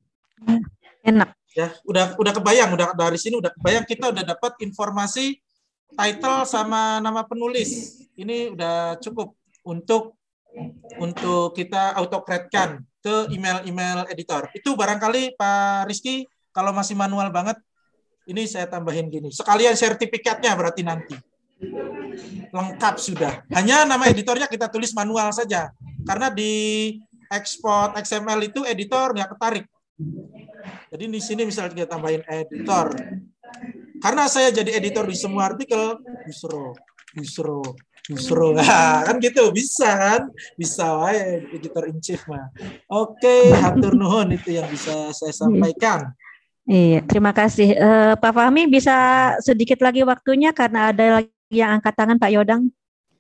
Enak. Ya, udah udah kebayang, udah dari sini udah kebayang kita udah dapat informasi title sama nama penulis. Ini udah cukup untuk untuk kita autocrate-kan ke email-email editor. Itu barangkali Pak Rizky kalau masih manual banget, ini saya tambahin gini. Sekalian sertifikatnya berarti nanti. Lengkap sudah. Hanya nama editornya kita tulis manual saja. Karena di export X M L itu editor nggak ketarik. Jadi di sini misalnya kita tambahin editor. Karena saya jadi editor di semua artikel, Busro, Busro, Busro. Nah, kan gitu, bisa kan? Bisa wae editor in chief mah. Oke, hatur nuhun itu yang bisa saya sampaikan. Iya, terima kasih. Uh, Pak Fahmi bisa sedikit lagi waktunya karena ada lagi yang angkat tangan Pak Yodang.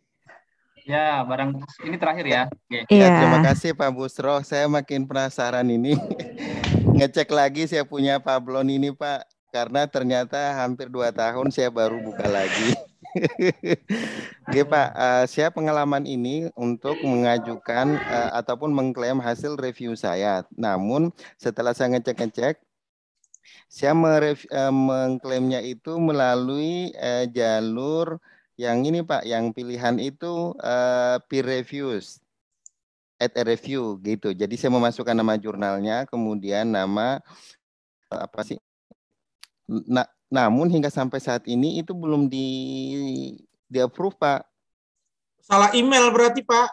Ya, barang ini terakhir ya. Oke. Ya, Iya. terima kasih Pak Busro. Saya makin penasaran ini. Ngecek lagi saya punya pablon ini Pak. Karena ternyata hampir dua tahun saya baru buka lagi. Oke Pak, uh, saya pengalaman ini untuk mengajukan uh, ataupun mengklaim hasil review saya. Namun setelah saya ngecek-ngecek, saya merev, uh, mengklaimnya itu melalui uh, jalur yang ini Pak, yang pilihan itu uh, peer reviews, at a review gitu. Jadi saya memasukkan nama jurnalnya, kemudian nama uh, apa sih? Nah, namun hingga sampai saat ini itu belum di di approve Pak. Salah email berarti Pak.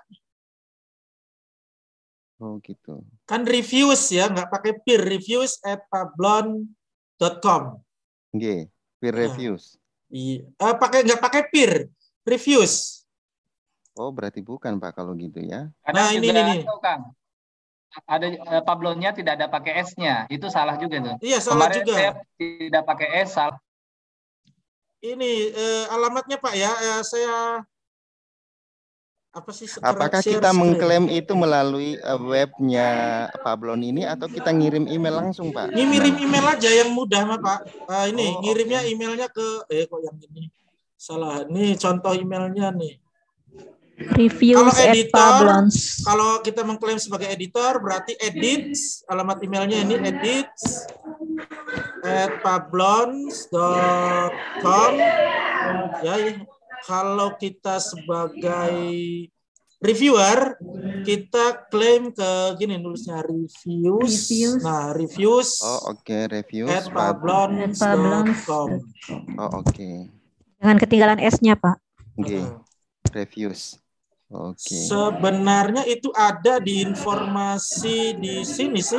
Oh gitu. Kan reviews ya, nggak pakai peer, reviews at pablon dot com. Oke, peer reviews. Iya, uh, pakai nggak pakai peer, reviews. Oh berarti bukan Pak kalau gitu ya. Nah ini ini. Kang. Ada uh, pablonnya tidak ada pakai S-nya, itu salah juga tuh. Iya salah Kemarin juga. Saya tidak pakai S, salah. Ini eh, alamatnya Pak ya, eh, saya apa sih? Apakah kita mengklaim itu melalui uh, webnya Pablon ini atau kita ngirim email langsung Pak? Ngirim email aja yang mudah mah Pak. Uh, ini oh, ngirimnya okay. emailnya ke eh kok yang ini salah. Nih contoh emailnya nih. Reviews kalau editor, at kalau kita mengklaim sebagai editor berarti edits, alamat emailnya ini edits at pablons dot com. Ya, kalau kita sebagai reviewer, kita klaim ke gini nulisnya reviews. Reviews. Nah, reviews. Oh, oke, okay. Reviews at pablons dot com. Oh, oke. Okay. Jangan ketinggalan S-nya, Pak. Oke. Okay. Reviews. Oke. Okay. Sebenarnya itu ada di informasi di sini sih.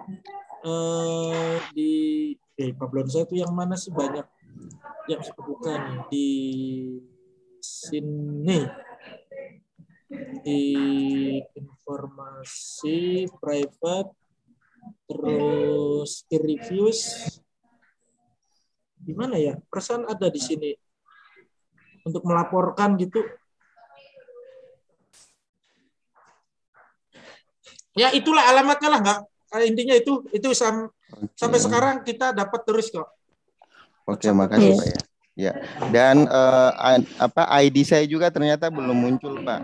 Eh, di eh pablon saya itu yang mana sih banyak yang bukan di sini di informasi private terus di reviews di mana ya, perasaan ada di sini untuk melaporkan gitu ya, itulah alamatnya lah, nggak intinya itu itu sam, okay. Sampai sekarang kita dapat terus kok. Oke, okay, makasih yes. Pak ya. Ya, dan uh, apa I D saya juga ternyata belum muncul, Pak.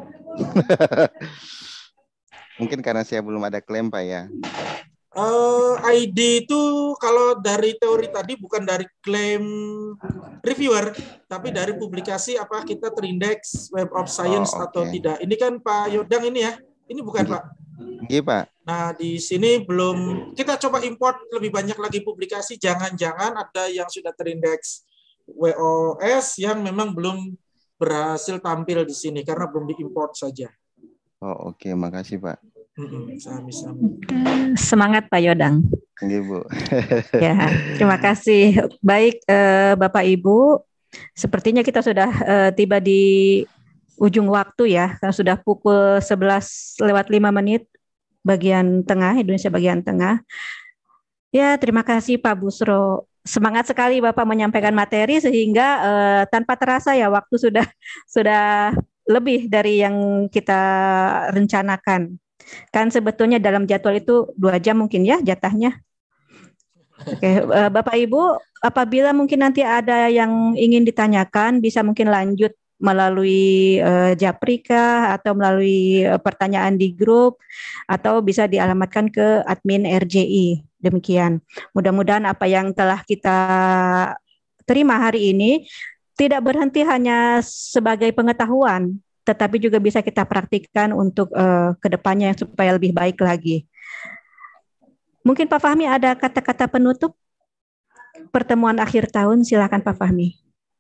Mungkin karena saya belum ada klaim, Pak ya. Uh, I D itu kalau dari teori tadi bukan dari klaim reviewer, tapi dari publikasi apa kita terindeks Web of Science oh, okay. atau tidak. Ini kan Pak Yodang ini ya, ini bukan Pak? Iya Pak. Nah di sini belum, kita coba import lebih banyak lagi publikasi, jangan-jangan ada yang sudah terindeks W O S yang memang belum berhasil tampil di sini karena belum diimport saja. Oh oke, okay. Makasih Pak. Sami-sami. Semangat Pak Yodang. Iya Bu. Ya, terima kasih. Baik eh, Bapak Ibu, sepertinya kita sudah eh, tiba di ujung waktu ya, karena sudah pukul sebelas lewat lima menit bagian tengah, Indonesia bagian tengah. Ya, terima kasih Pak Busro. Semangat sekali Bapak menyampaikan materi sehingga eh, tanpa terasa ya waktu sudah sudah lebih dari yang kita rencanakan. Kan sebetulnya dalam jadwal itu dua jam mungkin ya jatahnya. Oke, eh, Bapak Ibu, apabila mungkin nanti ada yang ingin ditanyakan, bisa mungkin lanjut melalui eh, Japrika atau melalui eh, pertanyaan di grup atau bisa dialamatkan ke admin R J I. Demikian. Mudah-mudahan apa yang telah kita terima hari ini tidak berhenti hanya sebagai pengetahuan, tetapi juga bisa kita praktikkan untuk uh, kedepannya supaya lebih baik lagi. Mungkin Pak Fahmi ada kata-kata penutup pertemuan akhir tahun, silakan Pak Fahmi.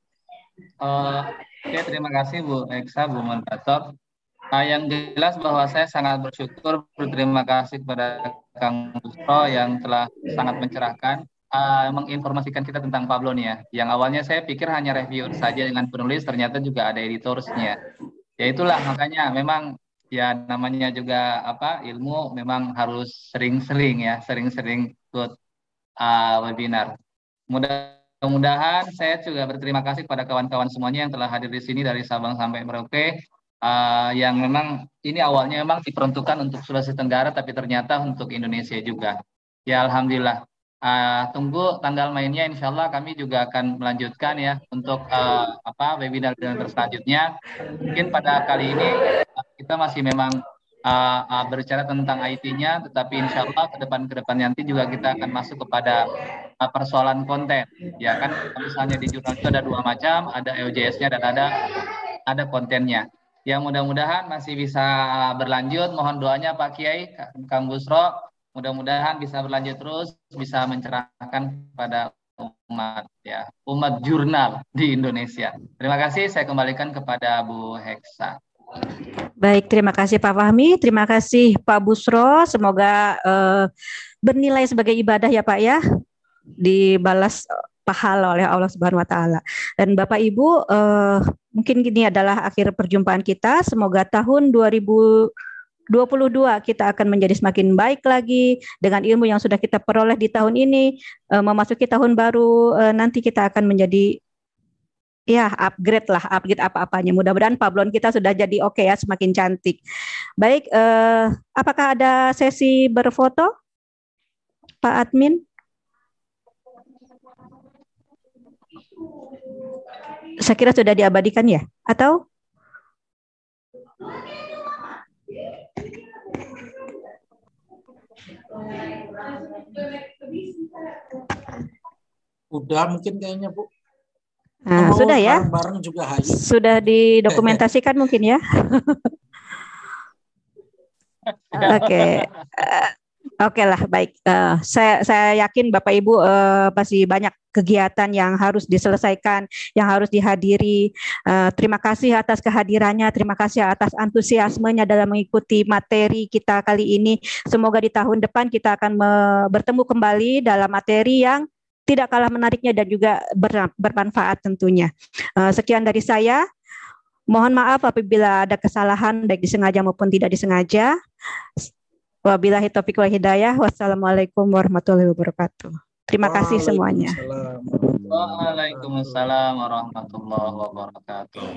Uh, Oke, okay, terima kasih Bu Eksa, Bu Moderator. Uh, yang jelas bahwa saya sangat bersyukur, berterima kasih kepada Kang Busro yang telah sangat mencerahkan, uh, menginformasikan kita tentang Pablon ya. Yang awalnya saya pikir hanya reviewer saja dengan penulis, ternyata juga ada editorsnya. Ya itulah makanya memang ya namanya juga apa ilmu memang harus sering-sering ya, sering-sering ikut uh, webinar. Mudah-mudahan saya juga berterima kasih kepada kawan-kawan semuanya yang telah hadir di sini dari Sabang sampai Merauke. Uh, yang memang ini awalnya memang diperuntukkan untuk Sulawesi Tenggara, tapi ternyata untuk Indonesia juga. Ya Alhamdulillah. Uh, tunggu tanggal mainnya, insya Allah kami juga akan melanjutkan ya untuk uh, apa webinar-webinar selanjutnya. Mungkin pada kali ini kita masih memang uh, uh, berbicara tentang I T-nya, tetapi insya Allah ke depan ke depan nanti juga kita akan masuk kepada uh, persoalan konten. Ya kan, misalnya di jurnal itu ada dua macam, ada E O J S-nya dan ada ada kontennya. Ya mudah-mudahan masih bisa berlanjut. Mohon doanya Pak Kiai, Kang Busro, mudah-mudahan bisa berlanjut terus, bisa mencerahkan pada umat ya, umat jurnal di Indonesia. Terima kasih, saya kembalikan kepada Bu Heksa. Baik, terima kasih Pak Fahmi, terima kasih Pak Busro. Semoga uh, bernilai sebagai ibadah ya Pak ya, dibalas pahala oleh Allah Subhanahu wa taala. Dan Bapak Ibu, uh, mungkin ini adalah akhir perjumpaan kita. Semoga tahun dua ribu dua puluh dua kita akan menjadi semakin baik lagi dengan ilmu yang sudah kita peroleh di tahun ini. Uh, memasuki tahun baru uh, nanti kita akan menjadi ya upgrade lah, upgrade apa-apanya. Mudah-mudahan Pablon kita sudah jadi oke okay ya, semakin cantik. Baik, uh, apakah ada sesi berfoto, Pak Admin? Saya kira sudah diabadikan ya, atau? Udah mungkin kayaknya Bu. Nah, oh, sudah ya? Bareng-bareng juga hayu. Sudah didokumentasikan mungkin ya? Oke. Okay. Uh, Oke okay lah, baik. Uh, saya saya yakin Bapak Ibu uh, pasti banyak kegiatan yang harus diselesaikan, yang harus dihadiri. Uh, terima kasih atas kehadirannya, terima kasih atas antusiasmenya dalam mengikuti materi kita kali ini. Semoga di tahun depan kita akan me- bertemu kembali dalam materi yang tidak kalah menariknya dan juga ber- bermanfaat tentunya. Uh, sekian dari saya. Mohon maaf apabila ada kesalahan baik disengaja maupun tidak disengaja. Wabillahi taufiq wal hidayah. Wassalamualaikum warahmatullahi wabarakatuh. Terima kasih semuanya. Waalaikumsalam warahmatullahi wabarakatuh.